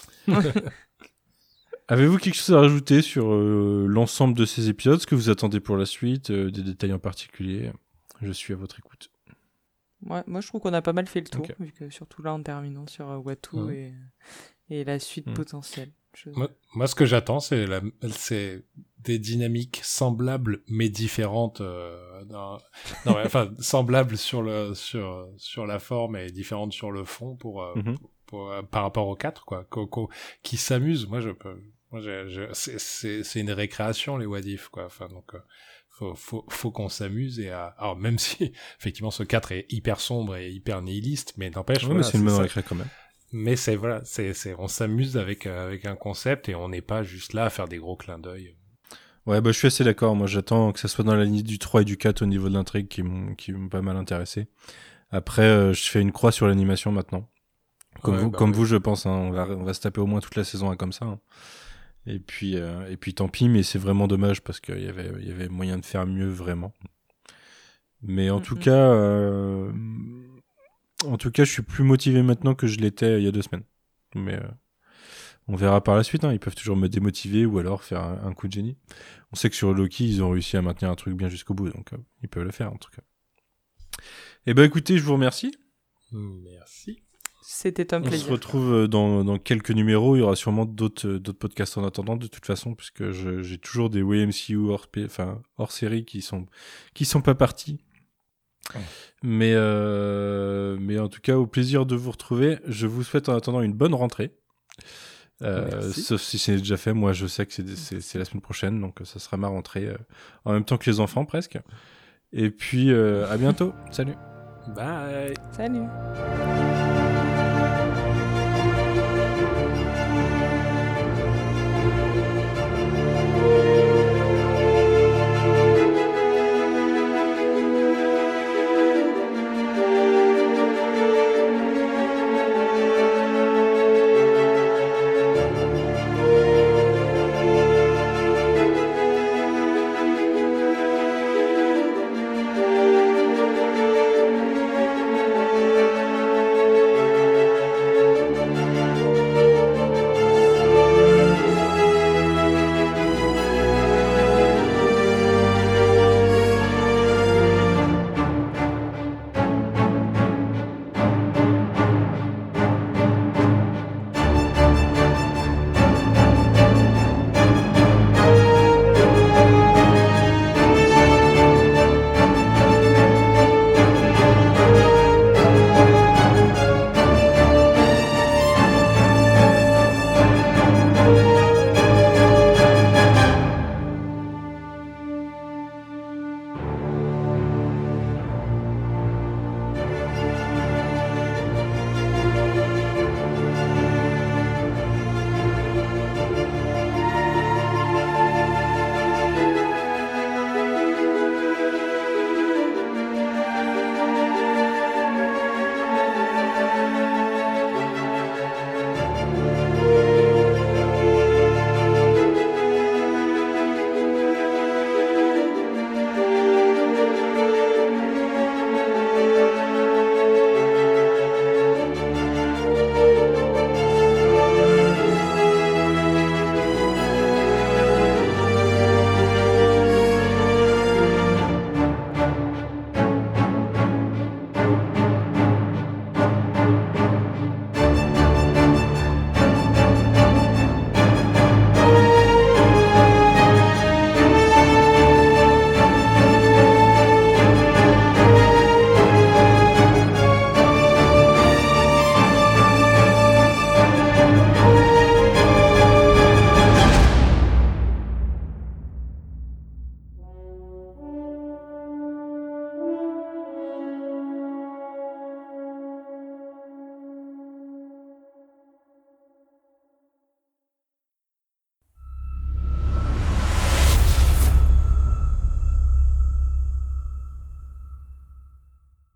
Avez-vous quelque chose à rajouter sur euh, l'ensemble de ces épisodes? Ce que vous attendez pour la suite? euh, Des détails en particulier? Je suis à votre écoute. Ouais, moi, je trouve qu'on a pas mal fait le tour, Ok. vu que surtout là, en terminant sur euh, Watu Ouais. et, et la suite Mm. potentielle. Je- Moi, moi, ce que j'attends, c'est, la, c'est des dynamiques semblables mais différentes. Euh, dans, non, mais, enfin, semblables sur le sur sur la forme et différentes sur le fond pour, euh, Mhm. pour, pour, euh, par rapport aux quatre, quoi. Qu'au- qu'au- qui s'amusent. Moi, je peux. Moi, je, je, c'est, c'est c'est une récréation les what if, quoi. Enfin, donc. Euh, Faut, faut, faut qu'on s'amuse et à... Alors, même si, effectivement, ce quatre est hyper sombre et hyper nihiliste, mais n'empêche, Ouais, voilà, mais c'est une bonne ça. récré quand même. Mais c'est, voilà, c'est, c'est, on s'amuse avec, euh, avec un concept et on n'est pas juste là à faire des gros clins d'œil. Ouais, bah, je suis assez d'accord. Moi, j'attends que ça soit dans la ligne du trois et du quatre au niveau de l'intrigue qui m'ont, qui m'ont pas mal intéressé. Après, euh, je fais une croix sur l'animation maintenant. Comme, Ouais, vous, bah comme ouais. vous, je pense. Hein, on, va, on va se taper au moins toute la saison un comme ça. Hein. Et puis, euh, et puis tant pis, mais c'est vraiment dommage parce qu'il y avait, il y avait moyen de faire mieux, vraiment. Mais en Mhm. tout cas, euh, en tout cas, je suis plus motivé maintenant que je l'étais il y a deux semaines. Mais euh, on verra par la suite. Hein. Ils peuvent toujours me démotiver ou alors faire un, un coup de génie. On sait que sur Loki, ils ont réussi à maintenir un truc bien jusqu'au bout, donc euh, ils peuvent le faire en tout cas. Eh ben, écoutez, je vous remercie. Merci. C'était un On se plaisir. retrouve euh, dans, dans quelques numéros. Il y aura sûrement d'autres, euh, d'autres podcasts en attendant, de toute façon, puisque je, j'ai toujours des W M C U hors, P- enfin, hors série qui sont, qui sont pas partis. Ouais. Mais, euh, mais en tout cas, au plaisir de vous retrouver. Je vous souhaite en attendant une bonne rentrée. Euh, Merci. sauf si c'est déjà fait. Moi, je sais que c'est, c'est, c'est la semaine prochaine, donc euh, ça sera ma rentrée euh, en même temps que les enfants presque. Et puis, euh, à bientôt. Salut. Bye. Salut.